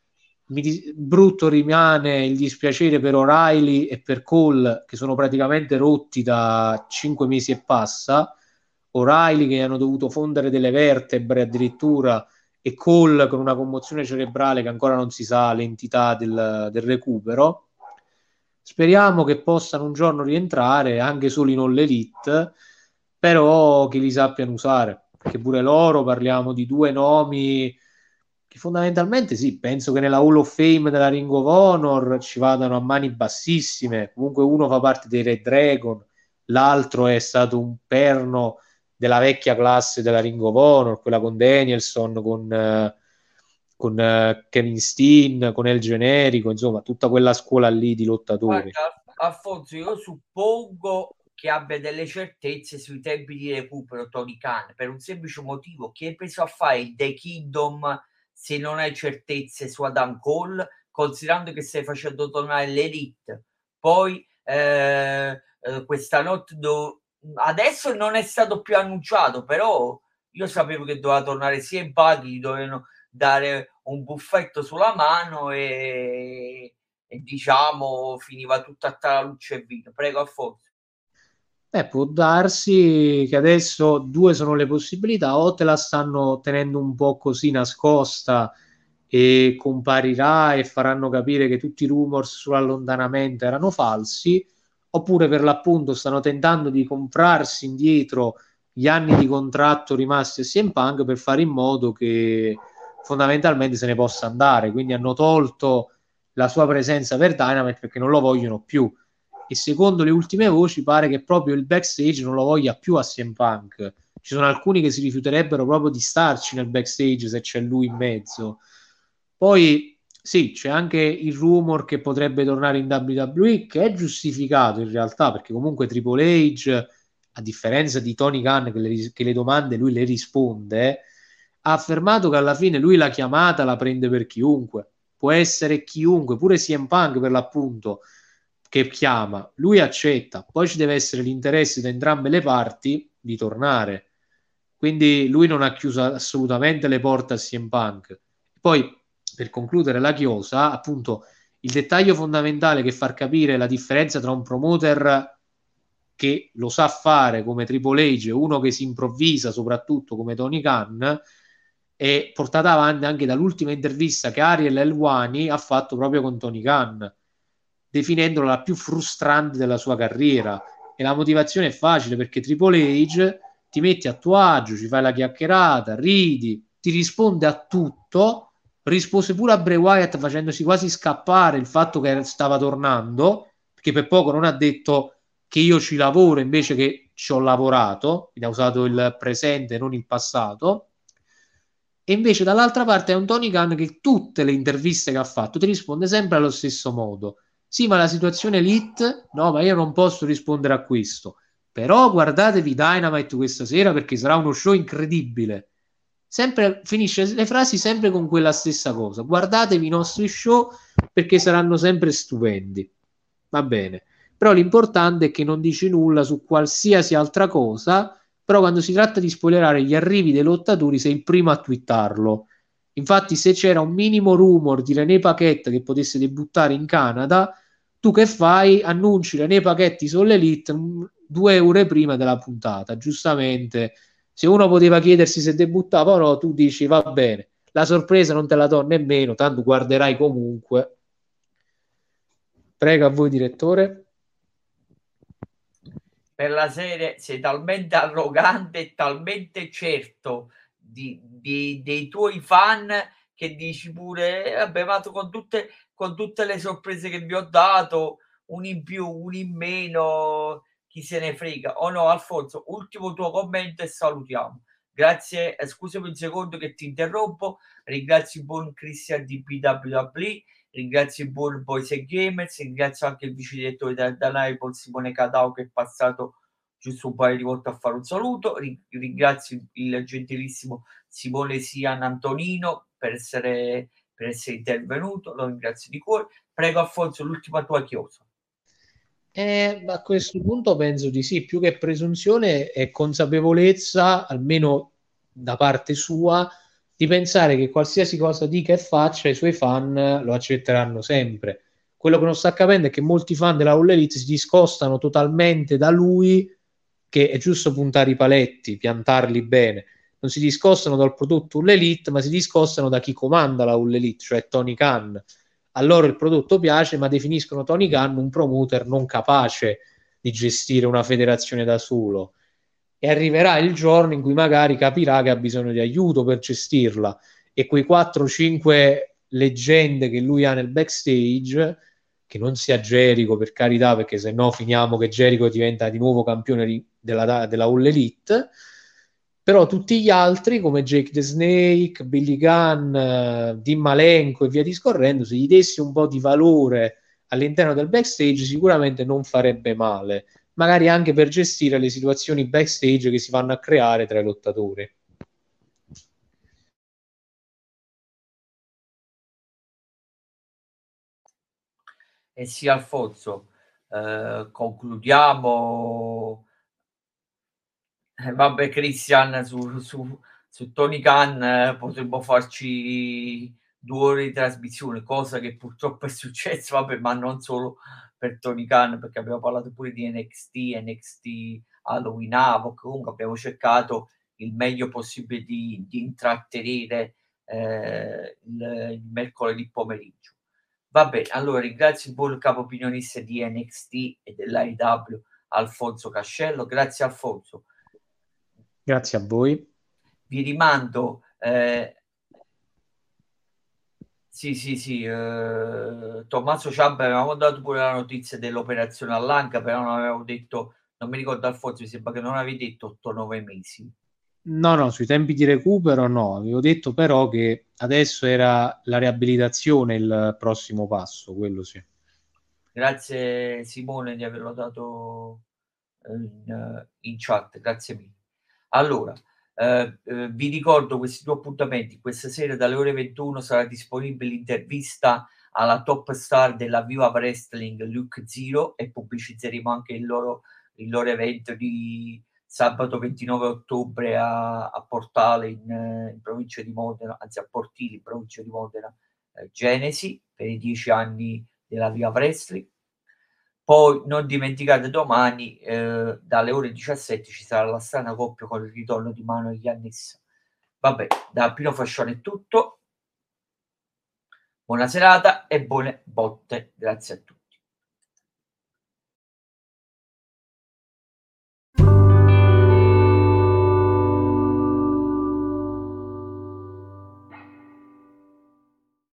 Brutto rimane il dispiacere per O'Reilly e per Cole, che sono praticamente rotti da 5 mesi e passa. O'Reilly che hanno dovuto fondere delle vertebre addirittura, e Cole con una commozione cerebrale che ancora non si sa l'entità del recupero. Speriamo che possano un giorno rientrare anche solo in All Elite, però che li sappiano usare, perché pure loro parliamo di due nomi che fondamentalmente sì, penso che nella Hall of Fame della Ring of Honor ci vadano a mani bassissime. Comunque uno fa parte dei Red Dragon, l'altro è stato un perno della vecchia classe della Ring of Honor, quella con Danielson, con Kevin Steen, con El Generico, insomma, tutta quella scuola lì di lottatori. Guarda, Alfonso, io suppongo che abbia delle certezze sui tempi di recupero Tony Khan, per un semplice motivo: che hai preso a fare il The Kingdom se non hai certezze su Adam Cole, considerando che stai facendo tornare l'Elite. Poi questa notte adesso non è stato più annunciato, però io sapevo che doveva tornare sia in Paghi, gli dovevano dare un buffetto sulla mano e diciamo finiva tutta a traluce e vino. Prego, Alfonso. Può darsi che adesso due sono le possibilità: o te la stanno tenendo un po' così nascosta e comparirà e faranno capire che tutti i rumors sull'allontanamento erano falsi, oppure per l'appunto stanno tentando di comprarsi indietro gli anni di contratto rimasti a CM Punk per fare in modo che fondamentalmente se ne possa andare, quindi hanno tolto la sua presenza per Dynamite perché non lo vogliono più. E secondo le ultime voci pare che proprio il backstage non lo voglia più a CM Punk. Ci sono alcuni che si rifiuterebbero proprio di starci nel backstage se c'è lui in mezzo. Poi sì, c'è anche il rumor che potrebbe tornare in WWE, che è giustificato in realtà, perché comunque Triple H, a differenza di Tony Khan che le domande lui le risponde, ha affermato che alla fine lui la chiamata la prende per chiunque. Può essere chiunque, pure CM Punk per l'appunto, che chiama, lui accetta, poi ci deve essere l'interesse da entrambe le parti di tornare. Quindi lui non ha chiuso assolutamente le porte a CM Punk. Poi, per concludere la chiosa, appunto, il dettaglio fondamentale che fa capire la differenza tra un promoter che lo sa fare come Triple H, uno che si improvvisa soprattutto come Tony Khan, è portata avanti anche dall'ultima intervista che Ariel Helwani ha fatto proprio con Tony Khan, definendola la più frustrante della sua carriera. E la motivazione è facile, perché Triple H ti metti a tuo agio, ci fai la chiacchierata, ridi, ti risponde a tutto, rispose pure a Bray Wyatt facendosi quasi scappare il fatto che stava tornando, perché per poco non ha detto che io ci lavoro invece che ci ho lavorato, quindi ha usato il presente non il passato. E invece dall'altra parte è un Tony Khan che tutte le interviste che ha fatto ti risponde sempre allo stesso modo. Sì, ma la situazione elite? No, ma io non posso rispondere a questo. Però guardatevi Dynamite questa sera perché sarà uno show incredibile. Sempre, finisce le frasi sempre con quella stessa cosa. Guardatevi i nostri show perché saranno sempre stupendi. Va bene. Però l'importante è che non dici nulla su qualsiasi altra cosa, però quando si tratta di spoilerare gli arrivi dei lottatori sei il primo a twittarlo. Infatti se c'era un minimo rumor di René Paquette che potesse debuttare in Canada, tu che fai? Annunci René Paquette Soul Elite 2 ore prima della puntata. Giustamente, se uno poteva chiedersi se debuttava o no, tu dici va bene, la sorpresa non te la do nemmeno, tanto guarderai comunque. Prego a voi, direttore. Per la serie sei talmente arrogante e talmente certo dei tuoi fan che dici pure, vabbè, ma con tutte le sorprese che vi ho dato, un in più, un in meno, chi se ne frega. Oh no, Alfonso, ultimo tuo commento e salutiamo. Grazie, scusami un secondo che ti interrompo, ringrazio il buon Christian di BWW, ringrazio il buon Boys and Gamers, ringrazio anche il vice direttore da Napoli Simone Catao che è passato giusto un paio di volte a fare un saluto. Ringrazio il gentilissimo Simone Sian Antonino per essere intervenuto, lo ringrazio di cuore. Prego Alfonso, l'ultima tua chiosa. A questo punto penso di sì, più che presunzione è consapevolezza, almeno da parte sua, di pensare che qualsiasi cosa dica e faccia i suoi fan lo accetteranno sempre. Quello che non sta capendo è che molti fan della All Elite si discostano totalmente da lui, che è giusto puntare i paletti, piantarli bene. Non si discostano dal prodotto All Elite, ma si discostano da chi comanda la All Elite, cioè Tony Khan. A loro il prodotto piace, ma definiscono Tony Khan un promoter non capace di gestire una federazione da solo. E arriverà il giorno in cui magari capirà che ha bisogno di aiuto per gestirla, e quei 4-5 leggende che lui ha nel backstage, che non sia Jericho per carità, perché se no finiamo che Jericho diventa di nuovo campione della All Elite, però tutti gli altri come Jake the Snake, Billy Gunn, Dean Malenko e via discorrendo, se gli dessi un po' di valore all'interno del backstage sicuramente non farebbe male, magari anche per gestire le situazioni backstage che si vanno a creare tra i lottatori. Eh sì, Alfonso, concludiamo. Vabbè, Christian, su Tony Khan potremmo farci 2 ore di trasmissione, cosa che purtroppo è successa, vabbè, ma non solo per Tony Khan, perché abbiamo parlato pure di NXT Halloween Havoc, comunque abbiamo cercato il meglio possibile di intrattenere il mercoledì pomeriggio. Va bene, allora ringrazio il buon capo opinionista di NXT e dell'AEW, Alfonso Cascello. Grazie Alfonso. Grazie a voi. Vi rimando, sì, Tommaso Ciampa avevamo dato pure la notizia dell'operazione all'anca, però non avevo detto, non mi ricordo Alfonso, mi sembra che non avevi detto 8-9 mesi. No, no, sui tempi di recupero no, avevo detto però che adesso era la riabilitazione il prossimo passo, quello sì. Grazie Simone di averlo dato in chat, grazie mille. Allora, vi ricordo questi 2 appuntamenti. Questa sera dalle ore 21 sarà disponibile l'intervista alla top star della Viva Wrestling, Luke Zero, e pubblicizzeremo anche il loro evento di sabato 29 ottobre a Portale in provincia di Modena, anzi a Portili in provincia di Modena, Genesi, per i 10 anni della Viva Wrestling. Poi non dimenticate domani, dalle ore 17 ci sarà la strana coppia con il ritorno di Manuel Iannis. Vabbè, da Pino Fascione è tutto. Buona serata e buone botte. Grazie a tutti.